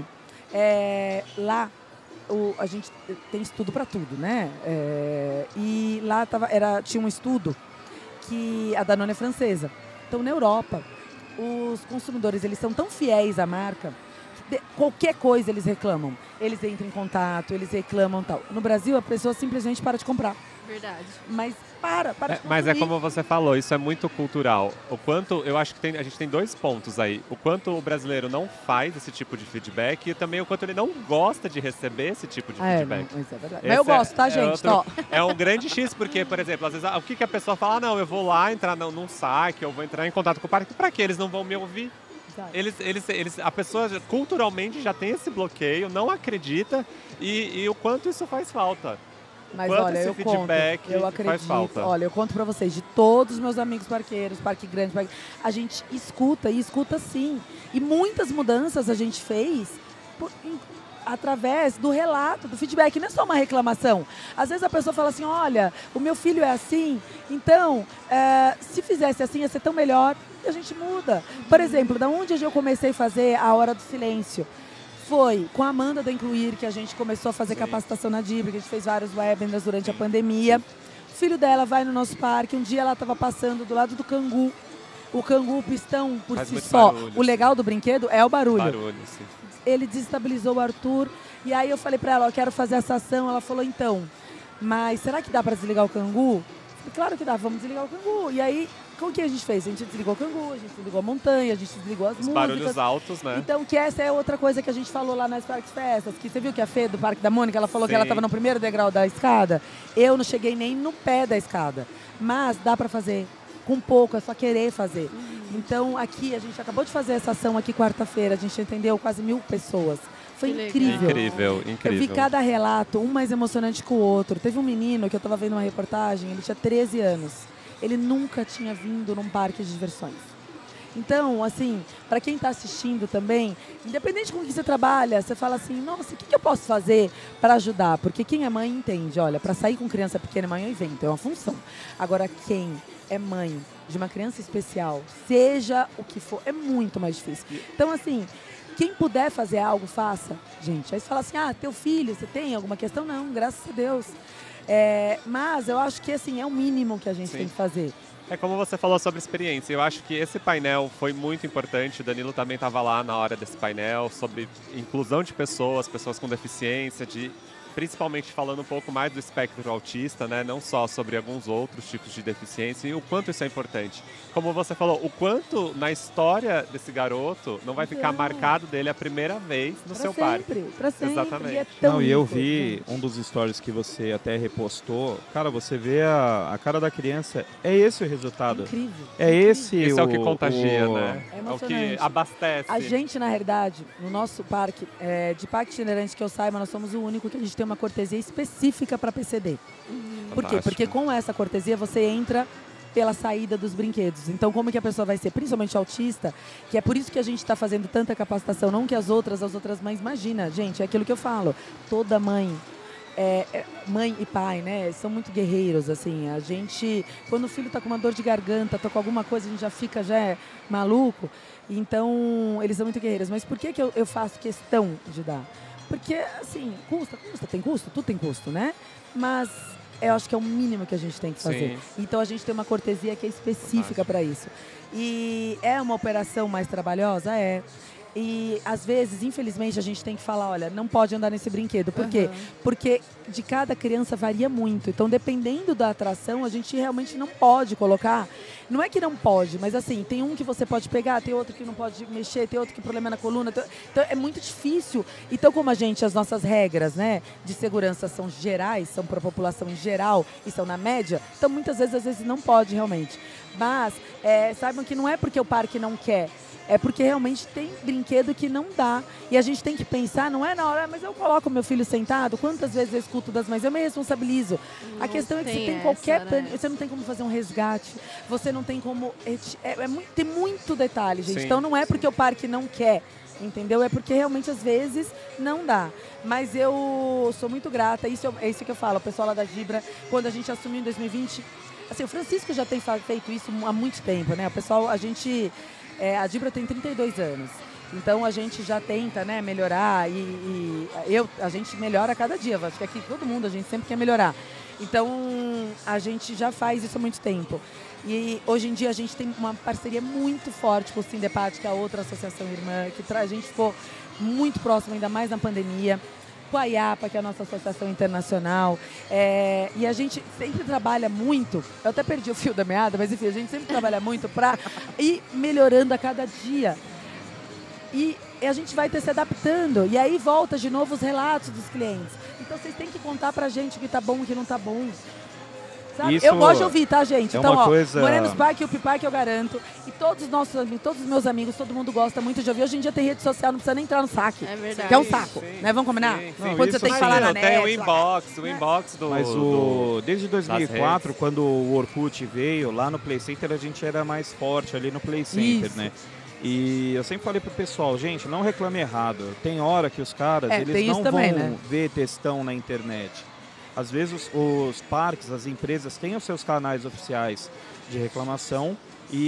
é, lá o, a gente tem estudo para tudo, né? É, e lá tava, era, tinha um estudo que a Danone é francesa. Então, na Europa, os consumidores eles são tão fiéis à marca que de, qualquer coisa eles reclamam. Eles entram em contato, eles reclamam tal. No Brasil, a pessoa simplesmente para de comprar. Verdade. Mas para, para É, de mas é consumir. como você falou, isso é muito cultural. O quanto, eu acho que tem, a gente tem dois pontos aí. O quanto o brasileiro não faz esse tipo de feedback e também o quanto ele não gosta de receber esse tipo de Ah, é, feedback. não, isso é verdade. Esse Mas eu é- gosto, tá, é gente? outro- Ó, É um grande X, porque, por exemplo, às vezes, ah, o que, que a pessoa fala? Ah, não, eu vou lá entrar num, num saque, eu vou entrar em contato com o parque. Pra quê? Eles não vão me ouvir. Eles, eles, eles, a pessoa já- culturalmente já tem esse bloqueio, não acredita e, e o quanto isso faz falta. Mas Quanto olha, esse eu feedback conto, eu faz acredito. falta? Olha, eu conto pra vocês, de todos os meus amigos parqueiros, Parque Grande, parque, a gente escuta e escuta sim. E muitas mudanças a gente fez por- em- através do relato, do feedback, não é só uma reclamação. Às vezes a pessoa fala assim, olha, o meu filho é assim, então, é, se fizesse assim ia ser tão melhor, e a gente muda. Por exemplo, da onde eu comecei a fazer a Hora do Silêncio? Foi com a Amanda da Incluir, que a gente começou a fazer Sim. capacitação na Dibra, que a gente fez vários webinars durante a pandemia. O filho dela vai no nosso parque, um dia ela estava passando do lado do cangu. O cangu, o pistão, por Faz si muito só, barulho, o legal do brinquedo é o barulho. Barulho, sim. Ele desestabilizou o Arthur. E aí eu falei pra ela, eu quero fazer essa ação. Ela falou, então, mas será que dá pra desligar o cangu? Eu falei, claro que dá, vamos desligar o cangu. E aí, o que a gente fez? A gente desligou o cangu, a gente desligou a montanha, a gente desligou as Os músicas. barulhos altos, né? Então, que essa é outra coisa que a gente falou lá nas Parques Festas. Que você viu que a Fê, do Parque da Mônica, ela falou Sim. que ela estava no primeiro degrau da escada. Eu não cheguei nem no pé da escada. Mas dá pra fazer com pouco, é só querer fazer. Então, aqui, a gente acabou de fazer essa ação aqui quarta-feira, a gente atendeu quase mil pessoas. Foi Que incrível. Incrível, incrível. Eu vi cada relato, um mais emocionante que o outro. Teve um menino que eu estava vendo uma reportagem, ele tinha treze anos. Ele nunca tinha vindo num parque de diversões. Então, assim, para quem está assistindo também, independente com o que você trabalha, você fala assim, nossa, o que, que eu posso fazer para ajudar? Porque quem é mãe entende, olha, para sair com criança pequena, mãe é um evento, é uma função. Agora, quem é mãe de uma criança especial, seja o que for, é muito mais difícil. Então, assim, quem puder fazer algo, faça. Gente, aí você fala assim, ah, teu filho, você tem alguma questão? Não, graças a Deus. É, mas eu acho que, assim, é o mínimo que a gente Sim. tem que fazer. É como você falou sobre experiência. Eu acho que esse painel foi muito importante. O Danilo também estava lá na hora desse painel sobre inclusão de pessoas, pessoas com deficiência, de principalmente falando um pouco mais do espectro autista, né? Não só sobre alguns outros tipos de deficiência e o quanto isso é importante. Como você falou, o quanto na história desse garoto não vai ficar Não. marcado dele a primeira vez no Pra seu sempre, parque. pra sempre. Exatamente. E é tão Não, e eu lindo, vi gente. um dos stories que você até repostou. Cara, você vê a, a cara da criança. É esse o resultado. Incrível. É esse Esse o, é o que contagia, o- né? É É o que emocionante. abastece. A gente, na realidade, no nosso parque, é, de parque itinerante que eu saiba, nós somos o único que a gente tem uma cortesia específica para P C D. Por quê? Fantástico. Porque com essa cortesia você entra pela saída dos brinquedos. Então, como que a pessoa vai ser, principalmente autista, que é por isso que a gente está fazendo tanta capacitação, não que as outras, as outras mães, imagina, gente, é aquilo que eu falo, toda mãe, é, é, mãe e pai, né, são muito guerreiros, assim, a gente, quando o filho tá com uma dor de garganta, tá com alguma coisa, a gente já fica, já é maluco, então, eles são muito guerreiros. Mas por que que eu, eu faço questão de dar? Porque, assim, custa, custa, tem custo, tudo tem custo, né? Mas eu acho que é o mínimo que a gente tem que fazer. Sim. Então a gente tem uma cortesia que é específica para isso. E é uma operação mais trabalhosa? É. E às vezes, infelizmente, a gente tem que falar, olha, não pode andar nesse brinquedo. Por quê? Uhum. Porque de cada criança varia muito. Então, dependendo da atração, a gente realmente não pode colocar. Não é que não pode, mas assim, tem um que você pode pegar, tem outro que não pode mexer, tem outro que tem problema na coluna. tem- Então, é muito difícil. Então, como a gente, as nossas regras, né, de segurança são gerais, são para a população em geral e são na média, então muitas vezes, às vezes, não pode realmente. Mas, é, saibam que não é porque o parque não quer. É porque realmente tem brinquedo que não dá. E a gente tem que pensar, não é na hora, mas eu coloco meu filho sentado, quantas vezes eu escuto das mães, eu me responsabilizo. a Não questão é que você tem tem essa, qualquer né? plano, você não tem como fazer um resgate, você não tem como. É, é muito, tem muito detalhe, gente. Sim, então não é sim. porque o parque não quer, entendeu? É porque realmente às vezes não dá. Mas eu sou muito grata, isso eu- é isso que eu falo, o pessoal lá da Dibra, quando a gente assumiu em dois mil e vinte. Assim, o Francisco já tem fa- feito isso há muito tempo, né? O pessoal, a gente. É, a Dibra tem trinta e dois anos. Então a gente já tenta, né, melhorar e, e eu, a gente melhora a cada dia. Acho que aqui todo mundo, a gente sempre quer melhorar. Então a gente já faz isso há muito tempo. E hoje em dia a gente tem uma parceria muito forte com o Sindepat, que é a outra associação irmã, que tra- a gente ficou muito próximo, ainda mais na pandemia. Com a IAPA, que é a nossa associação internacional. É, e a gente sempre trabalha muito, eu até perdi o fio da meada, mas enfim, a gente sempre trabalha muito para ir melhorando a cada dia. E a gente vai ter se adaptando. E aí volta de novo os relatos dos clientes. Então vocês têm que contar pra gente o que tá bom e o que não tá bom. Sabe? Isso Eu gosto de ouvir, tá, gente? é Então, uma ó, coisa- Morenos Parque e o Piparque eu garanto. E todos os nossos amigos, todos os meus amigos, todo mundo gosta muito de ouvir. Hoje em dia tem rede social, não precisa nem entrar no saque. É verdade. Que é um saco, Sim, né? Vamos combinar? sim, sim. Quando você Isso tem que sim. falar na Não, tem o net. inbox, o inbox do... Mas do- o, desde dois mil e quatro, redes. quando o Orkut veio, lá no Play Center a gente era mais forte ali no Play Center, Isso. né? E eu sempre falei pro pessoal, gente, não reclame errado. Tem hora que os caras, É, eles tem não isso vão também, né? ver textão na internet. Às vezes os, os parques, as empresas têm os seus canais oficiais de reclamação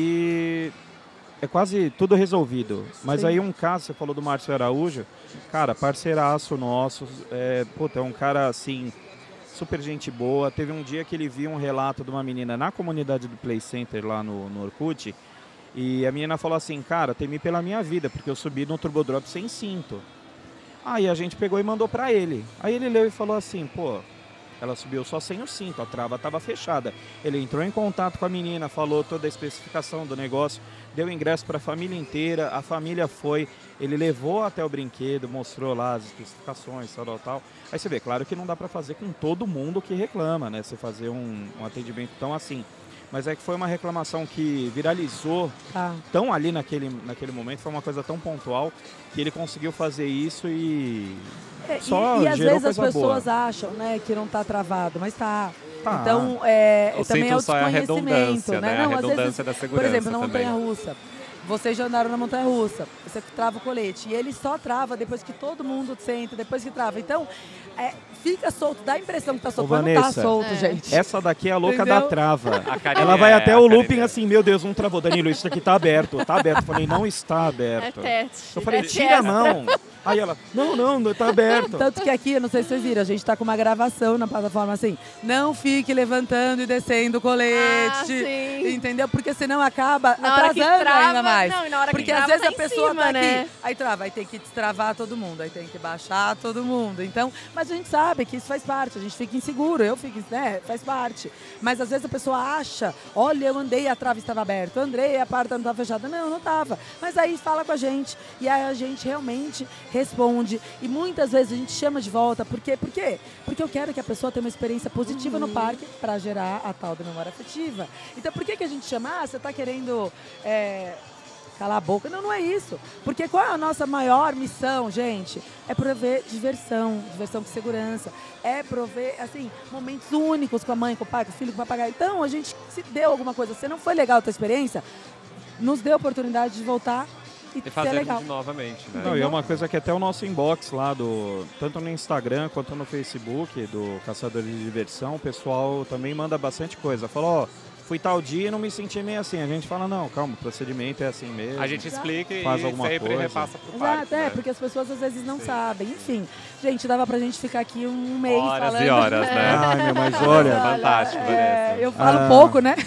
e é quase tudo resolvido. Mas Sim. aí um caso, você falou do Márcio Araújo, cara, parceiraço nosso, é, puta, é um cara assim, super gente boa. Teve um dia que ele viu um relato de uma menina na comunidade do Play Center lá no, no Orkut, e a menina falou assim, cara, temi pela minha vida, porque eu subi no Turbo Drop sem cinto. Aí a gente pegou e mandou pra ele. Aí ele leu e falou assim, pô, ela subiu só sem o cinto, a trava estava fechada. Ele entrou em contato com a menina, falou toda a especificação do negócio, deu ingresso para a família inteira, a família foi, ele levou até o brinquedo, mostrou lá as especificações, tal, tal, tal. Aí você vê, claro que não dá para fazer com todo mundo que reclama, né? Você fazer um, um atendimento tão assim. Mas é que foi uma reclamação que viralizou Tá. tão ali naquele, naquele momento, foi uma coisa tão pontual que ele conseguiu fazer isso e É, só e, e às gerou vezes as coisa boa. pessoas acham, né, que não tá travado, mas tá. Tá. Então, é, O também é o cinto só é a desconhecimento, redundância, né? né? Não, A às vezes, redundância da por segurança exemplo, na também. montanha-russa, vocês já andaram na montanha-russa, você trava o colete, e ele só trava depois que todo mundo senta, depois que trava. Então, é, fica solto, dá a impressão que tá solto, Ô, mas não tá Vanessa, solto, É. gente. Essa daqui é a louca Entendeu? da trava. A carinha Ela vai é, até a o carinha looping é. assim, meu Deus, não travou. Danilo, isso aqui tá aberto, tá aberto. Eu falei, não está É aberto. teste. Eu falei, é tira a testa. mão. Aí ela, não, não, não tá aberto. Tanto que aqui, eu não sei se vocês viram, a gente tá com uma gravação na plataforma assim, não fique levantando e descendo o colete, Ah, sim. entendeu? Porque senão acaba Na hora que atrasando trava, ainda mais. não, e na hora que Porque às trava, vezes tá a em pessoa cima, tá aqui, né? aí trava, aí tem que destravar todo mundo, aí tem que baixar todo mundo. Então, mas a gente sabe que isso faz parte, a gente fica inseguro, eu fico, né, faz parte. Mas às vezes a pessoa acha, olha, eu andei, a trava estava aberta, eu andei, a porta não estava fechada. Não, não estava. Mas aí fala com a gente e aí a gente realmente responde. E muitas vezes a gente chama de volta, por quê? Por quê? Porque eu quero que a pessoa tenha uma experiência positiva no parque para gerar a tal da memória afetiva. Então, por que, que a gente chama? Ah, você está querendo é, calar a boca? Não, não é isso. Porque qual é a nossa maior missão, gente? É prover diversão, diversão com segurança. É prover, assim, momentos únicos com a mãe, com o pai, com o filho, com o papagaio. Então, a gente, se deu alguma coisa, se não foi legal a tua experiência, nos dê a oportunidade de voltar e, E ser fazer legal. novamente, né? Não, e é uma coisa que até o nosso inbox lá, do, tanto no Instagram quanto no Facebook do Caçadores de Diversão, o pessoal também manda bastante coisa. Fala, ó, fui tal dia e não me senti meio assim. A gente fala, não, calma, o procedimento é assim mesmo. A gente explica e Faz alguma sempre coisa. repassa pro Exato, parque, é, né? porque as pessoas às vezes não Sim. sabem. Enfim, gente, dava pra gente ficar aqui um mês Horas falando. e horas, né? Ai, meu, mas olha... Fantástico, É, Vanessa. eu falo Ah. pouco, né?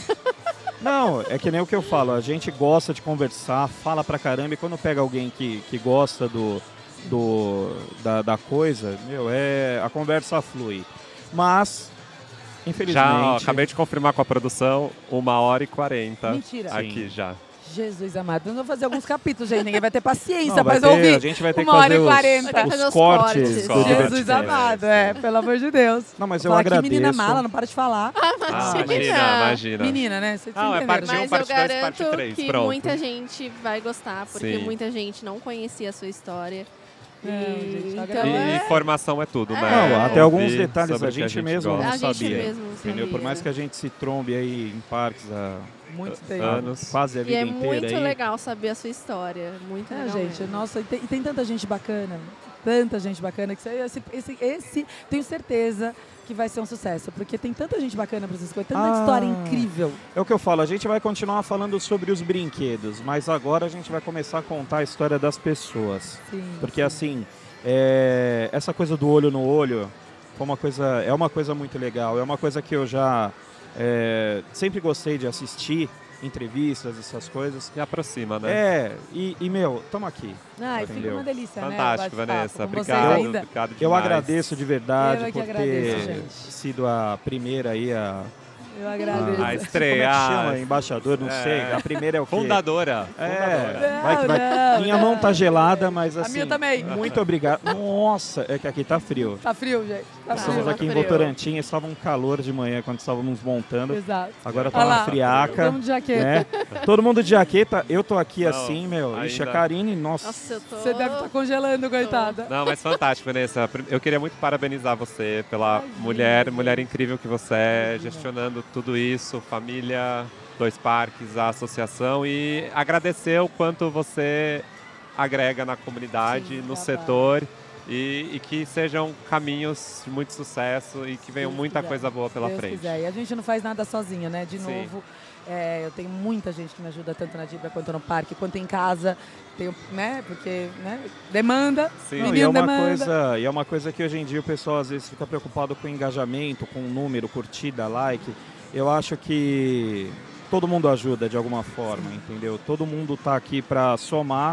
Não, é que nem o que eu falo, a gente gosta de conversar, fala pra caramba, e quando pega alguém que, que gosta do, do, da, da coisa, meu, é, a conversa flui. Mas, infelizmente... Já, ó, acabei de confirmar com a produção, uma hora e quarenta. Mentira. Aqui já. Jesus amado, eu vou fazer alguns capítulos, gente. Ninguém vai ter paciência Não, vai pra ter- ouvir. a gente vai ter Uma que hora fazer e os, quarenta. Vai os fazer os cortes, cortes. do Jesus Divertidamente. Jesus amado, é, pelo amor de Deus. Não, mas Vou eu falar aqui, agradeço. menina mala, não para de falar. Ah, Imagina. imagina, imagina. Menina, né? Vocês Não, é entenderam, parte né? um, Mas parte eu dois, parte garanto três, que pronto. muita gente vai gostar, porque Sim. muita gente não conhecia a sua história. Não, gente, eu então agradeço. E é... informação é tudo, né? Não, até Ouvir alguns detalhes sobre a o que gente mesmo gosta. não A gente sabia. mesmo Entendeu? Por sabia. mais que a gente se trombe aí em parques há Muito tempo. Anos. quase a E vida é inteira muito aí. legal saber a sua história. Muito É, legal. gente, mesmo. nossa, e tem, e tem tanta gente bacana, tanta gente bacana, que isso aí- esse, esse, esse tenho certeza que vai ser um sucesso, porque tem tanta gente bacana para essas coisas, tanta Ah. história incrível. É o que eu falo, a gente vai continuar falando sobre os brinquedos, mas agora a gente vai começar a contar a história das pessoas. Sim, Porque sim. assim, é, essa coisa do olho no olho foi uma coisa, é uma coisa muito legal, é uma coisa que eu já é, sempre gostei de assistir, entrevistas, essas coisas. E aproxima, né? É, e, e meu, tamo aqui. Ai, fica Entendeu? uma delícia, né? Fantástico, o bate-papo Vanessa. com vocês Obrigado. ainda. Obrigado demais. Eu agradeço de verdade Eu é que por agradeço, ter gente. sido a primeira aí a... Eu agradeço. A Como estrear. é que chama? Embaixador? Não É. sei. A primeira é o quê? Fundadora. É, Fundadora. vai que vai. Não, Minha não, mão tá não. gelada, mas A assim... minha também. Muito obrigado. Nossa, é que aqui tá frio. Tá frio, gente. Tá Nós frio. estamos aqui em frio. Votorantim, estava um calor de manhã quando estávamos montando. Exato. Agora tá Olha uma lá, friaca. Estamos de jaqueta. Né? Todo mundo de jaqueta, eu tô aqui Não, assim, meu. Ixi, a ainda- Karine, nossa. Nossa, eu tô... Você deve estar congelando, coitada. Não, mas fantástico, Vanessa. Eu queria muito parabenizar você pela Imagina, mulher, gente. mulher incrível que você é, Imagina. gestionando tudo isso, família, dois parques, a associação e agradecer o quanto você agrega na comunidade, Sim, no tá setor e, e que sejam caminhos de muito sucesso e que venham Deus muita quiser. coisa boa pela Deus frente. quiser. E a gente não faz nada sozinho, né? De Sim. novo, é, eu tenho muita gente que me ajuda tanto na Dibra quanto no parque, quanto em casa. Tenho, né? Porque, né? Demanda. Sim. Não, e, é Menino uma demanda. coisa, e é uma coisa que hoje em dia o pessoal às vezes fica preocupado com engajamento, com número, curtida, like. Eu acho que todo mundo ajuda de alguma forma, entendeu? Todo mundo tá aqui para somar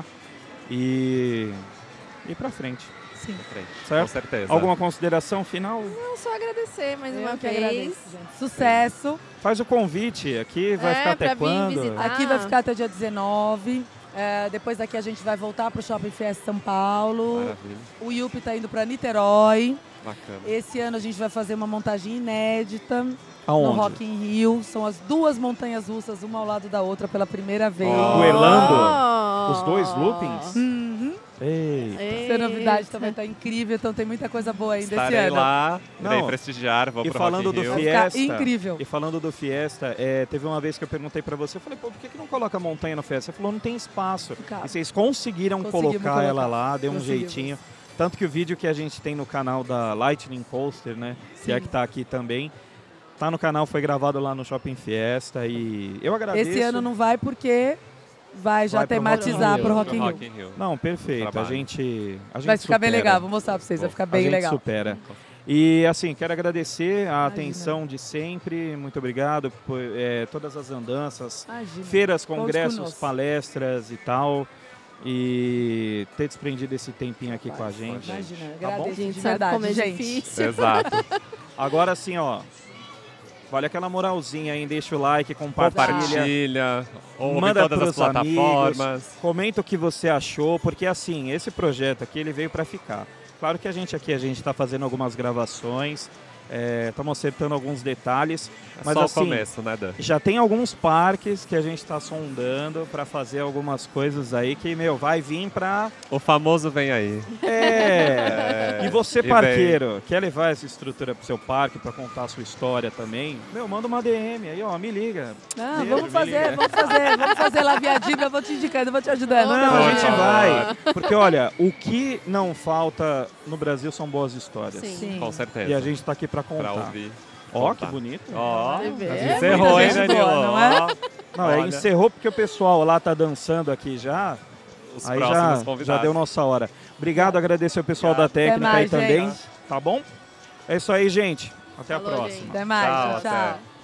e ir para frente, Sim. Pra frente, certo? com certeza. Alguma consideração final? Não, só agradecer mais Eu uma que vez. agradeço, gente. Sucesso. Faz o convite aqui, vai É, ficar até pra vir quando? visitar. Aqui Ah. vai ficar até dia dezenove. É, depois daqui a gente vai voltar para o Shopping Fiesta São Paulo. Maravilha, O Yupi está indo para Niterói. bacana. Esse ano a gente vai fazer uma montagem inédita no Aonde? Rock in Rio. São as duas montanhas russas, uma ao lado da outra pela primeira vez. Oh. Duelando? Oh. Os dois loopings? Uhum. Ei. Essa é novidade Eita. também tá incrível, então tem muita coisa boa ainda esse Estarei ano. lá, irei Não, prestigiar, vou e pro falando Rock in do Rio. Vai ficar Fiesta, incrível. E falando do Fiesta, é, teve uma vez que eu perguntei pra você, eu falei, pô, por que, que não coloca montanha no Fiesta? Você falou, não tem espaço. Cara, E vocês conseguiram Conseguimos colocar, colocar. ela lá, deu um Conseguimos. jeitinho. Tanto que o vídeo que a gente tem no canal da Lightning Coaster, né, que é Sim. que tá aqui também, tá no canal, foi gravado lá no Shopping Fiesta e eu agradeço. Esse ano não vai porque vai já Vai pro tematizar Rock in pro Rio. Rock in Rio. Rock in Rio. Não, perfeito. A Trabalho. gente, a gente Vai ficar bem supera. legal, vou mostrar pra vocês, vai ficar A bem gente legal. supera. E assim, quero agradecer a Imagina. atenção de sempre, muito obrigado por é, todas as andanças, Imagina. feiras, Conte congressos, conosco. palestras e tal, e ter desprendido esse tempinho aqui com a gente. Imagina, Tá bom? agradeço A gente de sabe verdade, como é gente. difícil. Exato. Agora sim, ó, vale aquela moralzinha aí, deixa o like, compartilha, Compartilha, ouve manda todas as pros amigos, plataformas. comenta o que você achou, porque assim, esse projeto aqui ele veio para ficar. Claro que a gente aqui, a gente está fazendo algumas gravações, estamos acertando alguns detalhes, É mas só assim, o começo, né, Dan? já tem alguns parques que a gente está sondando para fazer algumas coisas aí que, meu, vai vir para... O famoso vem aí. É... E você, E vem. parqueiro, quer levar essa estrutura pro seu parque para contar a sua história também? Meu, manda uma D M aí, ó, me liga. Não, Beijo, vamos me fazer, liga. vamos fazer, vamos fazer lá via Dibra, eu vou te indicando, eu vou te ajudando. Não, a gente Boa. vai. Porque, olha, o que não falta no Brasil são boas histórias. Sim. Sim. Com certeza. E a gente tá aqui para Pra contar. ouvir. Ó, que contar. bonito. Ó, Você vê? mas encerrou, hein, Muita gente Danilo? boa, não é? Ó, Não, é, olha, encerrou porque o pessoal lá tá dançando aqui já. os Aí próximos já, já convidados. deu nossa hora. Obrigado, agradecer o pessoal Obrigado. da técnica Até mais, aí também. gente. Tá bom? É isso aí, gente. Até Falou, a próxima. gente. Até mais, Tchau, tchau. até. tchau.